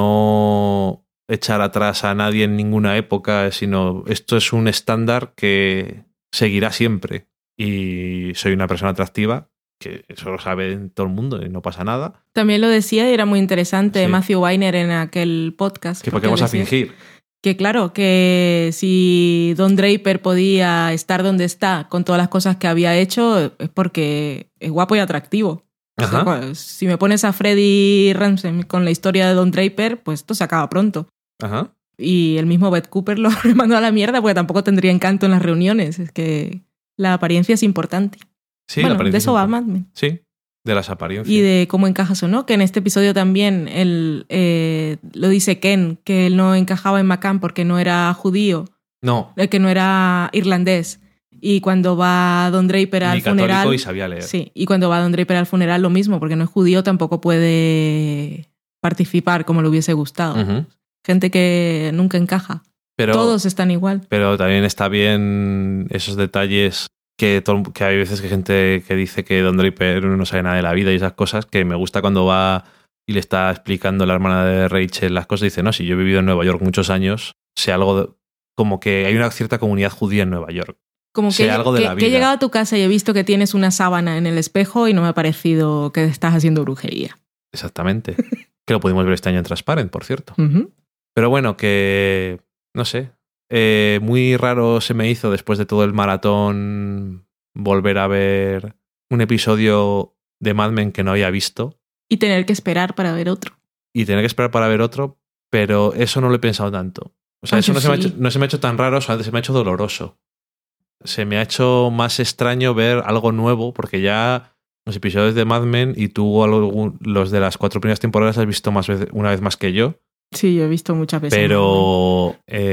no echar atrás a nadie en ninguna época, sino esto es un estándar que seguirá siempre. Y soy una persona atractiva, que eso lo sabe todo el mundo y no pasa nada. También lo decía y era muy interesante Sí. Matthew Weiner en aquel podcast. Que ¿por qué vamos a decía fingir? que claro, que si Don Draper podía estar donde está con todas las cosas que había hecho es porque es guapo y atractivo. Ajá. Pues, si me pones a Freddie Ramsey con la historia de Don Draper, pues esto se acaba pronto. Ajá. Y el mismo Beth Cooper lo mandó a la mierda porque tampoco tendría encanto en las reuniones. Es que la apariencia es importante. Sí, bueno, la apariencia de eso es va importante. Mad Men. Sí, de las apariencias. Y de cómo encajas o no, que en este episodio también lo dice Ken, que él no encajaba en McCann porque no era judío, No, que no era irlandés. Y cuando va Don Draper al ni católico funeral... y sabía leer. Sí, y cuando va Don Draper al funeral lo mismo, porque no es judío, tampoco puede participar como le hubiese gustado. Ujú. Gente que nunca encaja. Pero, Todos están igual. pero también está bien esos detalles que hay veces que gente que dice que Don Draper no sabe nada de la vida y esas cosas, que me gusta cuando va y le está explicando la hermana de Rachel las cosas. Dice, no, si yo he vivido en Nueva York muchos años, sé algo como que hay una cierta comunidad judía en Nueva York. Como sé algo de la que he vida. llegado a tu casa y he visto que tienes una sábana en el espejo y no me ha parecido que estás haciendo brujería. Exactamente. Que lo pudimos ver este año en Transparent, por cierto. Ujú. Pero bueno, que no sé. Muy raro se me hizo después de todo el maratón volver a ver un episodio de Mad Men que no había visto Y tener que esperar para ver otro. y tener que esperar para ver otro, pero eso no lo he pensado tanto. O sea, eso yo no se me ha sí. hecho, no se me ha hecho tan raro, solamente se me ha hecho doloroso. Se me ha hecho más extraño ver algo nuevo, porque ya los episodios de Mad Men y tú los de las 4 primeras temporadas has visto una vez más que yo. Sí, yo he visto muchas veces. Pero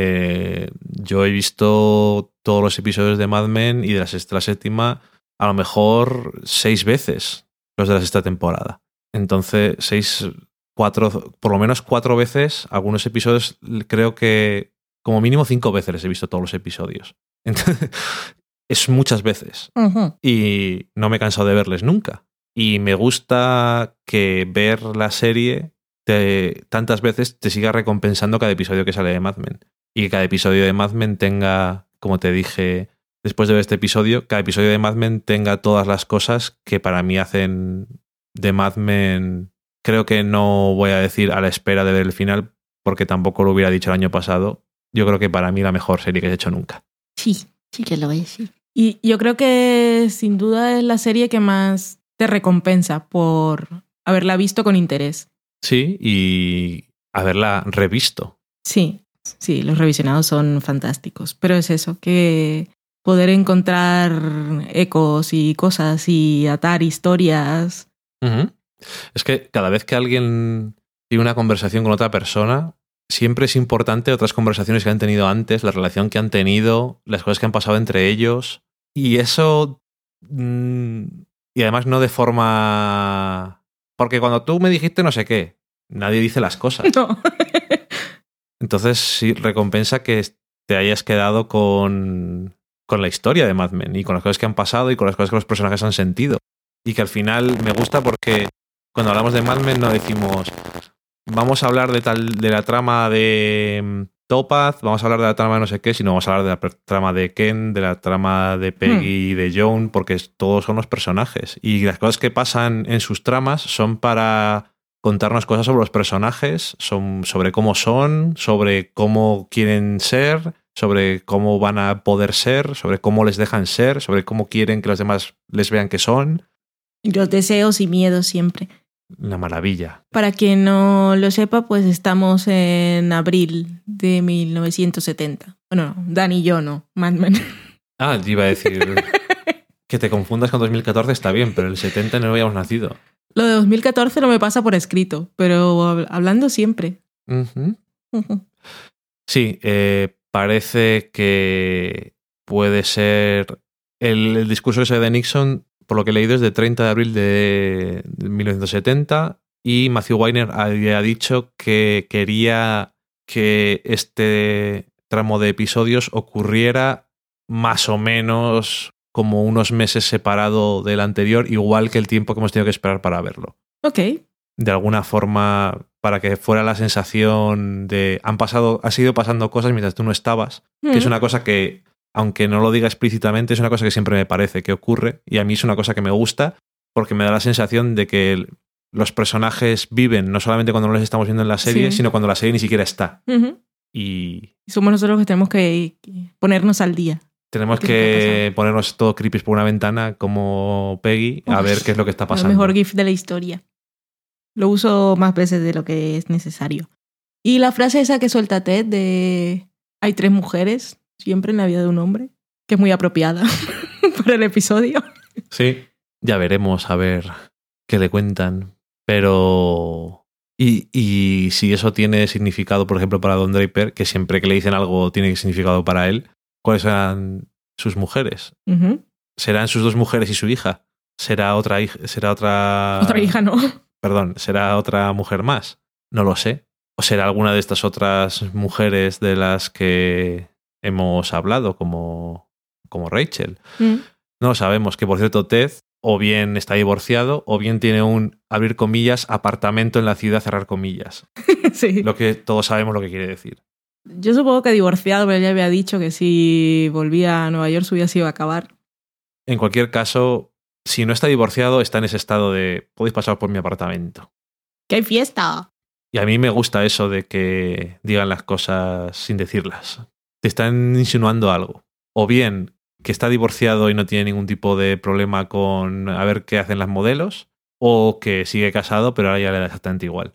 yo he visto todos los episodios de Mad Men y de la séptima a lo mejor 6 veces los de la sexta temporada. Entonces, 4, por lo menos 4 veces, algunos episodios creo que como mínimo 5 veces les he visto todos los episodios. Entonces, es muchas veces. Ujú. Y no me he cansado de verles nunca. Y me gusta que ver la serie tantas veces te siga recompensando cada episodio que sale de Mad Men. Y que cada episodio de Mad Men tenga, como te dije después de ver este episodio, cada episodio de Mad Men tenga todas las cosas que para mí hacen de Mad Men. Creo que no voy a decir a la espera de ver el final, porque tampoco lo hubiera dicho el año pasado. Yo creo que para mí la mejor serie que he hecho nunca. Sí que lo es, sí. Y yo creo que sin duda es la serie que más te recompensa por haberla visto con interés. Sí, y haberla revisto. Sí, los revisionados son fantásticos. Pero es eso, que poder encontrar ecos y cosas y atar historias. Uh-huh. Es que cada vez que alguien tiene una conversación con otra persona, siempre es importante otras conversaciones que han tenido antes, la relación que han tenido, las cosas que han pasado entre ellos. Y eso... y además no de forma... Porque cuando tú me dijiste no sé qué, nadie dice las cosas. No. Entonces sí, recompensa que te hayas quedado con la historia de Mad Men y con las cosas que han pasado y con las cosas que los personajes han sentido. Y que al final me gusta porque cuando hablamos de Mad Men no decimos vamos a hablar de la trama de Topaz, vamos a hablar de la trama de no sé qué, sino vamos a hablar de la trama de Ken, de la trama de Peggy y de Joan, porque todos son los personajes. Y las cosas que pasan en sus tramas son para contarnos cosas sobre los personajes, sobre cómo son, sobre cómo quieren ser, sobre cómo van a poder ser, sobre cómo les dejan ser, sobre cómo quieren que los demás les vean que son. Y los deseos y miedos siempre. Una maravilla. Para quien no lo sepa, pues estamos en abril de 1970. Bueno, no, Dan y yo no, Mad Men. Ah, te iba a decir que te confundas con 2014 está bien, pero el 70 no habíamos nacido. Lo de 2014 no me pasa por escrito, pero hablando siempre. Uh-huh. Sí, parece que puede ser el discurso que se de Nixon, por lo que he leído, es de 30 de abril de 1970 y Matthew Weiner había dicho que quería que este tramo de episodios ocurriera más o menos como unos meses separado del anterior, igual que el tiempo que hemos tenido que esperar para verlo. Ok. De alguna forma, para que fuera la sensación de ha ido pasando cosas mientras tú no estabas, que es una cosa que, aunque no lo diga explícitamente, es una cosa que siempre me parece que ocurre, y a mí es una cosa que me gusta porque me da la sensación de que los personajes viven no solamente cuando no les estamos viendo en la serie, sino cuando la serie ni siquiera está. Y somos nosotros los que tenemos que ponernos al día. Tenemos que ponernos todo creepy por una ventana como Peggy a ver qué es lo que está pasando. El mejor GIF de la historia. Lo uso más veces de lo que es necesario. Y la frase esa que suelta Ted de hay 3 mujeres siempre en la vida de un hombre, que es muy apropiada para el episodio. Sí, ya veremos a ver qué le cuentan. Pero... Y si eso tiene significado, por ejemplo, para Don Draper, que siempre que le dicen algo tiene significado para él, ¿cuáles serán sus mujeres? ¿Serán sus 2 mujeres y su hija? ¿Será otra hija? Otra hija no. Perdón, ¿será otra mujer más? No lo sé. ¿O será alguna de estas otras mujeres de las que hemos hablado, como Rachel? No lo sabemos. Que, por cierto, Ted o bien está divorciado o bien tiene un, abrir comillas, apartamento en la ciudad, cerrar comillas. Sí. Lo que todos sabemos lo que quiere decir. Yo supongo que divorciado, pero ella había dicho que si volvía a Nueva York su vida se iba a acabar. En cualquier caso, si no está divorciado, está en ese estado de podéis pasar por mi apartamento. ¡Que hay fiesta! Y a mí me gusta eso de que digan las cosas sin decirlas. Te están insinuando algo. O bien que está divorciado y no tiene ningún tipo de problema con a ver qué hacen las modelos, o que sigue casado pero ahora ya le da exactamente igual.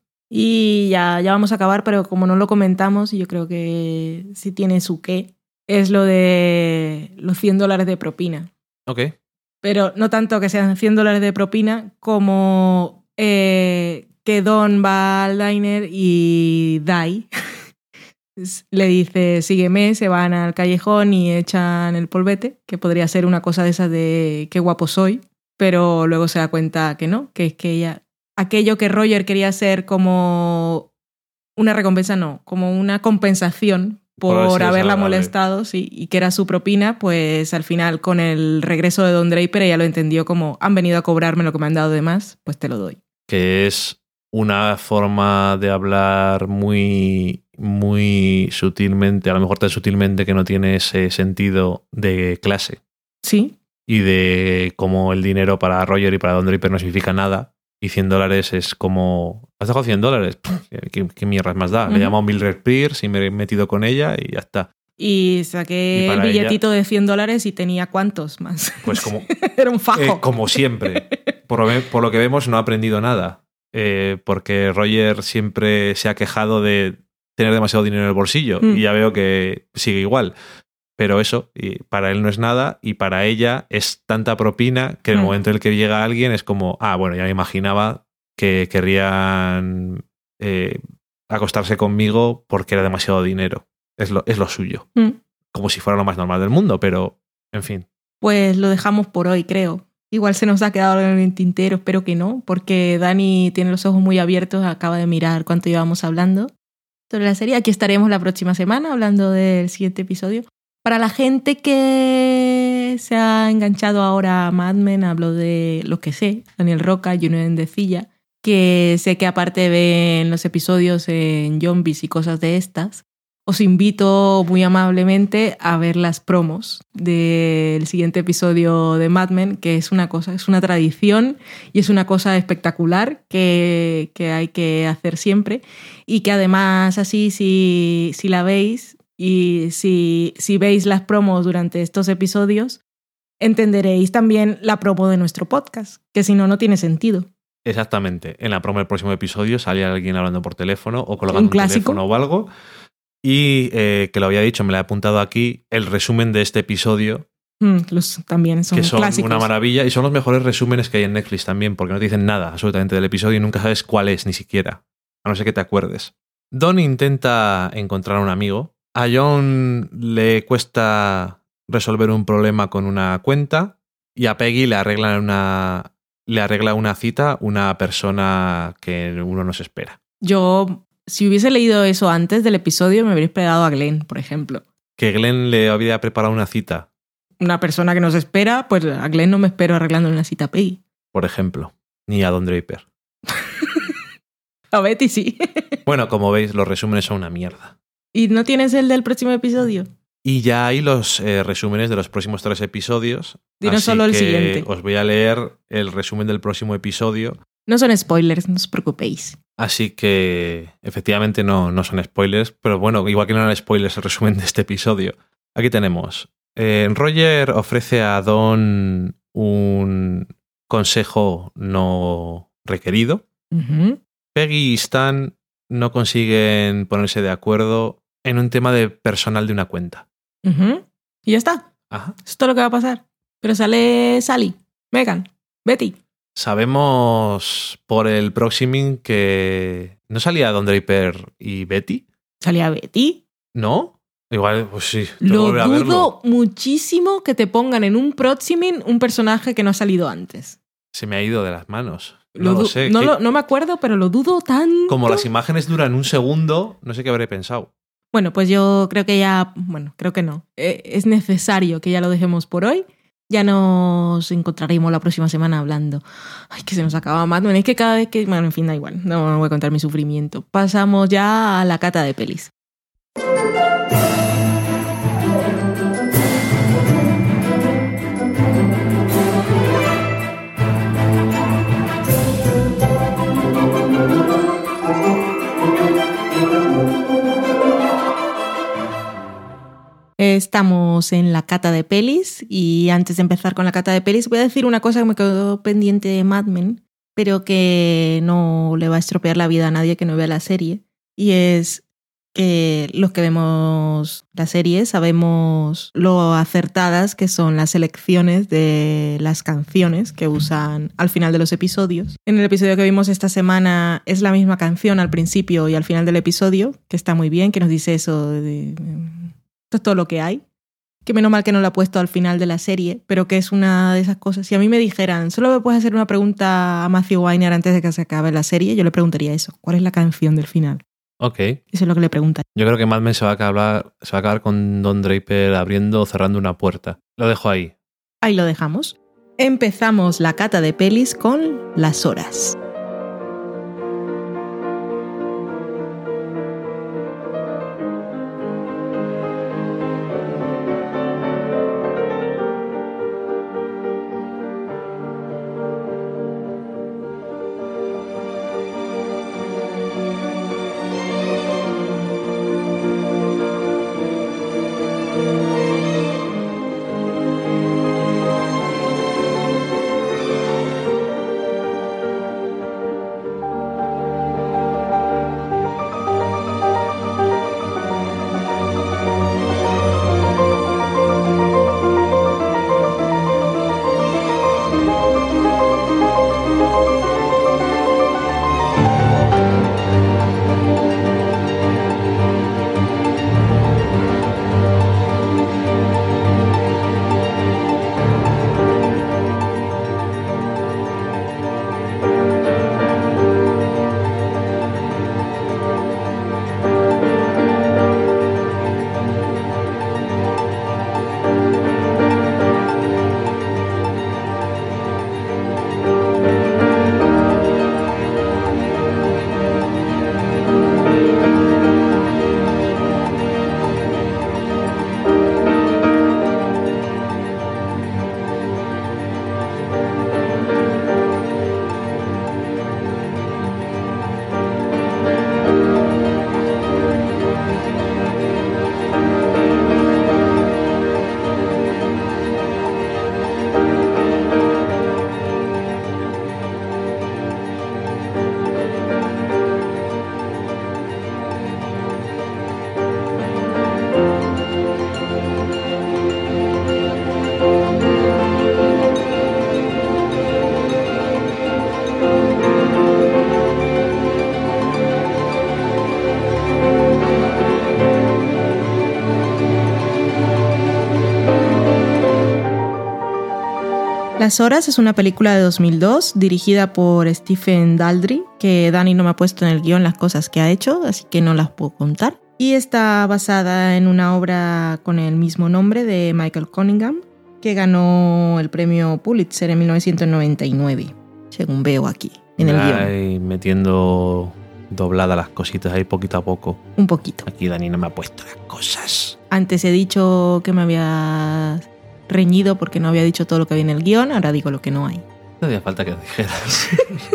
Y ya vamos a acabar, pero como no lo comentamos, y yo creo que sí tiene su qué, es lo de los $100 de propina. Ok. Pero no tanto que sean $100 de propina como que Don va al diner y Dai le dice sígueme, se van al callejón y echan el polvete, que podría ser una cosa de esas de qué guapo soy, pero luego se da cuenta que no, que es que ella... Aquello que Roger quería hacer como una recompensa, no, como una compensación por haberla molestado, sí, y que era su propina, pues al final con el regreso de Don Draper ella lo entendió como han venido a cobrarme lo que me han dado de más, pues te lo doy. Que es una forma de hablar muy, muy sutilmente, a lo mejor tan sutilmente que no tiene ese sentido de clase. Sí. Y de cómo el dinero para Roger y para Don Draper no significa nada. Y $100 es como... ¿Has dejado $100? ¿Qué mierdas más da? Le he llamado Mildred Pierce y me he metido con ella y ya está. Y saqué el billetito de $100 y tenía ¿cuántos más? Pues como... Era un fajo. Como siempre. Por lo que vemos no ha aprendido nada. Porque Roger siempre se ha quejado de tener demasiado dinero en el bolsillo. Y ya veo que sigue igual. Pero eso, y para él no es nada, y para ella es tanta propina que en el momento en el que llega alguien es como, bueno, ya me imaginaba que querrían acostarse conmigo porque era demasiado dinero. Es lo suyo. Como si fuera lo más normal del mundo, pero, en fin. Pues lo dejamos por hoy, creo. Igual se nos ha quedado en el tintero, espero que no, porque Dani tiene los ojos muy abiertos, acaba de mirar cuánto llevamos hablando sobre la serie. Aquí estaremos la próxima semana hablando del siguiente episodio. Para la gente que se ha enganchado ahora a Mad Men, hablo de lo que sé, Daniel Roca, Junior Endecilla, que sé que aparte ven los episodios en Zombies y cosas de estas. Os invito muy amablemente a ver las promos del siguiente episodio de Mad Men, que es una tradición y es una cosa espectacular que hay que hacer siempre. Y que además así, si la veis... Y si veis las promos durante estos episodios, entenderéis también la promo de nuestro podcast, que si no, no tiene sentido. Exactamente. En la promo del próximo episodio sale alguien hablando por teléfono o colgando un teléfono o algo. Y que lo había dicho, me lo he apuntado aquí, el resumen de este episodio. También son clásicos. Que son una maravilla y son los mejores resúmenes que hay en Netflix también, porque no te dicen nada absolutamente del episodio y nunca sabes cuál es ni siquiera, a no ser que te acuerdes. Don intenta encontrar a un amigo. A John le cuesta resolver un problema con una cuenta y a Peggy le arregla una cita una persona que uno no se espera. Yo Si hubiese leído eso antes del episodio, me habría esperado a Glenn, por ejemplo. Que Glenn le había preparado una cita, Una persona que nos espera, pues a Glenn no me espero arreglando una cita a Peggy. por ejemplo. Ni a Don Draper. A Betty sí. Bueno, como veis, los resúmenes son una mierda. ¿Y no tienes el del próximo episodio? Y ya hay los resúmenes de los próximos 3 episodios. Dinos así solo el que siguiente. Os voy a leer el resumen del próximo episodio. No son spoilers, no os preocupéis. Así que efectivamente no son spoilers, pero bueno, igual que no eran spoilers el resumen de este episodio. Aquí tenemos. Roger ofrece a Don un consejo no requerido. Ujú. Peggy y Stan no consiguen ponerse de acuerdo en un tema de personal de una cuenta. Ujú. Y ya está. Ajá. Eso es todo lo que va a pasar. Pero sale Sally, Megan, Betty. Sabemos por el proximing que no salía Don Draper y Betty, ¿Salía Betty? ¿no? Igual, pues sí. tengo que Lo volver a verlo. dudo muchísimo que te pongan en un proximing un personaje que no ha salido antes. Se me ha ido de las manos. No lo sé. No me acuerdo, pero lo dudo tanto. Como las imágenes duran un segundo, no sé qué habré pensado. Bueno, pues yo creo que ya... Bueno, creo que no. Es necesario que ya lo dejemos por hoy. Ya nos encontraremos la próxima semana hablando. Ay, que se nos acaba Mad Men. Es que cada vez que... Bueno, en fin, da igual. No voy a contar mi sufrimiento. Pasamos ya a la cata de pelis. Estamos en la cata de pelis y antes de empezar con la cata de pelis voy a decir una cosa que me quedó pendiente de Mad Men, pero que no le va a estropear la vida a nadie que no vea la serie, y es que los que vemos la serie sabemos lo acertadas que son las selecciones de las canciones que usan al final de los episodios. En el episodio que vimos esta semana es la misma canción al principio y al final del episodio, que está muy bien, que nos dice eso de... Esto es todo lo que hay. Que menos mal que no lo ha puesto al final de la serie, pero que es una de esas cosas. Si a mí me dijeran, solo me puedes hacer una pregunta a Matthew Weiner antes de que se acabe la serie, yo le preguntaría eso. ¿Cuál es la canción del final? Ok. Eso es lo que le pregunta. Yo creo que Mad Men se va a acabar con Don Draper abriendo o cerrando una puerta. Lo dejo ahí. Ahí lo dejamos. Empezamos la cata de pelis con Las Horas. Las Horas es una película de 2002 dirigida por Stephen Daldry que Dani no me ha puesto en el guión las cosas que ha hecho, así que no las puedo contar. Y está basada en una obra con el mismo nombre de Michael Cunningham, que ganó el premio Pulitzer en 1999, según veo aquí en el guión. Ay, metiendo dobladas las cositas ahí poquito a poco. Un poquito. Aquí Dani no me ha puesto las cosas. Antes he dicho que me había reñido porque no había dicho todo lo que había en el guión, ahora digo lo que no hay. No hacía falta que lo dijeras.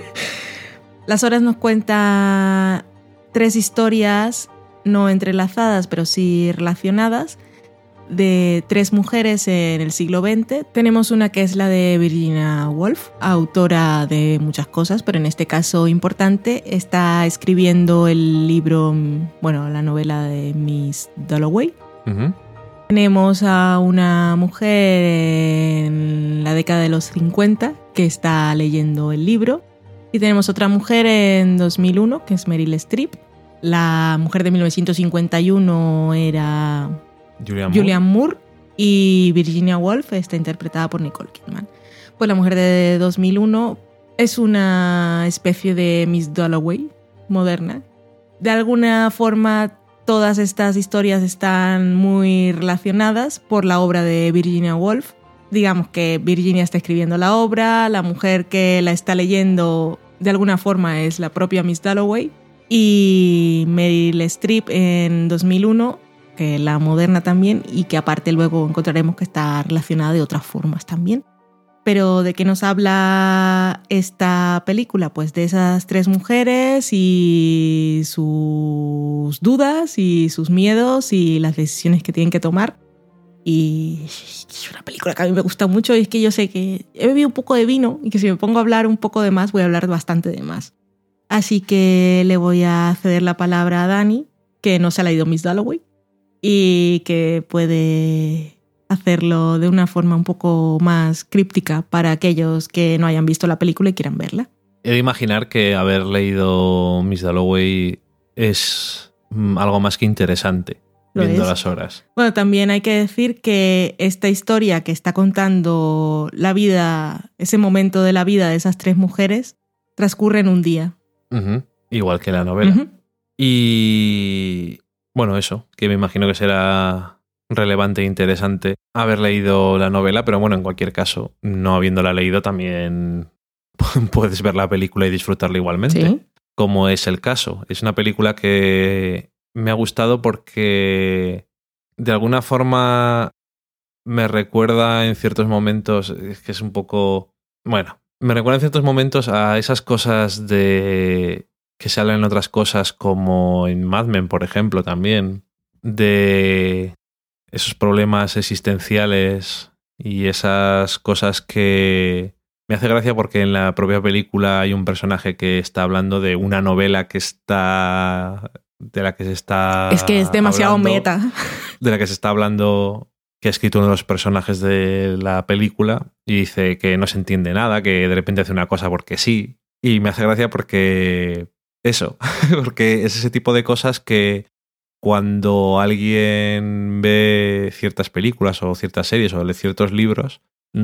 Las horas nos cuenta 3 historias, no entrelazadas, pero sí relacionadas, de 3 mujeres en el siglo XX. Tenemos una que es la de Virginia Woolf, autora de muchas cosas, pero en este caso importante. Está escribiendo el libro, bueno, la novela de Miss Dalloway. Uh-huh. Tenemos a una mujer en la década de los 50 que está leyendo el libro. Y tenemos otra mujer en 2001, que es Meryl Streep. La mujer de 1951 era Julianne Moore. Y Virginia Woolf está interpretada por Nicole Kidman. Pues la mujer de 2001 es una especie de Miss Dalloway moderna. De alguna forma, todas estas historias están muy relacionadas por la obra de Virginia Woolf. Digamos que Virginia está escribiendo la obra, la mujer que la está leyendo de alguna forma es la propia Miss Dalloway, y Meryl Streep en 2001, que es la moderna también, y que aparte luego encontraremos que está relacionada de otras formas también. Pero ¿de qué nos habla esta película? Pues de esas 3 mujeres y sus dudas y sus miedos y las decisiones que tienen que tomar. Y es una película que a mí me gusta mucho, y es que yo sé que he bebido un poco de vino y que si me pongo a hablar un poco de más voy a hablar bastante de más. Así que le voy a ceder la palabra a Dani, que no se ha leído Miss Dalloway y que puede hacerlo de una forma un poco más críptica para aquellos que no hayan visto la película y quieran verla. He de imaginar que haber leído Miss Dalloway es algo más que interesante. Viendo las horas. Bueno, también hay que decir que esta historia que está contando la vida, ese momento de la vida de esas 3 mujeres, transcurre en un día. Uh-huh. Igual que la novela. Uh-huh. Y bueno, eso, que me imagino que será relevante e interesante haber leído la novela, pero bueno, en cualquier caso, no habiéndola leído, también puedes ver la película y disfrutarla igualmente. ¿Sí? Como es el caso. Es una película que me ha gustado porque de alguna forma me recuerda en ciertos momentos, es que es un poco... Bueno, me recuerda en ciertos momentos a esas cosas de que salen en otras cosas, como en Mad Men, por ejemplo, también, de esos problemas existenciales y esas cosas que... Me hace gracia porque en la propia película hay un personaje que está hablando de una novela que está... de la que se está... Es que es demasiado hablando, meta. De la que se está hablando, que ha escrito uno de los personajes de la película, y dice que no se entiende nada, que de repente hace una cosa porque sí. Y me hace gracia porque... Eso, porque es ese tipo de cosas que cuando alguien ve ciertas películas o ciertas series o lee ciertos libros,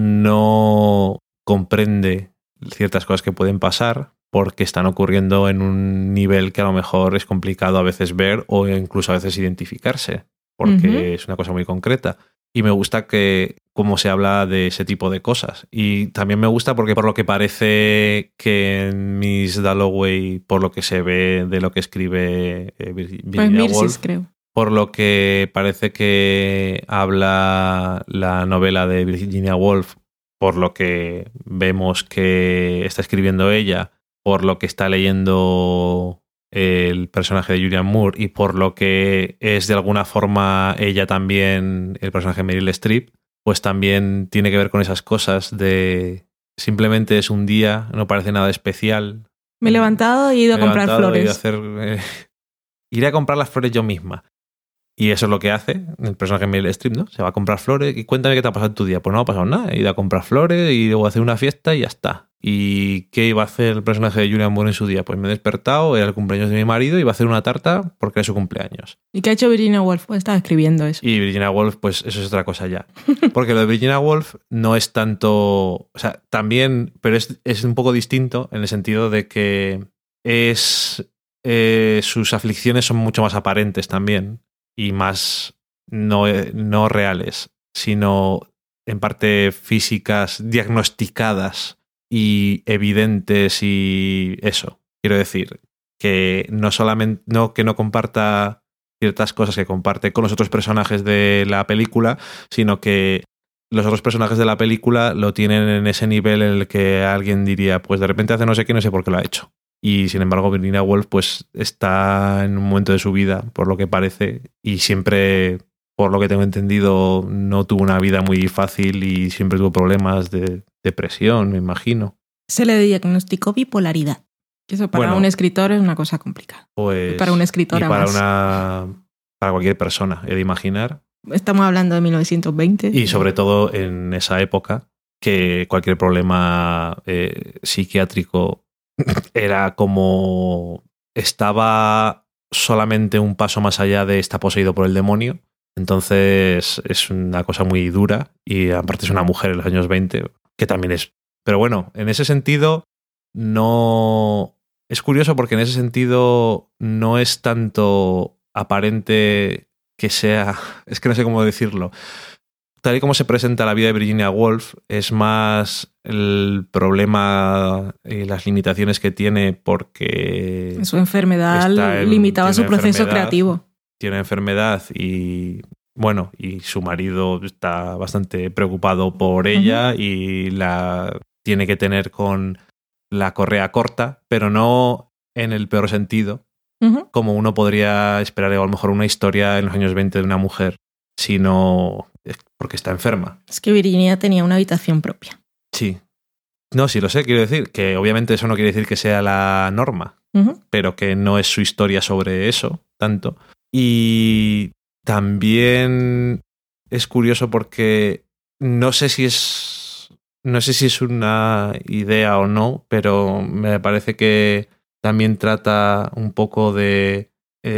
no comprende ciertas cosas que pueden pasar porque están ocurriendo en un nivel que a lo mejor es complicado a veces ver o incluso a veces identificarse, porque es una cosa muy concreta. Y me gusta que cómo se habla de ese tipo de cosas. Y también me gusta porque por lo que parece que en Miss Dalloway, por lo que se ve de lo que escribe Virginia Woolf, creo. Por lo que parece que habla la novela de Virginia Woolf, por lo que vemos que está escribiendo ella, por lo que está leyendo el personaje de Julianne Moore y por lo que es de alguna forma ella también, el personaje de Meryl Streep, pues también tiene que ver con esas cosas de simplemente es un día, no parece nada especial. Me he levantado y he ido a comprar flores. Iré a comprar las flores yo misma. Y eso es lo que hace el personaje de Meryl Streep, ¿no? Se va a comprar flores y cuéntame qué te ha pasado en tu día. Pues no ha pasado nada. He ido a comprar flores y luego a hacer una fiesta y ya está. ¿Y qué iba a hacer el personaje de Julianne Moore en su día? Pues me he despertado, era el cumpleaños de mi marido y iba a hacer una tarta porque era su cumpleaños. ¿Y qué ha hecho Virginia Woolf? Pues estaba escribiendo eso. Y Virginia Woolf, pues eso es otra cosa ya. Porque lo de Virginia Woolf no es tanto... O sea, también... Pero es un poco distinto en el sentido de que sus aflicciones son mucho más aparentes también y más no reales, sino en parte físicas, diagnosticadas y evidentes y eso. Quiero decir, que no solamente que no comparta ciertas cosas que comparte con los otros personajes de la película, sino que los otros personajes de la película lo tienen en ese nivel en el que alguien diría, pues de repente hace no sé qué, no sé por qué lo ha hecho. Y sin embargo Virginia Woolf pues está en un momento de su vida, por lo que parece, y siempre, por lo que tengo entendido, no tuvo una vida muy fácil y siempre tuvo problemas de depresión, me imagino. Se le diagnosticó bipolaridad. Eso para un escritor es una cosa complicada. Pues, para una escritora y para más. Para cualquier persona, he de imaginar. Estamos hablando de 1920. Y sobre todo en esa época, que cualquier problema psiquiátrico era como... Estaba solamente un paso más allá de está poseído por el demonio. Entonces es una cosa muy dura y aparte es una mujer en los años 20, que también es... Pero bueno, en ese sentido no... Es curioso porque en ese sentido no es tanto aparente que sea... Es que no sé cómo decirlo. Tal y como se presenta la vida de Virginia Woolf, es más el problema y las limitaciones que tiene porque... Su enfermedad limitaba su proceso creativo. Tiene enfermedad y... Bueno, y su marido está bastante preocupado por ella y la tiene que tener con la correa corta, pero no en el peor sentido, como uno podría esperar, o a lo mejor una historia en los años 20 de una mujer, sino porque está enferma. Es que Virginia tenía una habitación propia. Sí. No, sí lo sé, quiero decir que obviamente eso no quiere decir que sea la norma, pero que no es su historia sobre eso tanto. Y también es curioso porque no sé si es una idea o no, pero me parece que también trata un poco de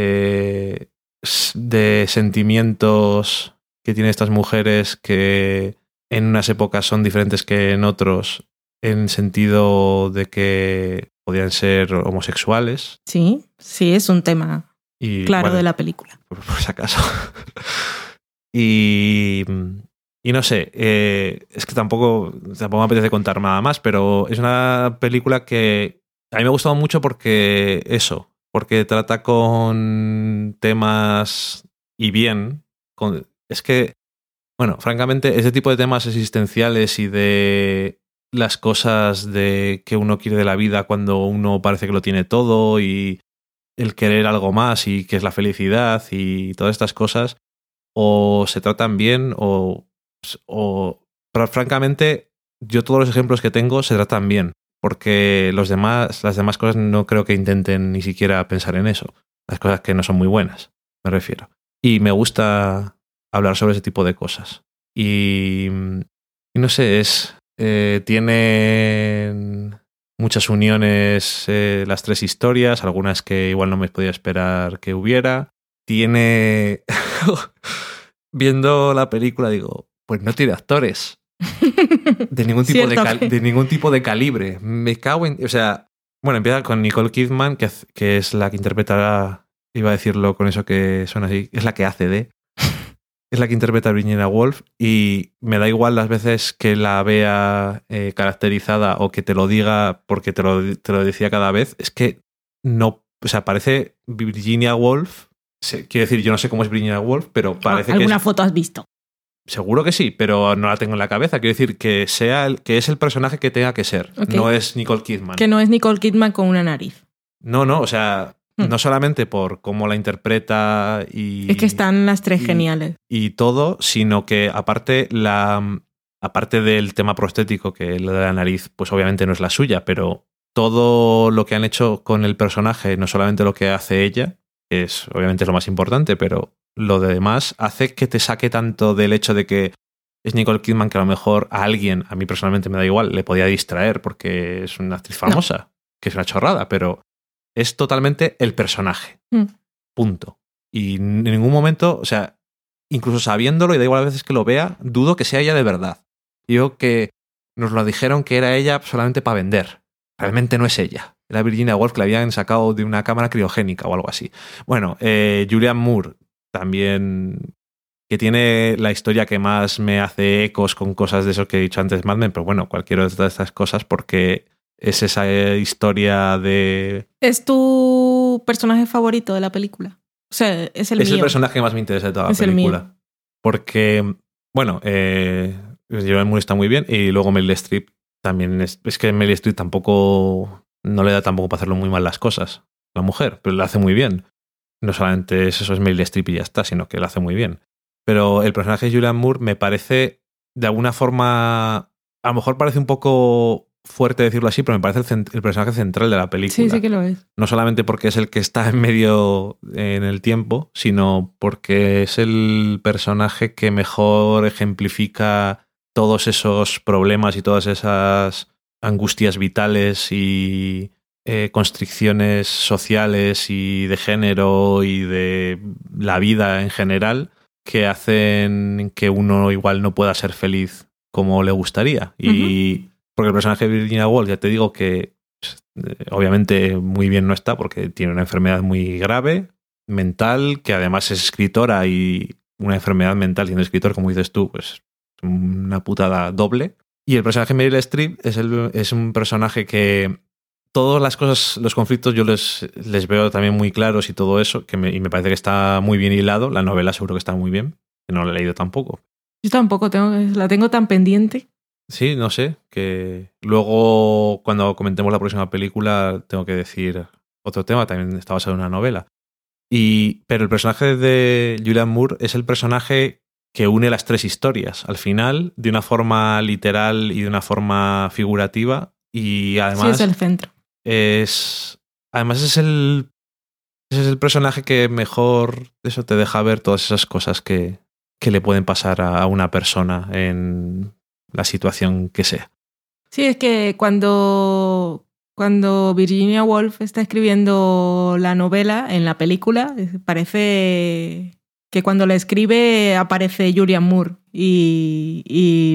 sentimientos que tienen estas mujeres que en unas épocas son diferentes que en otros, en sentido de que podían ser homosexuales. Sí, sí, es un tema claro de la película. Por si acaso. Y no sé, es que tampoco me apetece contar nada más, pero es una película que a mí me ha gustado mucho porque trata con temas y bien. Es que, bueno, francamente, ese tipo de temas existenciales y de las cosas de que uno quiere de la vida cuando uno parece que lo tiene todo y el querer algo más y que es la felicidad y todas estas cosas, o se tratan bien pero francamente yo todos los ejemplos que tengo se tratan bien, porque las demás cosas no creo que intenten ni siquiera pensar en eso, las cosas que no son muy buenas, me refiero. Y me gusta hablar sobre ese tipo de cosas. Y no sé, tienen muchas uniones las tres historias, algunas que igual no me podía esperar que hubiera. Tiene... Viendo la película digo, pues no tiene actores de ningún tipo de calibre. Me cago en... O sea, bueno, empieza con Nicole Kidman, que es la que interpretará, iba a decirlo con eso que suena así, es la que hace es la que interpreta a Virginia Woolf, y me da igual las veces que la vea caracterizada o que te lo diga porque te lo decía cada vez, es que no, o sea, parece Virginia Woolf. Quiero decir, yo no sé cómo es Virginia Woolf, pero parece que ¿alguna foto has visto? Seguro que sí, pero no la tengo en la cabeza. Quiero decir que es el personaje que tenga que ser. Okay. No es Nicole Kidman. Que no es Nicole Kidman con una nariz. No, o sea, no solamente por cómo la interpreta y... Es que están las tres geniales. Y todo, sino que aparte del tema prostético, que la de la nariz, pues obviamente no es la suya, pero todo lo que han hecho con el personaje, no solamente lo que hace ella, es obviamente lo más importante, pero lo demás hace que te saque tanto del hecho de que es Nicole Kidman, que a lo mejor a alguien, a mí personalmente me da igual, le podía distraer porque es una actriz famosa, que es una chorrada, pero es totalmente el personaje. Punto. Y en ningún momento, o sea, incluso sabiéndolo, y da igual a veces que lo vea, dudo que sea ella de verdad. Digo que nos lo dijeron que era ella solamente para vender. Realmente no es ella. Era Virginia Woolf, que la habían sacado de una cámara criogénica o algo así. Bueno, Julianne Moore también, que tiene la historia que más me hace ecos con cosas de eso que he dicho antes, Mad Men, pero bueno, cualquiera de estas cosas, porque es esa historia de... ¿Es tu personaje favorito de la película? O sea, es el mío. Es el personaje que más me interesa de toda la película. Porque, bueno, Julianne Moore está muy bien y luego Meryl Streep también es que Meryl Streep tampoco no le da tampoco para hacerlo muy mal las cosas, la mujer, pero lo hace muy bien. No solamente eso es Meryl Streep y ya está, sino que lo hace muy bien. Pero el personaje de Julianne Moore me parece, de alguna forma, a lo mejor parece un poco fuerte decirlo así, pero me parece el personaje central de la película. Sí que lo es. No solamente porque es el que está en medio en el tiempo, sino porque es el personaje que mejor ejemplifica todos esos problemas y todas esas angustias vitales y constricciones sociales y de género y de la vida en general que hacen que uno igual no pueda ser feliz como le gustaría. Y porque el personaje de Virginia Woolf, ya te digo que obviamente muy bien no está porque tiene una enfermedad muy grave, mental, que además es escritora y una enfermedad mental siendo escritor, como dices tú, pues una putada doble. Y el personaje de Meryl Streep es un personaje que todas las cosas, los conflictos yo les veo también muy claros y todo eso, y me parece que está muy bien hilado. La novela seguro que está muy bien, que no la he leído tampoco. Yo tampoco, la tengo tan pendiente. Sí, no sé, que luego cuando comentemos la próxima película tengo que decir otro tema, también está basado en una novela. Pero el personaje de Julianne Moore es el personaje que une las tres historias, al final, de una forma literal y de una forma figurativa, y además... Sí, es el centro. Además es el personaje que mejor eso te deja ver todas esas cosas que le pueden pasar a una persona en la situación que sea. Sí, es que cuando Virginia Woolf está escribiendo la novela en la película, parece que cuando la escribe aparece Julianne Moore y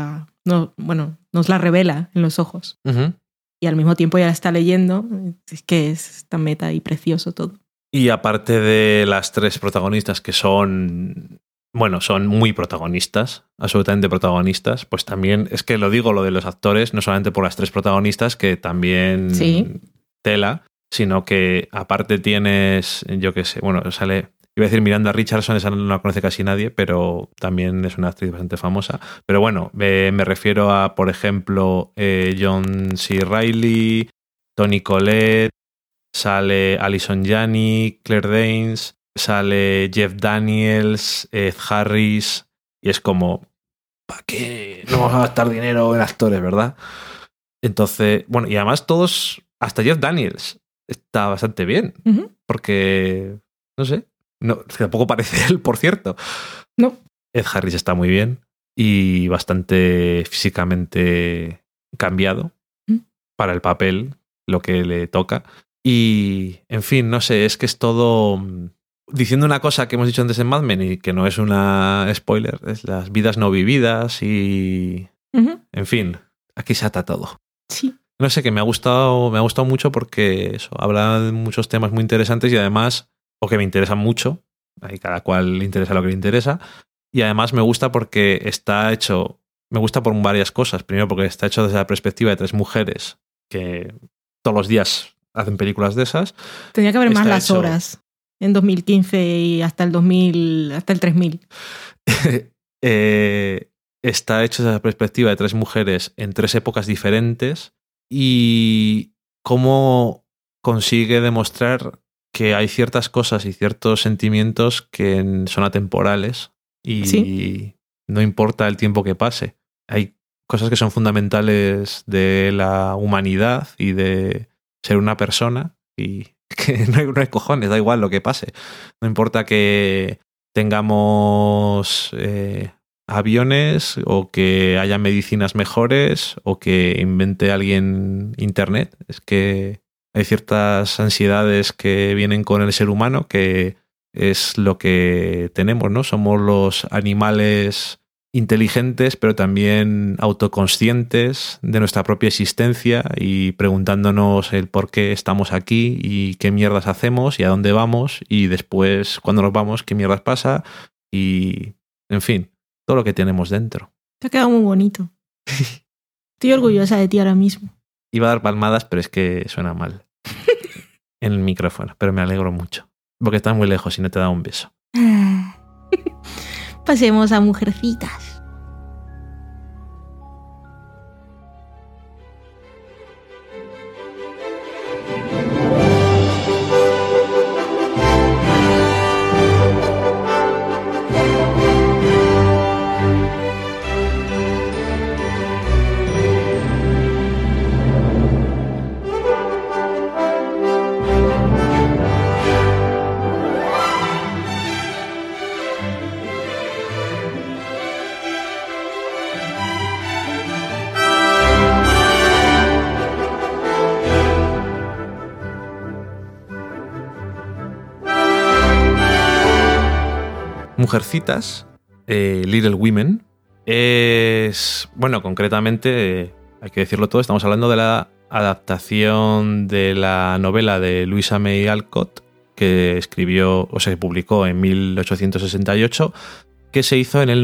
nos la revela en los ojos. Uh-huh. Y al mismo tiempo ya la está leyendo. Es que es tan meta y precioso todo. Y aparte de las tres protagonistas que son muy protagonistas, absolutamente protagonistas, pues también, es que lo digo lo de los actores, no solamente por las tres protagonistas, que también tela, sino que aparte tienes, yo qué sé, sale, iba a decir Miranda Richardson, esa no la conoce casi nadie, pero también es una actriz bastante famosa. Pero bueno, me refiero a, por ejemplo, John C. Reilly, Toni Collette, sale Allison Janney, Claire Danes, sale Jeff Daniels, Ed Harris, y es como, ¿para qué no vamos a gastar dinero en actores, verdad? Entonces, y además todos, hasta Jeff Daniels está bastante bien, porque, no sé, tampoco parece él, por cierto. No. Ed Harris está muy bien y bastante físicamente cambiado para el papel, lo que le toca. Y, en fin, no sé, es que es todo... Diciendo una cosa que hemos dicho antes en Mad Men y que no es una spoiler, es las vidas no vividas y... En fin, aquí se ata todo. Sí. No sé, que me ha gustado mucho porque eso, habla de muchos temas muy interesantes y además, o que me interesan mucho, ahí cada cual le interesa lo que le interesa, y además me gusta porque está hecho, me gusta por varias cosas. Primero porque está hecho desde la perspectiva de tres mujeres que todos los días hacen películas de esas. Tenía que haber más las horas en 2015 y hasta el 3000. Está hecho desde la perspectiva de tres mujeres en tres épocas diferentes y cómo consigue demostrar que hay ciertas cosas y ciertos sentimientos que son atemporales y no importa el tiempo que pase. Hay cosas que son fundamentales de la humanidad y de ser una persona y que no hay cojones, da igual lo que pase. No importa que tengamos aviones o que haya medicinas mejores o que invente alguien internet. Es que hay ciertas ansiedades que vienen con el ser humano que es lo que tenemos, ¿no? Somos los animales inteligentes, pero también autoconscientes de nuestra propia existencia y preguntándonos el por qué estamos aquí y qué mierdas hacemos y a dónde vamos y después, cuando nos vamos, qué mierdas pasa y, en fin, todo lo que tenemos dentro. Te ha quedado muy bonito. Estoy orgullosa de ti ahora mismo. Iba a dar palmadas, pero es que suena mal en el micrófono, pero me alegro mucho. Porque estás muy lejos y no te da un beso. Pasemos a Mujercitas. Mujercitas, Little Women, es, bueno, concretamente, hay que decirlo todo, estamos hablando de la adaptación de la novela de Louisa May Alcott, que escribió o se publicó en 1868, que se hizo en el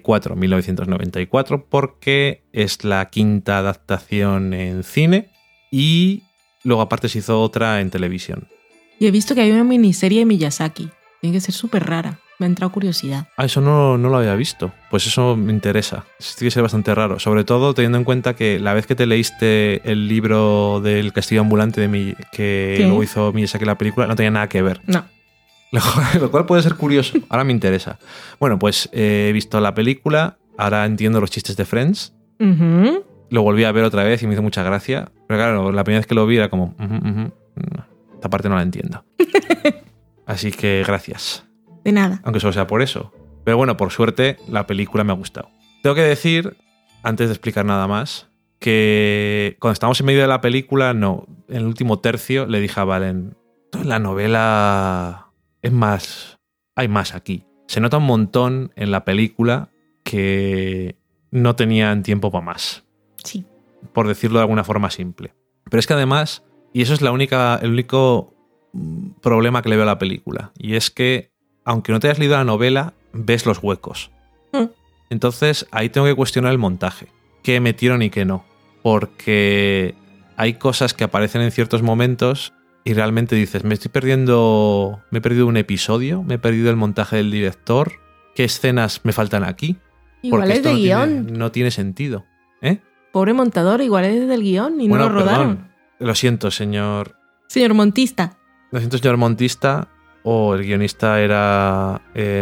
1994, porque es la quinta adaptación en cine y luego aparte se hizo otra en televisión. Y he visto que hay una miniserie de Miyazaki. Tiene que ser súper rara. Me ha entrado curiosidad. Ah, eso no lo había visto. Pues eso me interesa. Tiene que ser bastante raro. Sobre todo teniendo en cuenta que la vez que te leíste el libro del Castillo Ambulante que ¿Qué? luego hizo Miyazaki la película, no tenía nada que ver. No. Lo cual puede ser curioso. Ahora me interesa. Bueno, pues he visto la película. Ahora entiendo los chistes de Friends. Uh-huh. Lo volví a ver otra vez y me hizo mucha gracia. Pero claro, la primera vez que lo vi era como... esta parte no la entiendo. Así que gracias. De nada. Aunque solo sea por eso. Pero bueno, por suerte, la película me ha gustado. Tengo que decir, antes de explicar nada más, que cuando estábamos en medio de la película, en el último tercio, le dije a Valen, en la novela es más... hay más aquí. Se nota un montón en la película que no tenían tiempo para más. Sí. Por decirlo de alguna forma simple. Pero es que además, y eso es el único problema que le veo a la película, y es que aunque no te hayas leído la novela, ves los huecos. Entonces ahí tengo que cuestionar el montaje. ¿Qué metieron y qué no? Porque hay cosas que aparecen en ciertos momentos y realmente dices, me he perdido un episodio, me he perdido el montaje del director, ¿qué escenas me faltan aquí? Igual porque es esto de guión. no tiene sentido. ¿Eh? Pobre montador, igual es del guión y Bueno, no lo rodaron. perdón. Lo siento, señor. Señor Montista. Lo siento, señor Montista. O el guionista era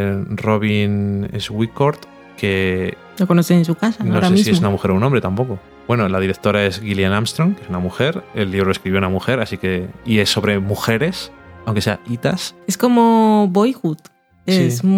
Robin Swicord, que Lo conocen en su casa, no ahora sé mismo. si es una mujer o un hombre tampoco. Bueno, la directora es Gillian Armstrong, que es una mujer. El libro lo escribió una mujer, así que... y es sobre mujeres, aunque sea itas. Es como Boyhood. Es Sí.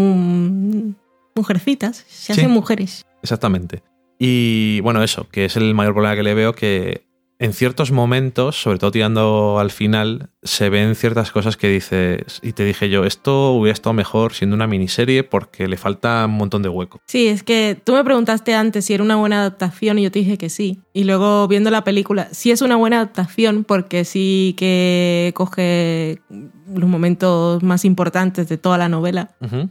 mujercitas. Se Sí. hacen mujeres. Exactamente. Y bueno, eso, que es el mayor problema que le veo, que en ciertos momentos, sobre todo tirando al final, se ven ciertas cosas que dices, y te dije yo, esto hubiera estado mejor siendo una miniserie porque le falta un montón de hueco. Sí, es que tú me preguntaste antes si era una buena adaptación y yo te dije que sí. Y luego viendo la película, sí es una buena adaptación porque sí que coge los momentos más importantes de toda la novela. Uh-huh.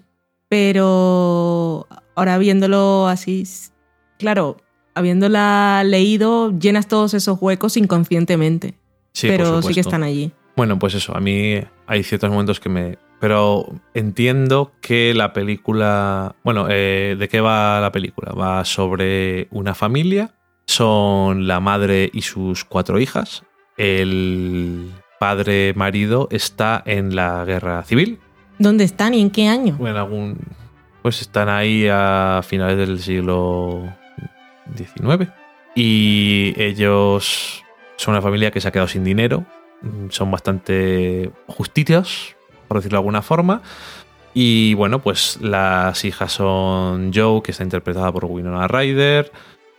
Pero ahora viéndolo así, claro, habiéndola leído, llenas todos esos huecos inconscientemente. Sí, pero por sí que supuesto. están allí. Bueno, pues eso, a mí hay ciertos momentos que me... Pero entiendo que la película... Bueno, ¿de qué va la película? Va sobre una familia, son la madre y sus 4 hijas. El padre marido está en la guerra civil. ¿Dónde están y en qué año? Bueno, pues están ahí a finales del siglo XIX. Y ellos son una familia que se ha quedado sin dinero. Son bastante justicios, por decirlo de alguna forma. Y bueno, pues las hijas son Joe, que está interpretada por Winona Ryder.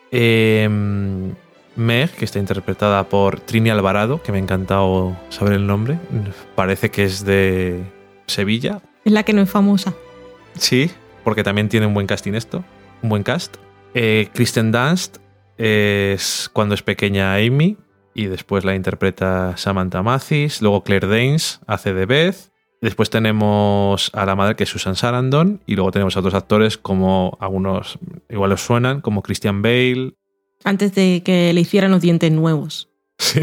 Meg, que está interpretada por Trini Alvarado, que me ha encantado saber el nombre. Parece que es de Sevilla. Es la que no es famosa. Sí, porque también tiene un buen casting esto. un buen cast. Kristen Dunst es cuando es pequeña Amy y después la interpreta Samantha Mathis. Luego Claire Danes hace de Beth. Después tenemos a la madre, que es Susan Sarandon, y luego tenemos a otros actores como algunos igual os suenan, como Christian Bale. Antes de que le hicieran los dientes nuevos. Sí.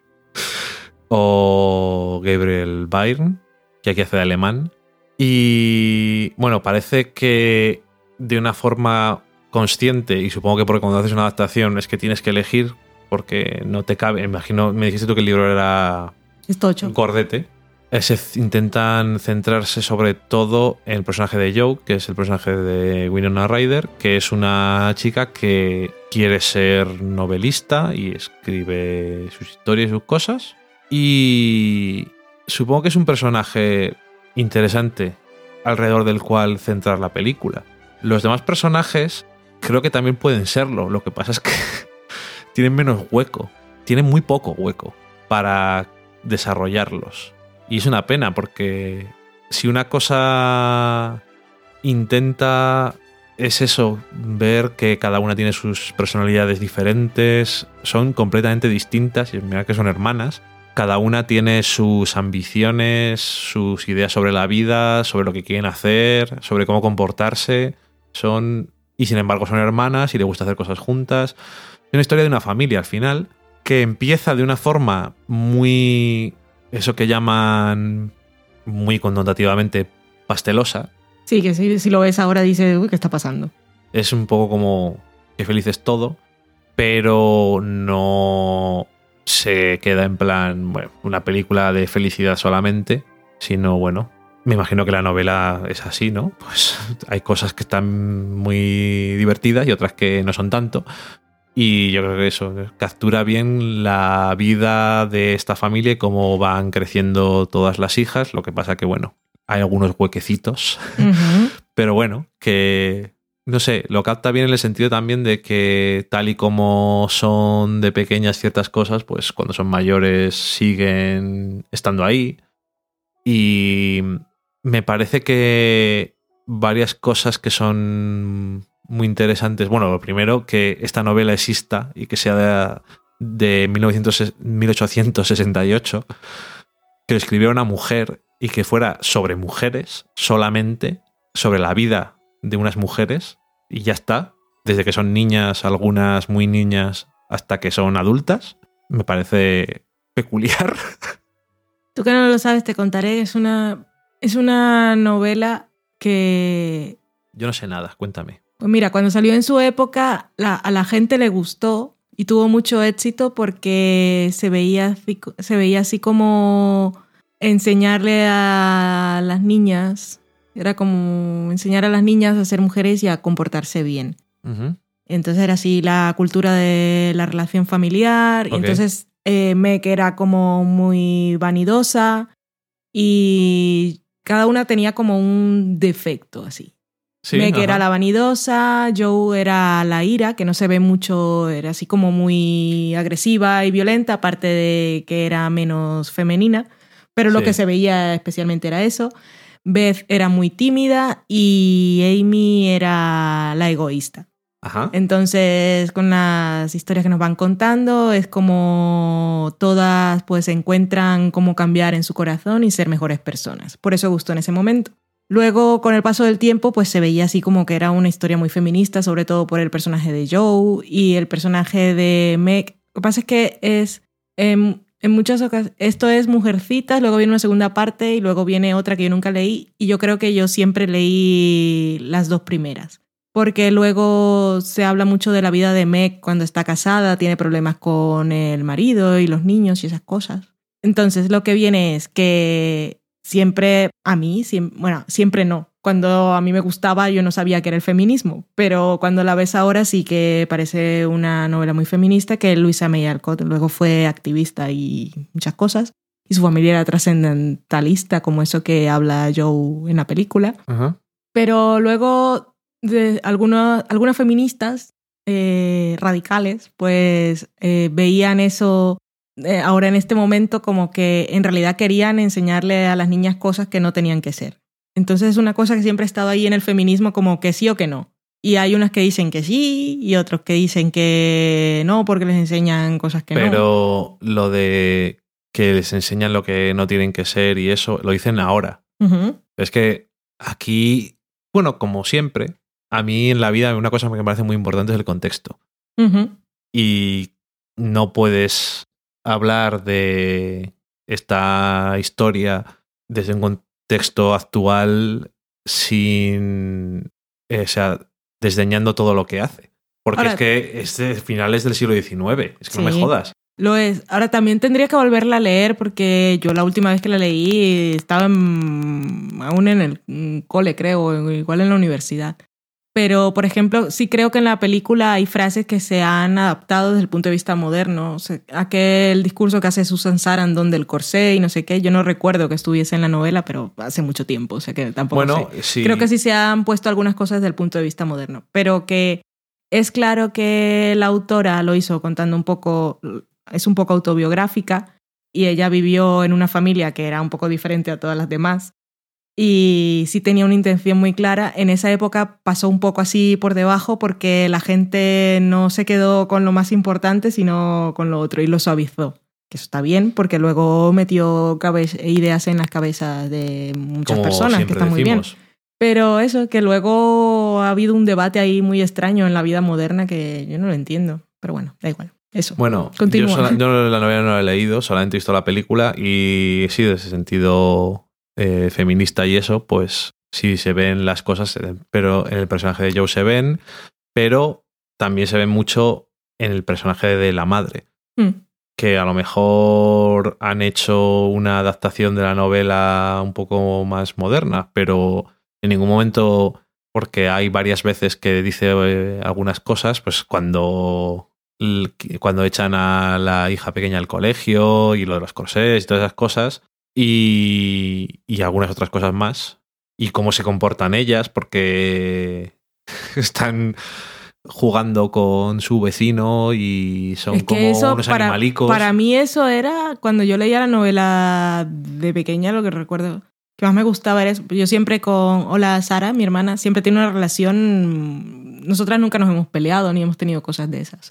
O Gabriel Byrne, que aquí hace de alemán. Y bueno, parece que de una forma consciente, y supongo que porque cuando haces una adaptación es que tienes que elegir porque no te cabe. Imagino, me dijiste tú que el libro era Estocho. gordete. Intentan centrarse sobre todo en el personaje de Joe, que es el personaje de Winona Ryder, que es una chica que quiere ser novelista y escribe sus historias y sus cosas. Y supongo que es un personaje interesante alrededor del cual centrar la película. Los demás personajes creo que también pueden serlo. Lo que pasa es que tienen menos hueco. Tienen muy poco hueco para desarrollarlos. Y es una pena porque si una cosa intenta es eso, ver que cada una tiene sus personalidades diferentes, son completamente distintas y mira que son hermanas. Cada una tiene sus ambiciones, sus ideas sobre la vida, sobre lo que quieren hacer, sobre cómo comportarse. Y sin embargo son hermanas y les gusta hacer cosas juntas. Es una historia de una familia al final que empieza de una forma muy... eso que llaman muy connotativamente pastelosa. Sí, que si lo ves ahora dices, uy, ¿qué está pasando? Es un poco como qué feliz es todo, pero no se queda en plan, bueno, una película de felicidad solamente, sino, bueno, me imagino que la novela es así, ¿no? Pues hay cosas que están muy divertidas y otras que no son tanto. Y yo creo que eso captura bien la vida de esta familia y cómo van creciendo todas las hijas. Lo que pasa que, bueno, hay algunos huequecitos. Uh-huh. Pero bueno, que, no sé, lo capta bien en el sentido también de que tal y como son de pequeñas ciertas cosas, pues cuando son mayores siguen estando ahí. Y me parece que varias cosas que son muy interesantes. Bueno, lo primero, que esta novela exista y que sea de 1868, que lo escribiera una mujer y que fuera sobre mujeres solamente, sobre la vida de unas mujeres y ya está, desde que son niñas, algunas muy niñas, hasta que son adultas, me parece peculiar. Tú que no lo sabes, te contaré, es una novela que... Yo no sé nada, cuéntame. Pues mira, cuando salió en su época, a la gente le gustó y tuvo mucho éxito porque se veía así como enseñarle a las niñas, era como enseñar a las niñas a ser mujeres y a comportarse bien. Uh-huh. Entonces era así la cultura de la relación familiar. Okay. Y entonces Meg era como muy vanidosa y cada una tenía como un defecto así. Sí, Meg era la vanidosa, Joe era la ira, que no se ve mucho, era así como muy agresiva y violenta, aparte de que era menos femenina, pero lo que se veía especialmente era eso. Beth era muy tímida y Amy era la egoísta. Ajá. Entonces, con las historias que nos van contando, es como todas pues encuentran cómo cambiar en su corazón y ser mejores personas. Por eso gustó en ese momento. Luego, con el paso del tiempo, pues se veía así como que era una historia muy feminista, sobre todo por el personaje de Joe y el personaje de Meg. Lo que pasa es que es en muchas ocasiones, esto es Mujercitas, luego viene una segunda parte y luego viene otra que yo nunca leí, y yo creo que yo siempre leí las dos primeras. Porque luego se habla mucho de la vida de Meg cuando está casada, tiene problemas con el marido y los niños y esas cosas. Entonces lo que viene es que siempre no. Cuando a mí me gustaba yo no sabía qué era el feminismo, pero cuando la ves ahora sí que parece una novela muy feminista, que Louisa May Alcott luego fue activista y muchas cosas. Y su familia era trascendentalista, como eso que habla Joe en la película. Uh-huh. Pero luego algunas feministas radicales pues veían eso ahora en este momento como que en realidad querían enseñarle a las niñas cosas que no tenían que ser. Entonces es una cosa que siempre ha estado ahí en el feminismo como que sí o que no. Y hay unas que dicen que sí y otros que dicen que no porque les enseñan cosas que no. Pero lo de que les enseñan lo que no tienen que ser y eso, lo dicen ahora. Ujú. Es que aquí, bueno, como siempre, a mí en la vida una cosa que me parece muy importante es el contexto. Ujú. Y no puedes hablar de esta historia desde un contexto actual sin, o sea, desdeñando todo lo que hace. Porque Ahora, es que es de finales del siglo XIX. Es que no me sí. jodas. Lo es. Ahora también tendría que volverla a leer porque yo la última vez que la leí estaba aún en el cole, creo, o igual en la universidad. Pero, por ejemplo, sí creo que en la película hay frases que se han adaptado desde el punto de vista moderno. O sea, aquel discurso que hace Susan Sarandon del corsé y no sé qué, yo no recuerdo que estuviese en la novela, pero hace mucho tiempo, o sea que tampoco Bueno, sé. sí. Creo que sí se han puesto algunas cosas desde el punto de vista moderno, pero que es claro que la autora lo hizo contando un poco, es un poco autobiográfica y ella vivió en una familia que era un poco diferente a todas las demás. Y sí tenía una intención muy clara. En esa época pasó un poco así por debajo porque la gente no se quedó con lo más importante, sino con lo otro y lo suavizó. Que eso está bien porque luego metió ideas en las cabezas de muchas Como personas, que siempre está muy bien. decimos. Pero eso, que luego ha habido un debate ahí muy extraño en la vida moderna que yo no lo entiendo. Pero bueno, da igual. Eso. Bueno, Continúa. yo la novela no la he leído, solamente he visto la película y sí, de ese sentido feminista y eso, pues sí se ven las cosas, pero en el personaje de Joe se ven, pero también se ven mucho en el personaje de la madre, que a lo mejor han hecho una adaptación de la novela un poco más moderna, pero en ningún momento, porque hay varias veces que dice algunas cosas, pues cuando echan a la hija pequeña al colegio y lo de los corsés y todas esas cosas y algunas otras cosas más y cómo se comportan ellas porque están jugando con su vecino y son es que como eso, unos animalicos. Para mí eso era cuando yo leía la novela de pequeña, lo que recuerdo que más me gustaba era eso. Yo siempre Hola Sara, mi hermana, siempre tiene una relación. Nosotras nunca nos hemos peleado ni hemos tenido cosas de esas.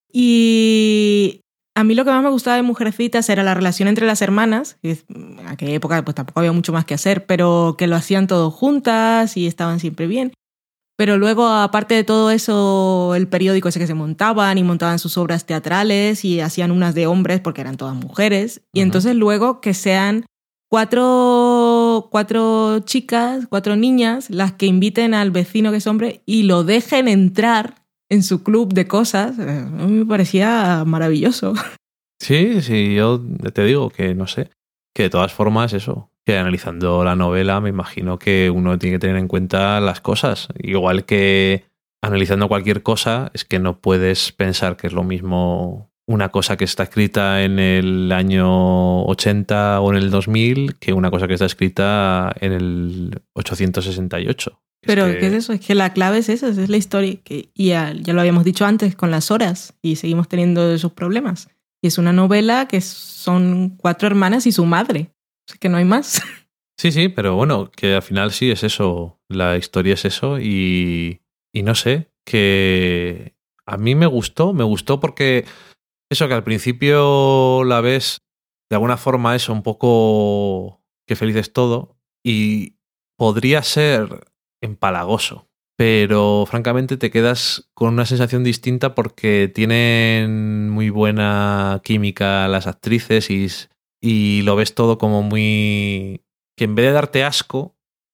Y a mí lo que más me gustaba de Mujercitas era la relación entre las hermanas, que en aquella época pues tampoco había mucho más que hacer, pero que lo hacían todos juntas y estaban siempre bien. Pero luego, aparte de todo eso, el periódico ese que se montaban y montaban sus obras teatrales y hacían unas de hombres porque eran todas mujeres. Y entonces luego que sean cuatro chicas, 4 niñas, las que inviten al vecino que es hombre y lo dejen entrar en su club de cosas, a mí me parecía maravilloso. Sí, yo te digo que no sé, que de todas formas eso, que analizando la novela me imagino que uno tiene que tener en cuenta las cosas, igual que analizando cualquier cosa, es que no puedes pensar que es lo mismo una cosa que está escrita en el año 80 o en el 2000 que una cosa que está escrita en el 868. Pero ¿qué es eso? Es que la clave es esa, es la historia. Y ya lo habíamos dicho antes con las horas y seguimos teniendo esos problemas. Y es una novela que son 4 hermanas y su madre. O sea que no hay más. Sí, pero bueno, que al final sí es eso. La historia es eso y no sé, que a mí me gustó porque eso que al principio la ves de alguna forma eso, un poco que feliz es todo y podría ser empalagoso, pero francamente te quedas con una sensación distinta porque tienen muy buena química las actrices y lo ves todo como muy... que en vez de darte asco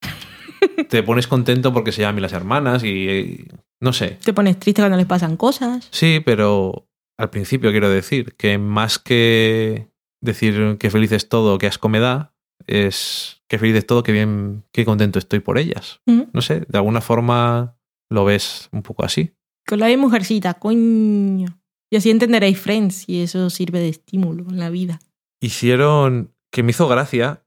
te pones contento porque se llaman las hermanas y no sé. Te pones triste cuando les pasan cosas. Sí, pero al principio quiero decir que más que decir que feliz es todo, que asco me da, es que feliz es todo, que bien, qué contento estoy por ellas. No sé, de alguna forma lo ves un poco así. Con la de Mujercita, coño. Y así entenderéis Friends y eso sirve de estímulo en la vida. Hicieron, que me hizo gracia,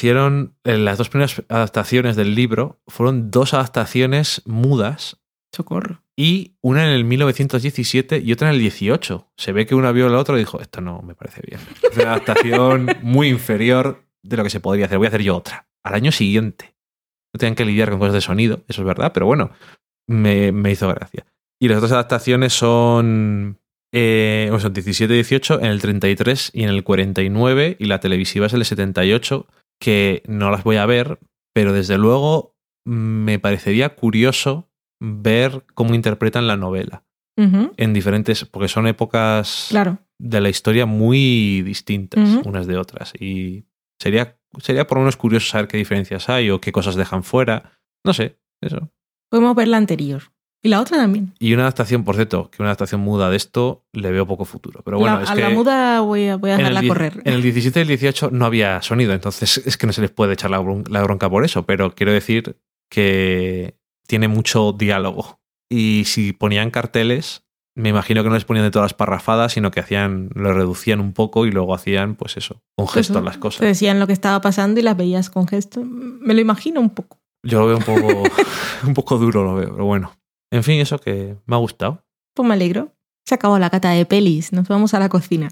las 2 primeras adaptaciones del libro, fueron 2 adaptaciones mudas. Socorro. Y una en el 1917 y otra en el 18. Se ve que una vio la otra y dijo, esto no me parece bien. Es una adaptación muy inferior de lo que se podría hacer. Voy a hacer yo otra. Al año siguiente. No tenían que lidiar con cosas de sonido, eso es verdad, pero bueno, me hizo gracia. Y las otras adaptaciones son 17 y 18 en el 33 y en el 49, y la televisiva es el 78, que no las voy a ver, pero desde luego me parecería curioso ver cómo interpretan la novela. En diferentes, porque son épocas de la historia muy distintas unas de otras, y sería por lo menos curioso saber qué diferencias hay o qué cosas dejan fuera. No sé, eso. Podemos ver la anterior. Y la otra también. Y una adaptación, por cierto, que una adaptación muda de esto le veo poco futuro. Pero bueno, la muda voy a dejarla correr. En el 17 y el 18 no había sonido, entonces es que no se les puede echar la bronca por eso, pero quiero decir que tiene mucho diálogo. Y si ponían carteles, me imagino que no les ponían de todas las parrafadas, sino que lo reducían un poco y luego hacían, pues eso, con gestos las cosas. Te decían lo que estaba pasando y las veías con gestos. Me lo imagino un poco. Yo lo veo un poco duro, lo veo, pero bueno. En fin, eso que me ha gustado. Pues me alegro. Se acabó la cata de pelis. Nos vamos a la cocina.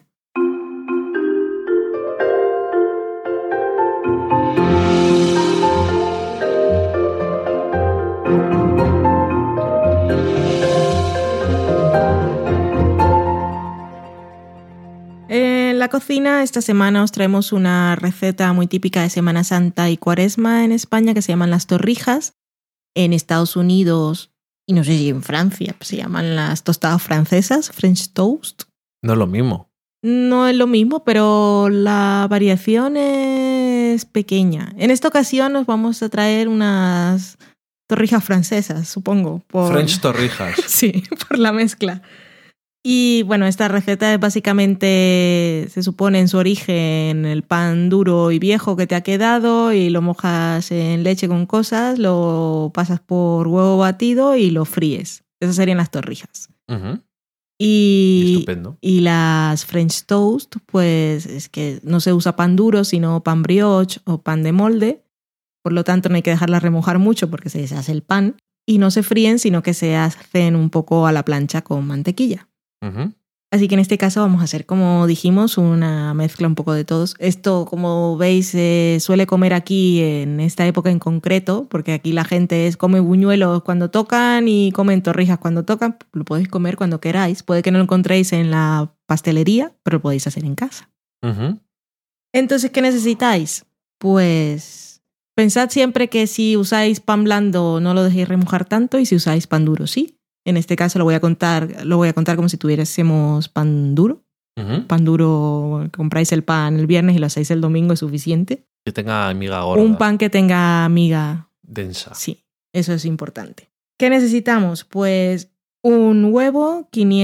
En la cocina esta semana os traemos una receta muy típica de Semana Santa y Cuaresma en España que se llaman las torrijas. En Estados Unidos, y no sé si en Francia, se llaman las tostadas francesas, French toast. No es lo mismo. No es lo mismo, pero la variación es pequeña. En esta ocasión nos vamos a traer unas torrijas francesas, supongo. French torrijas. Sí, por la mezcla. Y bueno, esta receta es básicamente, se supone en su origen, el pan duro y viejo que te ha quedado y lo mojas en leche con cosas, lo pasas por huevo batido y lo fríes. Esas serían las torrijas. Estupendo. Y las French toast, pues es que no se usa pan duro, sino pan brioche o pan de molde. Por lo tanto, no hay que dejarlas remojar mucho porque se deshace el pan. Y no se fríen, sino que se hacen un poco a la plancha con mantequilla. Así que en este caso vamos a hacer, como dijimos, una mezcla un poco de todos. Esto, como veis, se suele comer aquí en esta época en concreto, porque aquí la gente come buñuelos cuando tocan y comen torrijas cuando tocan. Lo podéis comer cuando queráis. Puede que no lo encontréis en la pastelería, pero lo podéis hacer en casa. Entonces, ¿qué necesitáis? Pues pensad siempre que si usáis pan blando no lo dejéis remojar tanto, y si usáis pan duro sí. En este caso lo voy a contar como si tuviésemos pan duro. Pan duro, compráis el pan el viernes y lo hacéis el domingo, es suficiente. Que tenga miga gorda. Un pan que tenga miga densa. Sí, eso es importante. ¿Qué necesitamos? Pues un huevo,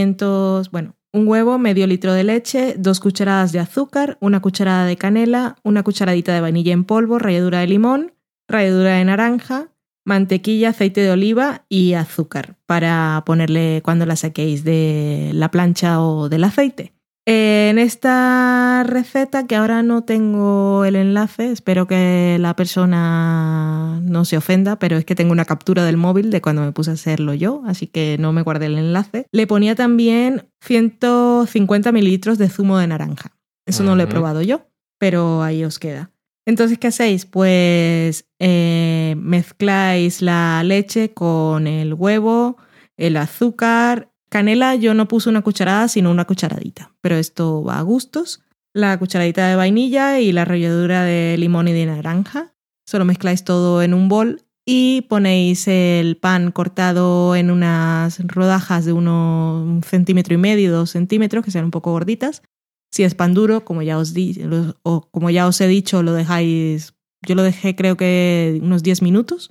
un huevo, medio litro de leche, 2 cucharadas de azúcar, 1 cucharada de canela, 1 cucharadita de vainilla en polvo, ralladura de limón, ralladura de naranja, mantequilla, aceite de oliva y azúcar para ponerle cuando la saquéis de la plancha o del aceite. En esta receta, que ahora no tengo el enlace, espero que la persona no se ofenda, pero es que tengo una captura del móvil de cuando me puse a hacerlo yo, así que no me guardé el enlace. Le ponía también 150 mililitros de zumo de naranja. Eso no lo he probado yo, pero ahí os queda. Entonces, ¿qué hacéis? Pues mezcláis la leche con el huevo, el azúcar. Canela yo no puse 1 cucharada, sino 1 cucharadita, pero esto va a gustos. La cucharadita de vainilla y la ralladura de limón y de naranja. Solo mezcláis todo en un bol y ponéis el pan cortado en unas rodajas de 1,5 centímetros, 2 centímetros, que sean un poco gorditas. Si es pan duro, como ya os he dicho, lo dejáis. Yo lo dejé creo que unos 10 minutos.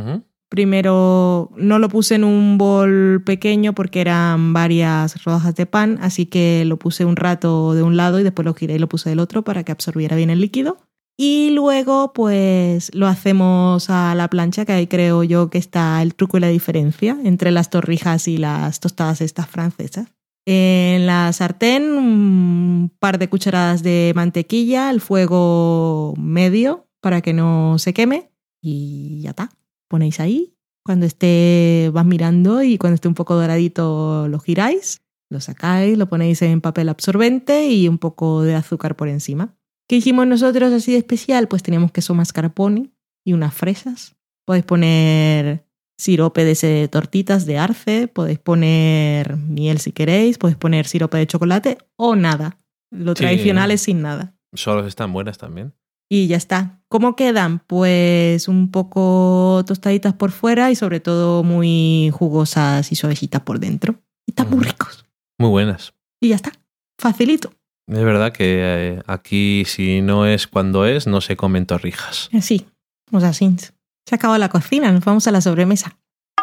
Primero no lo puse en un bol pequeño porque eran varias rodajas de pan, así que lo puse un rato de un lado y después lo giré y lo puse del otro para que absorbiera bien el líquido. Y luego pues lo hacemos a la plancha, que ahí creo yo que está el truco y la diferencia entre las torrijas y las tostadas estas francesas. En la sartén, un par de cucharadas de mantequilla, al fuego medio para que no se queme y ya está. Ponéis ahí, cuando vas mirando y cuando esté un poco doradito lo giráis, lo sacáis, lo ponéis en papel absorbente y un poco de azúcar por encima. ¿Qué hicimos nosotros así de especial? Pues teníamos queso mascarpone y unas fresas. Podéis poner sirope de tortitas de arce, podéis poner miel si queréis, podéis poner sirope de chocolate o nada. Lo tradicional es sin nada. Solo están buenas también. Y ya está. ¿Cómo quedan? Pues un poco tostaditas por fuera y sobre todo muy jugosas y suavecitas por dentro. Y están muy ricos. Muy buenas. Y ya está. Facilito. Es verdad que aquí si no es cuando es, no se comen torrijas. Así. O sea, así. Se acabó la cocina, nos vamos a la sobremesa.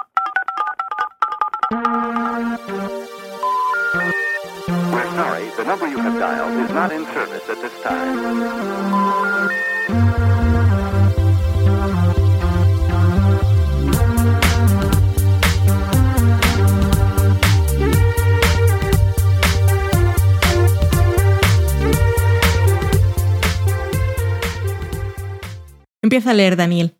We're sorry, the number you have dialed is not in service at this time. Empieza a leer, Daniel.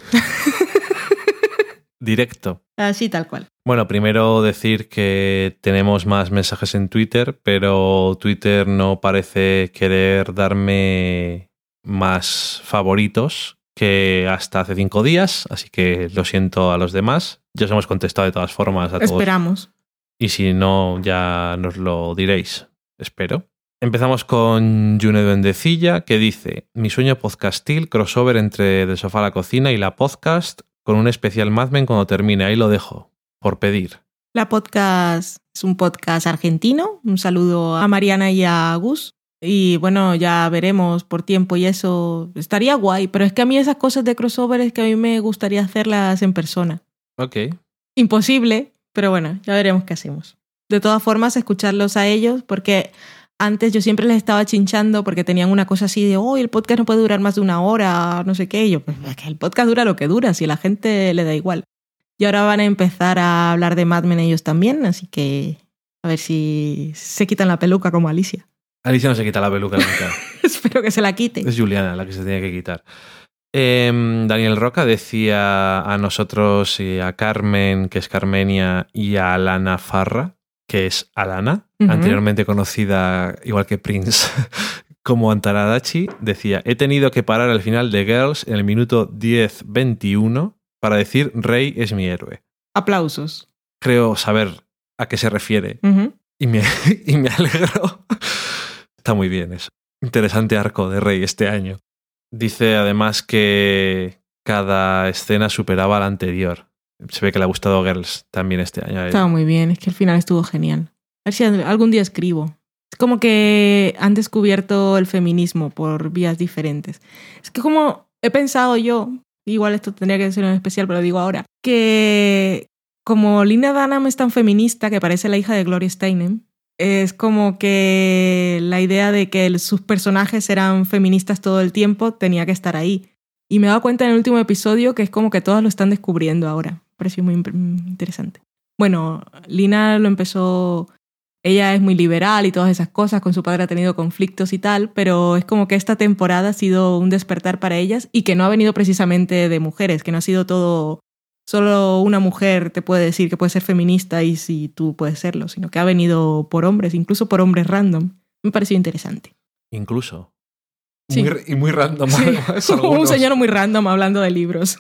Directo. Así tal cual. Bueno, primero decir que tenemos más mensajes en Twitter, pero Twitter no parece querer darme más favoritos que hasta hace 5 días, así que lo siento a los demás. Ya os hemos contestado de todas formas a todos. Esperamos. Y si no, ya nos lo diréis. Espero. Empezamos con June Duendecilla, que dice: mi sueño podcastil, crossover entre Del Sofá a la Cocina y la podcast, con un especial Mad Men cuando termine. Ahí lo dejo, por pedir. La podcast es un podcast argentino. Un saludo a Mariana y a Gus. Y bueno, ya veremos por tiempo y eso. Estaría guay, pero es que a mí esas cosas de crossover es que a mí me gustaría hacerlas en persona. Ok. Imposible, pero bueno, ya veremos qué hacemos. De todas formas, escucharlos a ellos, porque antes yo siempre les estaba chinchando porque tenían una cosa así de el podcast no puede durar más de 1 hora, no sé qué. Y yo, pues es que el podcast dura lo que dura, si a la gente le da igual. Y ahora van a empezar a hablar de Mad Men ellos también, así que a ver si se quitan la peluca como Alicia. Alicia no se quita la peluca nunca. Espero que se la quite. Es Juliana la que se tiene que quitar. Daniel Roca decía a nosotros y a Carmen, que es Carmenia, y a Alana Farra, que es Alana, anteriormente conocida, igual que Prince, como Antaradachi, decía: he tenido que parar al final de Girls en el minuto 10:21 para decir Rey es mi héroe. Aplausos. Creo saber a qué se refiere y me alegro. Está muy bien eso. Interesante arco de Rey este año. Dice además que cada escena superaba a la anterior. Se ve que le ha gustado Girls también este año. Estaba muy bien, es que al final estuvo genial. A ver si algún día escribo. Es como que han descubierto el feminismo por vías diferentes. Es que como he pensado yo, igual esto tendría que ser en especial, pero lo digo ahora, que como Lena Dunham es tan feminista que parece la hija de Gloria Steinem, es como que la idea de que sus personajes eran feministas todo el tiempo tenía que estar ahí. Y me he dado cuenta en el último episodio que es como que todas lo están descubriendo ahora. Me pareció muy interesante. Bueno, Lina lo empezó... Ella es muy liberal y todas esas cosas, con su padre ha tenido conflictos y tal, pero es como que esta temporada ha sido un despertar para ellas y que no ha venido precisamente de mujeres, que no ha sido todo... Solo una mujer te puede decir que puede ser feminista y si tú puedes serlo, sino que ha venido por hombres, incluso por hombres random. Me pareció interesante. Incluso. Sí. Muy random. Sí. Un señor muy random hablando de libros.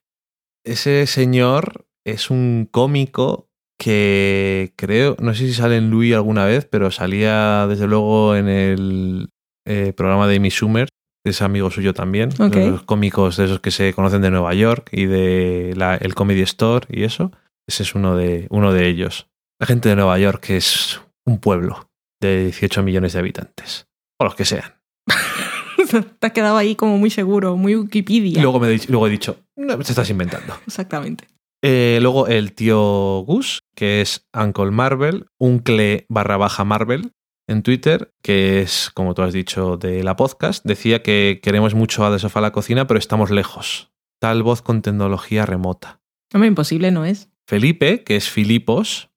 Ese señor es un cómico que creo, no sé si sale en Louis alguna vez, pero salía desde luego en el programa de Amy Schumer. Es amigo suyo también. Okay. Los cómicos de esos que se conocen de Nueva York y de el Comedy Store y eso. Ese es uno de ellos. La gente de Nueva York, que es un pueblo de 18 millones de habitantes. O los que sean. Te has quedado ahí como muy seguro, muy Wikipedia. Y luego he dicho, no, te estás inventando. Exactamente. Luego el tío Gus, que es Uncle Marvel, Uncle_Marvel en Twitter, que es, como tú has dicho, de la podcast, decía que queremos mucho a De Sofá a la Cocina, pero estamos lejos. Tal voz con tecnología remota. Hombre, imposible no es. Felipe, que es Filipos,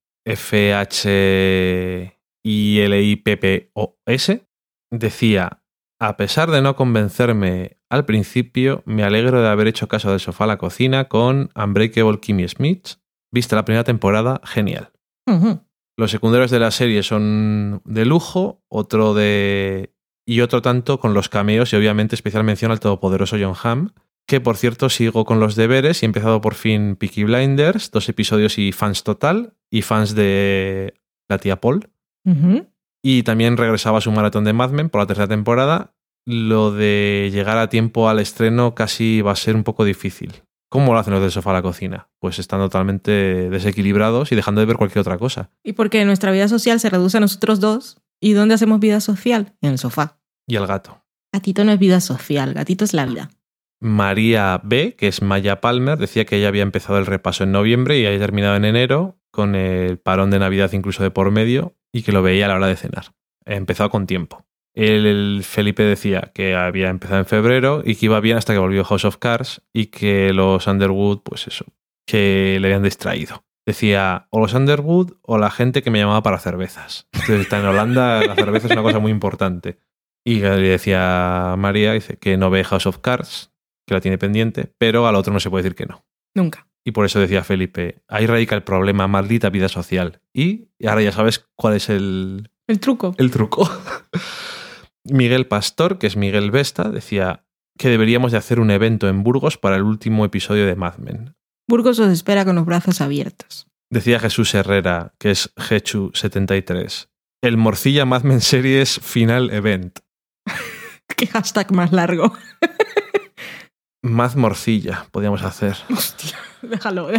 FHILIPPOS, decía: a pesar de no convencerme al principio, me alegro de haber hecho caso de Sofá a la Cocina con Unbreakable Kimmy Schmidt. Vista la primera temporada, genial. Los secundarios de la serie son de lujo, otro tanto con los cameos y obviamente especial mención al todopoderoso Jon Hamm, Que, por cierto, sigo con los deberes y he empezado por fin Peaky Blinders, 2 episodios y fans total, y fans de la tía Paul. Ujú. Y también regresaba a su maratón de Mad Men por la 3ª temporada. Lo de llegar a tiempo al estreno casi va a ser un poco difícil. ¿Cómo lo hacen los del sofá a la cocina? Pues están totalmente desequilibrados y dejando de ver cualquier otra cosa. Y porque nuestra vida social se reduce a nosotros dos. ¿Y dónde hacemos vida social? En el sofá. Y el gato. Gatito no es vida social, gatito es la vida. María B., que es Maya Palmer, decía que ella había empezado el repaso en noviembre y había terminado en enero, con el parón de Navidad incluso de por medio, y que lo veía a la hora de cenar. Empezado con tiempo. El Felipe decía que había empezado en febrero y que iba bien hasta que volvió House of Cards y que los Underwood, pues eso, que le habían distraído. Decía, o los Underwood o la gente que me llamaba para cervezas. Entonces, está en Holanda, la cerveza es una cosa muy importante. Y le decía a María, dice que no ve House of Cards, que la tiene pendiente, pero al otro no se puede decir que no. Nunca. Y por eso decía Felipe, ahí radica el problema, maldita vida social. Y ahora ya sabes cuál es el truco. El truco. Miguel Pastor, que es Miguel Vesta, decía que deberíamos de hacer un evento en Burgos para el último episodio de Mad Men. Burgos os espera con los brazos abiertos. Decía Jesús Herrera, que es Hechu73. El Morcilla Mad Men Series Final Event. ¿Qué hashtag más largo? Mad Morcilla, podríamos hacer. Hostia, déjalo.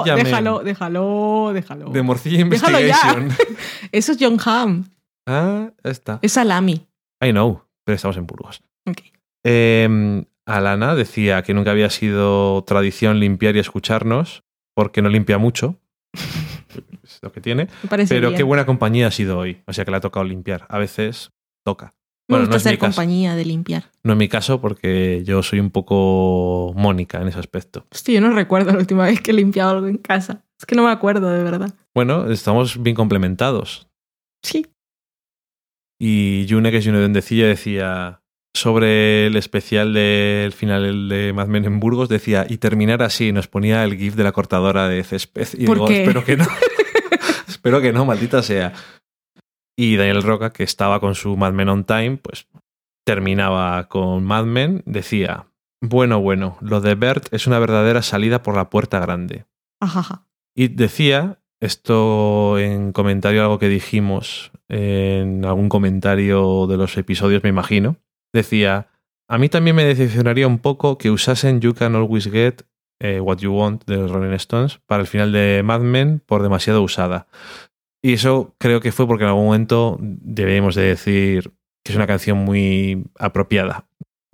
De Morcilla Déjalo Investigation. ya. Eso es John Hamm. Ah, está. Es salami. I know, pero estamos en Burgos. Ok. Alana decía que nunca había sido tradición limpiar y escucharnos, porque no limpia mucho. Es lo que tiene. Me parece Pero bien. qué buena compañía ha sido hoy. O sea que le ha tocado limpiar. A veces toca. Me Bueno, gusta no es ser mi caso. compañía de limpiar. No es mi caso porque yo soy un poco Mónica en ese aspecto. Hostia, yo no recuerdo la última vez que he limpiado algo en casa. Es que no me acuerdo, de verdad. Bueno, estamos bien complementados. Sí. Y June, que es June Dendecilla, decía sobre el especial del final de Mad Men en Burgos, decía, y terminar así, nos ponía el gif de la cortadora de césped. Y ¿Por digo, qué? espero que no. Espero que no, maldita sea. Y Daniel Roca, que estaba con su Mad Men on Time, pues terminaba con Mad Men, decía, bueno, lo de Bert es una verdadera salida por la puerta grande. Ajaja. Y decía, esto en comentario a algo que dijimos en algún comentario de los episodios, me imagino, decía, a mí también me decepcionaría un poco que usasen You Can Always Get What You Want de los Rolling Stones para el final de Mad Men por demasiado usada. Y eso creo que fue porque en algún momento debemos de decir que es una canción muy apropiada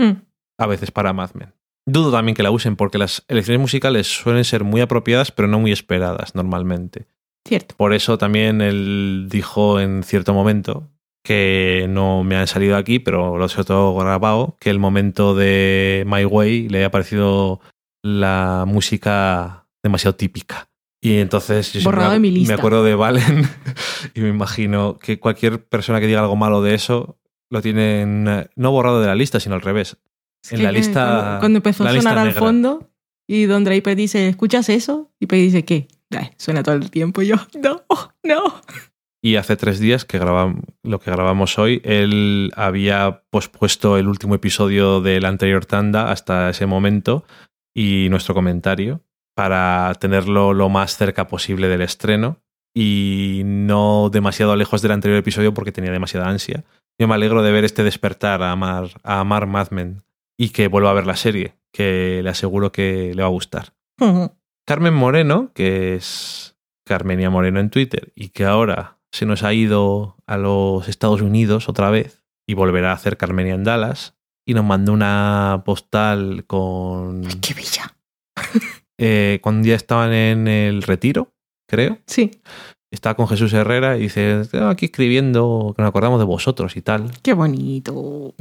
a veces para Mad Men. Dudo también que la usen porque las elecciones musicales suelen ser muy apropiadas pero no muy esperadas normalmente. Cierto. Por eso también él dijo en cierto momento, que no me han salido aquí, pero lo he todo grabado, que el momento de My Way le había parecido la música demasiado típica. Y entonces yo Borrado de mi lista. me acuerdo de Valen y me imagino que cualquier persona que diga algo malo de eso lo tienen no borrado de la lista, sino al revés. Es En que la lista. Cuando empezó la a lista sonar al negra. fondo y Don Draper dice, ¿escuchas eso? Y Peggy dice, ¿qué? Ay, suena todo el tiempo. Y yo, no. Y hace 3 días que lo que grabamos hoy, él había pospuesto el último episodio de la anterior tanda hasta ese momento y nuestro comentario para tenerlo lo más cerca posible del estreno y no demasiado lejos del anterior episodio porque tenía demasiada ansia. Yo me alegro de ver este despertar a amar Mad Men y que vuelva a ver la serie, que le aseguro que le va a gustar. Carmen Moreno, que es Carmenia Moreno en Twitter y que ahora se nos ha ido a los Estados Unidos otra vez y volverá a hacer Carmenia en Dallas y nos mandó una postal con... ¡Qué bella! Cuando ya estaban en el retiro, creo. Sí. Estaba con Jesús Herrera y dice, "Estoy aquí escribiendo que nos acordamos de vosotros y tal". ¡Qué bonito!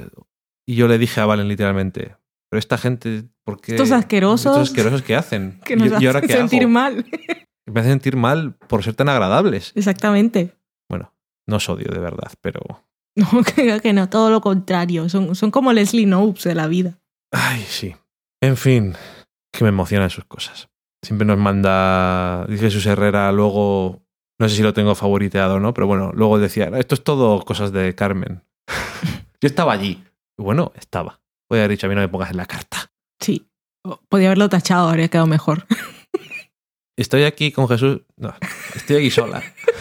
Y yo le dije a Valen literalmente, pero esta gente, ¿por qué? Estos asquerosos. ¿Qué hacen? Que nos ¿Y ahora hacen qué sentir hago? mal. Me hacen sentir mal por ser tan agradables. Exactamente. Bueno, no os odio de verdad, pero... No, que no, todo lo contrario. Son como Leslie Knope de la vida. Ay, sí. En fin, que me emocionan sus cosas. Siempre nos manda... Dice Jesús Herrera luego... No sé si lo tengo favoriteado o no, pero bueno, luego decía, esto es todo cosas de Carmen. Yo estaba allí. Y bueno, estaba. Podría haber dicho, a mí no me pongas en la carta. Sí. Podía haberlo tachado, habría quedado mejor. Estoy aquí con Jesús. No, estoy aquí sola.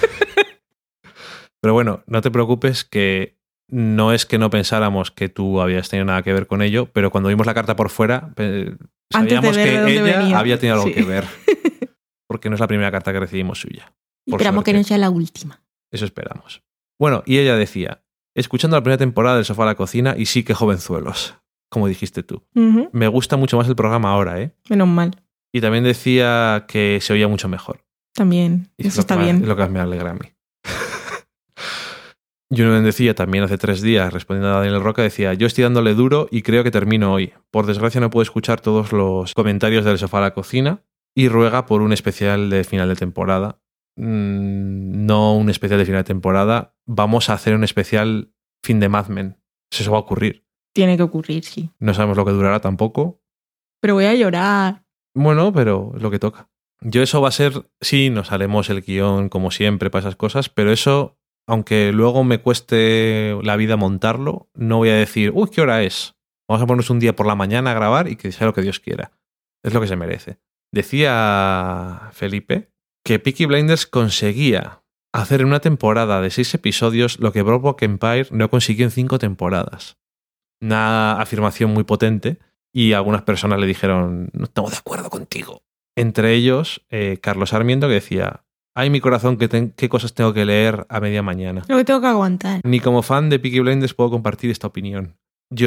Pero bueno, no te preocupes que no es que no pensáramos que tú habías tenido nada que ver con ello, pero cuando vimos la carta por fuera, sabíamos que ella había tenido algo que ver. Porque no es la primera carta que recibimos suya. Esperamos que no sea la última. Eso esperamos. Bueno, y ella decía, escuchando la primera temporada del Sofá a la Cocina, y sí que jovenzuelos, como dijiste tú. Uh-huh. Me gusta mucho más el programa ahora, ¿eh? Menos mal. Y también decía que se oía mucho mejor. También, Y eso está más, bien. Es lo que más me alegra a mí. Junoven decía también hace 3 días, respondiendo a Daniel Roca, decía, yo estoy dándole duro y creo que termino hoy. Por desgracia no puedo escuchar todos los comentarios del Sofá a la Cocina y ruega por un especial de final de temporada. No un especial de final de temporada, vamos a hacer un especial fin de Mad Men. Eso va a ocurrir. Tiene que ocurrir, sí. No sabemos lo que durará tampoco. Pero voy a llorar. Bueno, pero es lo que toca. Yo eso va a ser, sí, nos haremos el guión como siempre para esas cosas, pero eso, aunque luego me cueste la vida montarlo, no voy a decir, uy, ¿qué hora es? Vamos a ponernos un día por la mañana a grabar y que sea lo que Dios quiera. Es lo que se merece. Decía Felipe que Peaky Blinders conseguía hacer en una temporada de 6 episodios lo que Boardwalk Empire no consiguió en 5 temporadas. Una afirmación muy potente y algunas personas le dijeron, no estamos de acuerdo contigo. Entre ellos, Carlos Sarmiento, que decía, ay, mi corazón, ¿qué cosas tengo que leer a media mañana? Lo que tengo que aguantar. Ni como fan de Peaky Blinders puedo compartir esta opinión.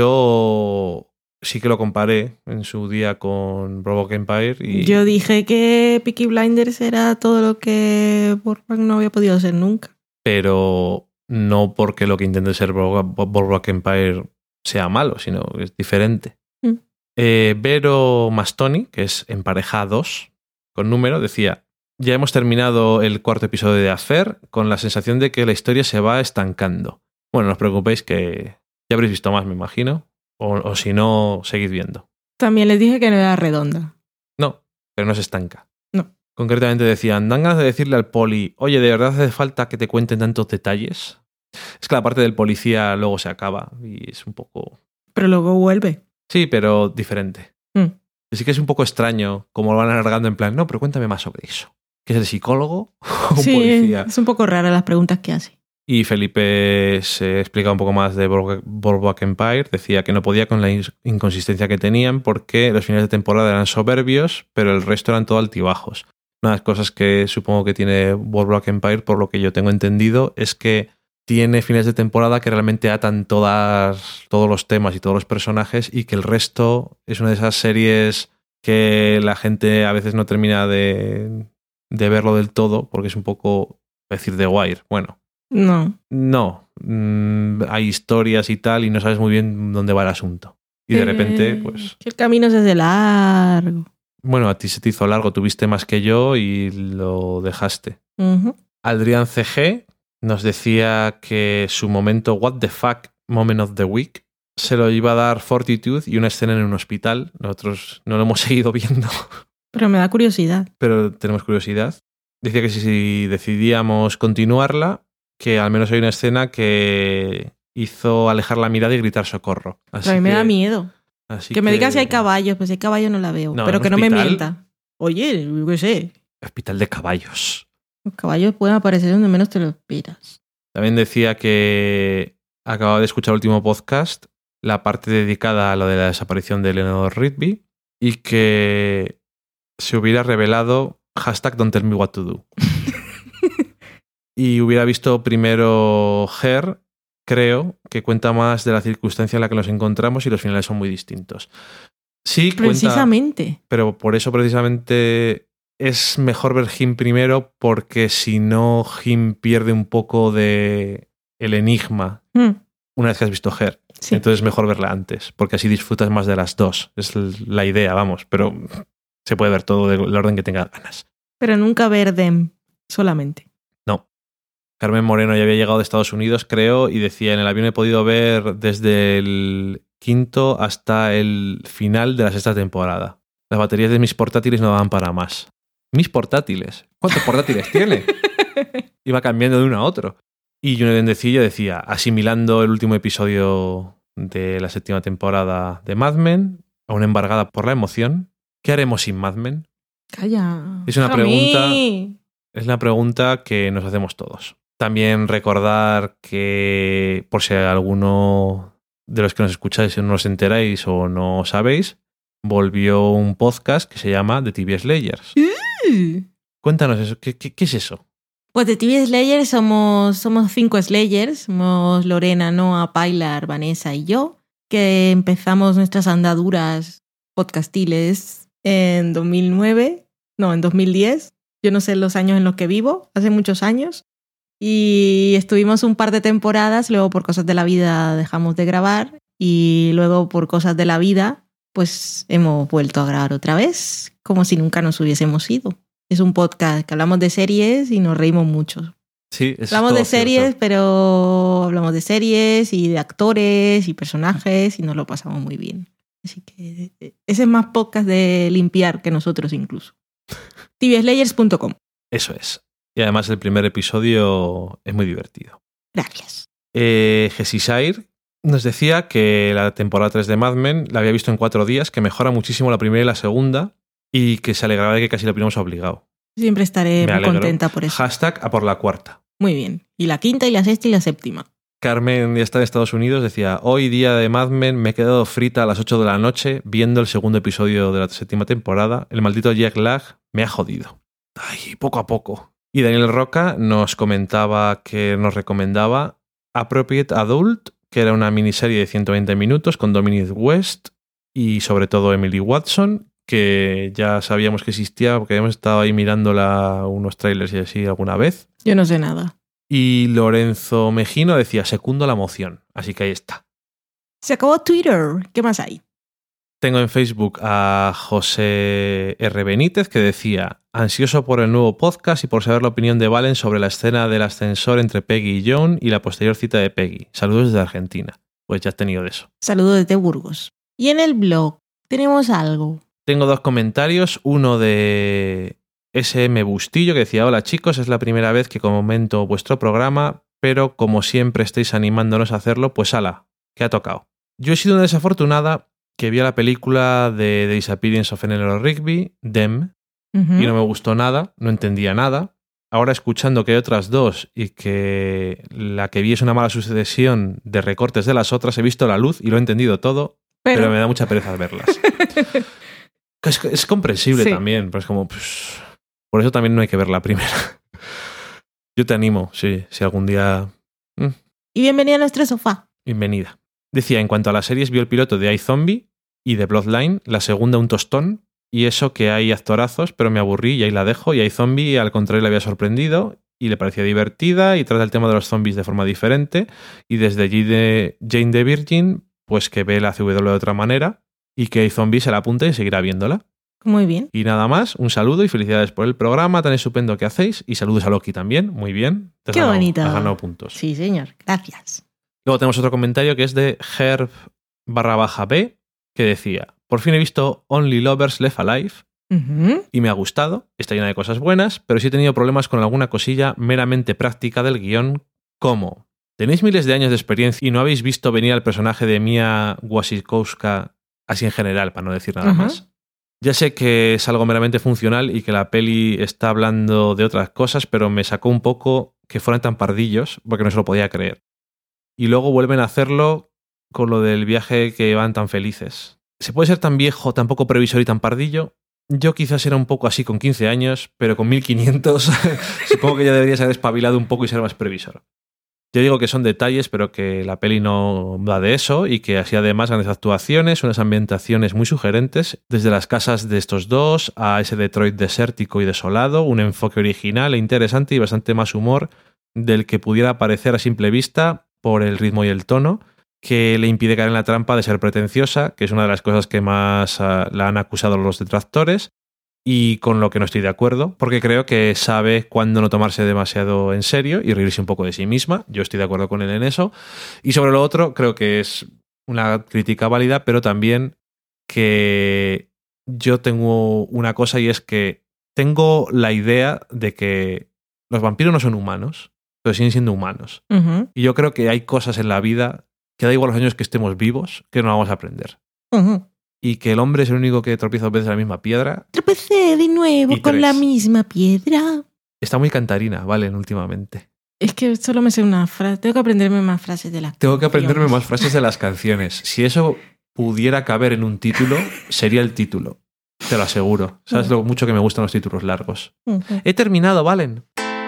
Yo sí que lo comparé en su día con Boardwalk Empire. Y yo dije que Peaky Blinders era todo lo que Boardwalk no había podido ser nunca. Pero no porque lo que intente ser Boardwalk Empire sea malo, sino que es diferente. Vero Mastoni, que es en pareja 2, con número, decía, ya hemos terminado el 4º episodio de Affair con la sensación de que la historia se va estancando. Bueno, no os preocupéis que ya habréis visto más, me imagino, o si no, seguid viendo. También les dije que no era redonda. No, pero no se estanca. No. Concretamente decían, dan ganas de decirle al poli, oye, ¿de verdad hace falta que te cuenten tantos detalles? Es que la parte del policía luego se acaba y es un poco... Pero luego vuelve. Sí, pero diferente. Sí que es un poco extraño como lo van alargando en plan, no, pero cuéntame más sobre eso. ¿Que es el psicólogo o un policía? Es un poco rara las preguntas que hace. Y Felipe se explica un poco más de Boardwalk Empire. Decía que no podía con la inconsistencia que tenían porque los finales de temporada eran soberbios, pero el resto eran todo altibajos. Una de las cosas que supongo que tiene Boardwalk Empire, por lo que yo tengo entendido, es que tiene fines de temporada que realmente atan todos los temas y todos los personajes y que el resto es una de esas series que la gente a veces no termina de verlo del todo porque es un poco, decir, The Wire. Bueno. No. Hay historias y tal y no sabes muy bien dónde va el asunto. Y de repente, pues... Que el camino se hace largo. Bueno, a ti se te hizo largo, tuviste más que yo y lo dejaste. Uh-huh. Adrián CG nos decía que su momento What the fuck moment of the week se lo iba a dar Fortitude y una escena en un hospital. Nosotros no lo hemos seguido viendo. Pero me da curiosidad. Pero tenemos curiosidad. Decía que si decidíamos continuarla, que al menos hay una escena que hizo alejar la mirada y gritar socorro. Así pero a mí me que, da miedo. Que me diga si hay caballos, pues si hay caballos no la veo. No, pero que hospital, no me mienta. Oye, yo qué sé. Hospital de caballos. Los caballos pueden aparecer donde menos te lo esperas. También decía que acababa de escuchar el último podcast, la parte dedicada a lo de la desaparición de Eleanor Rigby, y que se hubiera revelado #Don't tell me what to do. Y hubiera visto primero Her, creo, que cuenta más de la circunstancia en la que nos encontramos y los finales son muy distintos. Sí, precisamente. Cuenta, pero por eso precisamente es mejor ver Him primero, porque si no, Him pierde un poco de el enigma una vez que has visto Her. Sí. Entonces es mejor verla antes, porque así disfrutas más de las dos. Es la idea, vamos, pero se puede ver todo del orden que tengas ganas. Pero nunca ver Them solamente. No. Carmen Moreno ya había llegado de Estados Unidos, creo, y decía, en el avión he podido ver desde el 5º hasta el final de la 6ª temporada. Las baterías de mis portátiles no daban para más. ¿Mis portátiles? ¿Cuántos portátiles tiene? Iba cambiando de uno a otro. Y Junoven decía, asimilando el último episodio de la 7ª temporada de Mad Men, aún embargada por la emoción, ¿qué haremos sin Mad Men? Calla. Es una Jami. Es la pregunta que nos hacemos todos. También recordar que, por si alguno de los que nos escucháis no os enteráis o no sabéis, volvió un podcast que se llama The TV Slayers. Cuéntanos eso, ¿qué es eso? Pues de TV Slayers somos 5 Slayers, somos Lorena, Noah, Pilar, Vanessa y yo, que empezamos nuestras andaduras podcastiles en 2010. Yo no sé los años en los que vivo, hace muchos años. Y estuvimos un par de temporadas, luego por cosas de la vida dejamos de grabar y luego por cosas de la vida pues hemos vuelto a grabar otra vez, como si nunca nos hubiésemos ido. Es un podcast que hablamos de series y nos reímos mucho. Sí, hablamos de series, pero hablamos de series y de actores y personajes y nos lo pasamos muy bien. Así que ese es más podcast de limpiar que nosotros incluso. tvslayers.com. Eso es. Y además el primer episodio es muy divertido. Gracias. Jesisire nos decía que la temporada 3 de Mad Men la había visto en 4 días, que mejora muchísimo la primera y la segunda y que se alegraba de que casi la hubiéramos obligado. Siempre estaré muy contenta por eso. Hashtag a por la 4ª. Muy bien. Y la 5ª y la 6ª y la 7ª. Carmen ya está en Estados Unidos, decía, hoy día de Mad Men me he quedado frita a las 8 de la noche viendo el segundo episodio de la 7ª temporada. El maldito jet lag me ha jodido. Ay, poco a poco. Y Daniel Roca nos comentaba que nos recomendaba Appropriate Adult, que era una miniserie de 120 minutos con Dominic West y sobre todo Emily Watson, que ya sabíamos que existía porque habíamos estado ahí mirándola unos trailers y así alguna vez. Yo no sé nada. Y Lorenzo Mejino decía, secundo la moción. Así que ahí está. Se acabó Twitter. ¿Qué más hay? Tengo en Facebook a José R. Benítez que decía, ansioso por el nuevo podcast y por saber la opinión de Valen sobre la escena del ascensor entre Peggy y John y la posterior cita de Peggy. Saludos desde Argentina. Pues ya has tenido de eso. Saludos desde Burgos. Y en el blog tenemos algo. Tengo 2 comentarios. Uno de SM Bustillo que decía, hola chicos, es la primera vez que comento vuestro programa, pero como siempre estáis animándonos a hacerlo, pues ala, que ha tocado. Yo he sido una desafortunada que vio la película de The Disappearance of Eleanor Rigby, Them, y no me gustó nada, no entendía nada. Ahora escuchando que hay otras 2 y que la que vi es una mala sucesión de recortes de las otras, he visto la luz y lo he entendido todo, pero me da mucha pereza verlas. Es comprensible también, pero es como... Pues, por eso también no hay que ver la primera. Yo te animo, sí, si algún día... Y bienvenida a nuestro sofá. Bienvenida. Decía, en cuanto a las series, vio el piloto de iZombie y de Bloodline, la segunda un tostón, y eso que hay actorazos, pero me aburrí y ahí la dejo, y iZombie al contrario le había sorprendido y le parecía divertida y trata el tema de los zombies de forma diferente, y desde allí de Jane the Virgin, pues que ve la CW de otra manera y que iZombie se la apunte y seguirá viéndola. Muy bien. Y nada más, un saludo y felicidades por el programa tan estupendo que hacéis, y saludos a Loki también, muy bien. Qué bonito. Has ganado puntos. Sí, señor, gracias. Luego tenemos otro comentario que es de Herb_B, que decía, por fin he visto Only Lovers Left Alive y me ha gustado, está llena de cosas buenas, pero sí he tenido problemas con alguna cosilla meramente práctica del guión, como, ¿tenéis miles de años de experiencia y no habéis visto venir al personaje de Mia Wasikowska así en general, para no decir nada más? Ya sé que es algo meramente funcional y que la peli está hablando de otras cosas, pero me sacó un poco que fueran tan pardillos porque no se lo podía creer. Y luego vuelven a hacerlo con lo del viaje que van tan felices. ¿Se puede ser tan viejo, tan poco previsor y tan pardillo? Yo quizás era un poco así con 15 años, pero con 1500 supongo que ya deberías haber espabilado un poco y ser más previsor. Yo digo que son detalles, pero que la peli no va de eso y que así además grandes actuaciones, unas ambientaciones muy sugerentes, desde las casas de estos dos a ese Detroit desértico y desolado, un enfoque original e interesante y bastante más humor del que pudiera parecer a simple vista por el ritmo y el tono, que le impide caer en la trampa de ser pretenciosa, que es una de las cosas que más la han acusado los detractores, y con lo que no estoy de acuerdo, porque creo que sabe cuándo no tomarse demasiado en serio y reírse un poco de sí misma. Yo estoy de acuerdo con él en eso. Y sobre lo otro, creo que es una crítica válida, pero también que yo tengo una cosa, y es que tengo la idea de que los vampiros no son humanos, pero siguen siendo humanos. Y yo creo que hay cosas en la vida que da igual los años que estemos vivos, que no vamos a aprender. y que el hombre es el único que tropieza 2 veces en la misma piedra. Tropecé de nuevo Y con 3. la misma piedra. Está muy cantarina, Valen, últimamente. Es que solo me sé una frase. Tengo que aprenderme más frases de la Tengo que aprenderme más frases de las canciones. Si eso pudiera caber en un título, sería el título. Te lo aseguro. ¿Sabes lo mucho que me gustan los títulos largos? He terminado, Valen.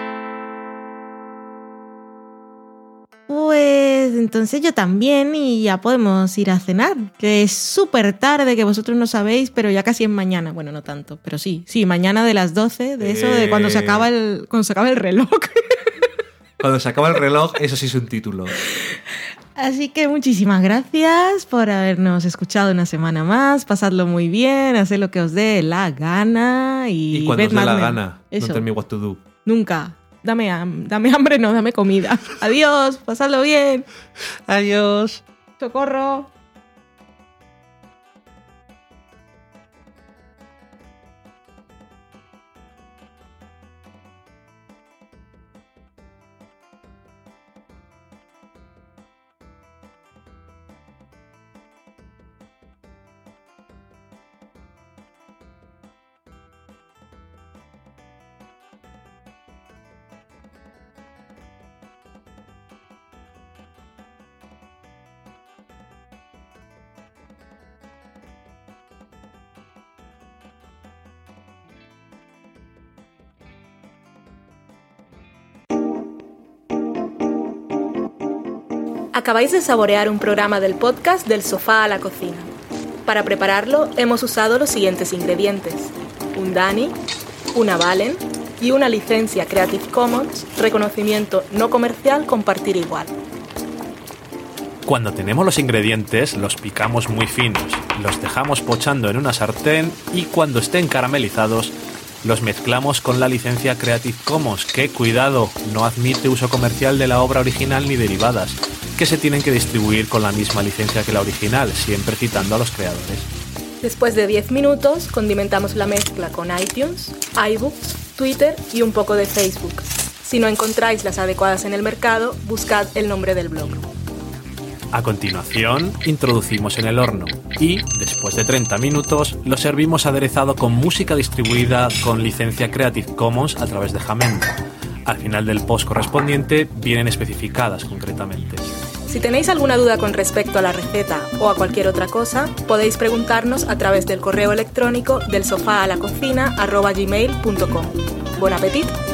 Pues entonces yo también y ya podemos ir a cenar, que es súper tarde, que vosotros no sabéis, pero ya casi es mañana. Bueno, no tanto, pero sí, mañana de las 12, de eso, de cuando se acaba el reloj. Cuando se acaba el reloj, eso sí es un título. Así que muchísimas gracias por habernos escuchado una semana más, pasadlo muy bien, haced lo que os dé la gana y cuando ved os dé la Mad Men. gana, Eso. don't tell me what to do. Nunca. Dame hambre, no, dame comida. Adiós, pasadlo bien. Adiós. Socorro. Acabáis de saborear un programa del podcast Del sofá a la cocina. Para prepararlo hemos usado los siguientes ingredientes: un Dani, una Valen y una licencia Creative Commons, reconocimiento no comercial, compartir igual. Cuando tenemos los ingredientes, los picamos muy finos, los dejamos pochando en una sartén y cuando estén caramelizados, los mezclamos con la licencia Creative Commons, que, cuidado, no admite uso comercial de la obra original ni derivadas, que se tienen que distribuir con la misma licencia que la original, siempre citando a los creadores. Después de 10 minutos, condimentamos la mezcla con iTunes, iBooks, Twitter y un poco de Facebook. Si no encontráis las adecuadas en el mercado, buscad el nombre del blog. A continuación, introducimos en el horno y, después de 30 minutos, lo servimos aderezado con música distribuida con licencia Creative Commons a través de Jamendo. Al final del post correspondiente vienen especificadas concretamente. Si tenéis alguna duda con respecto a la receta o a cualquier otra cosa, podéis preguntarnos a través del correo electrónico delsofaalacocina@gmail.com. ¡Buen apetito!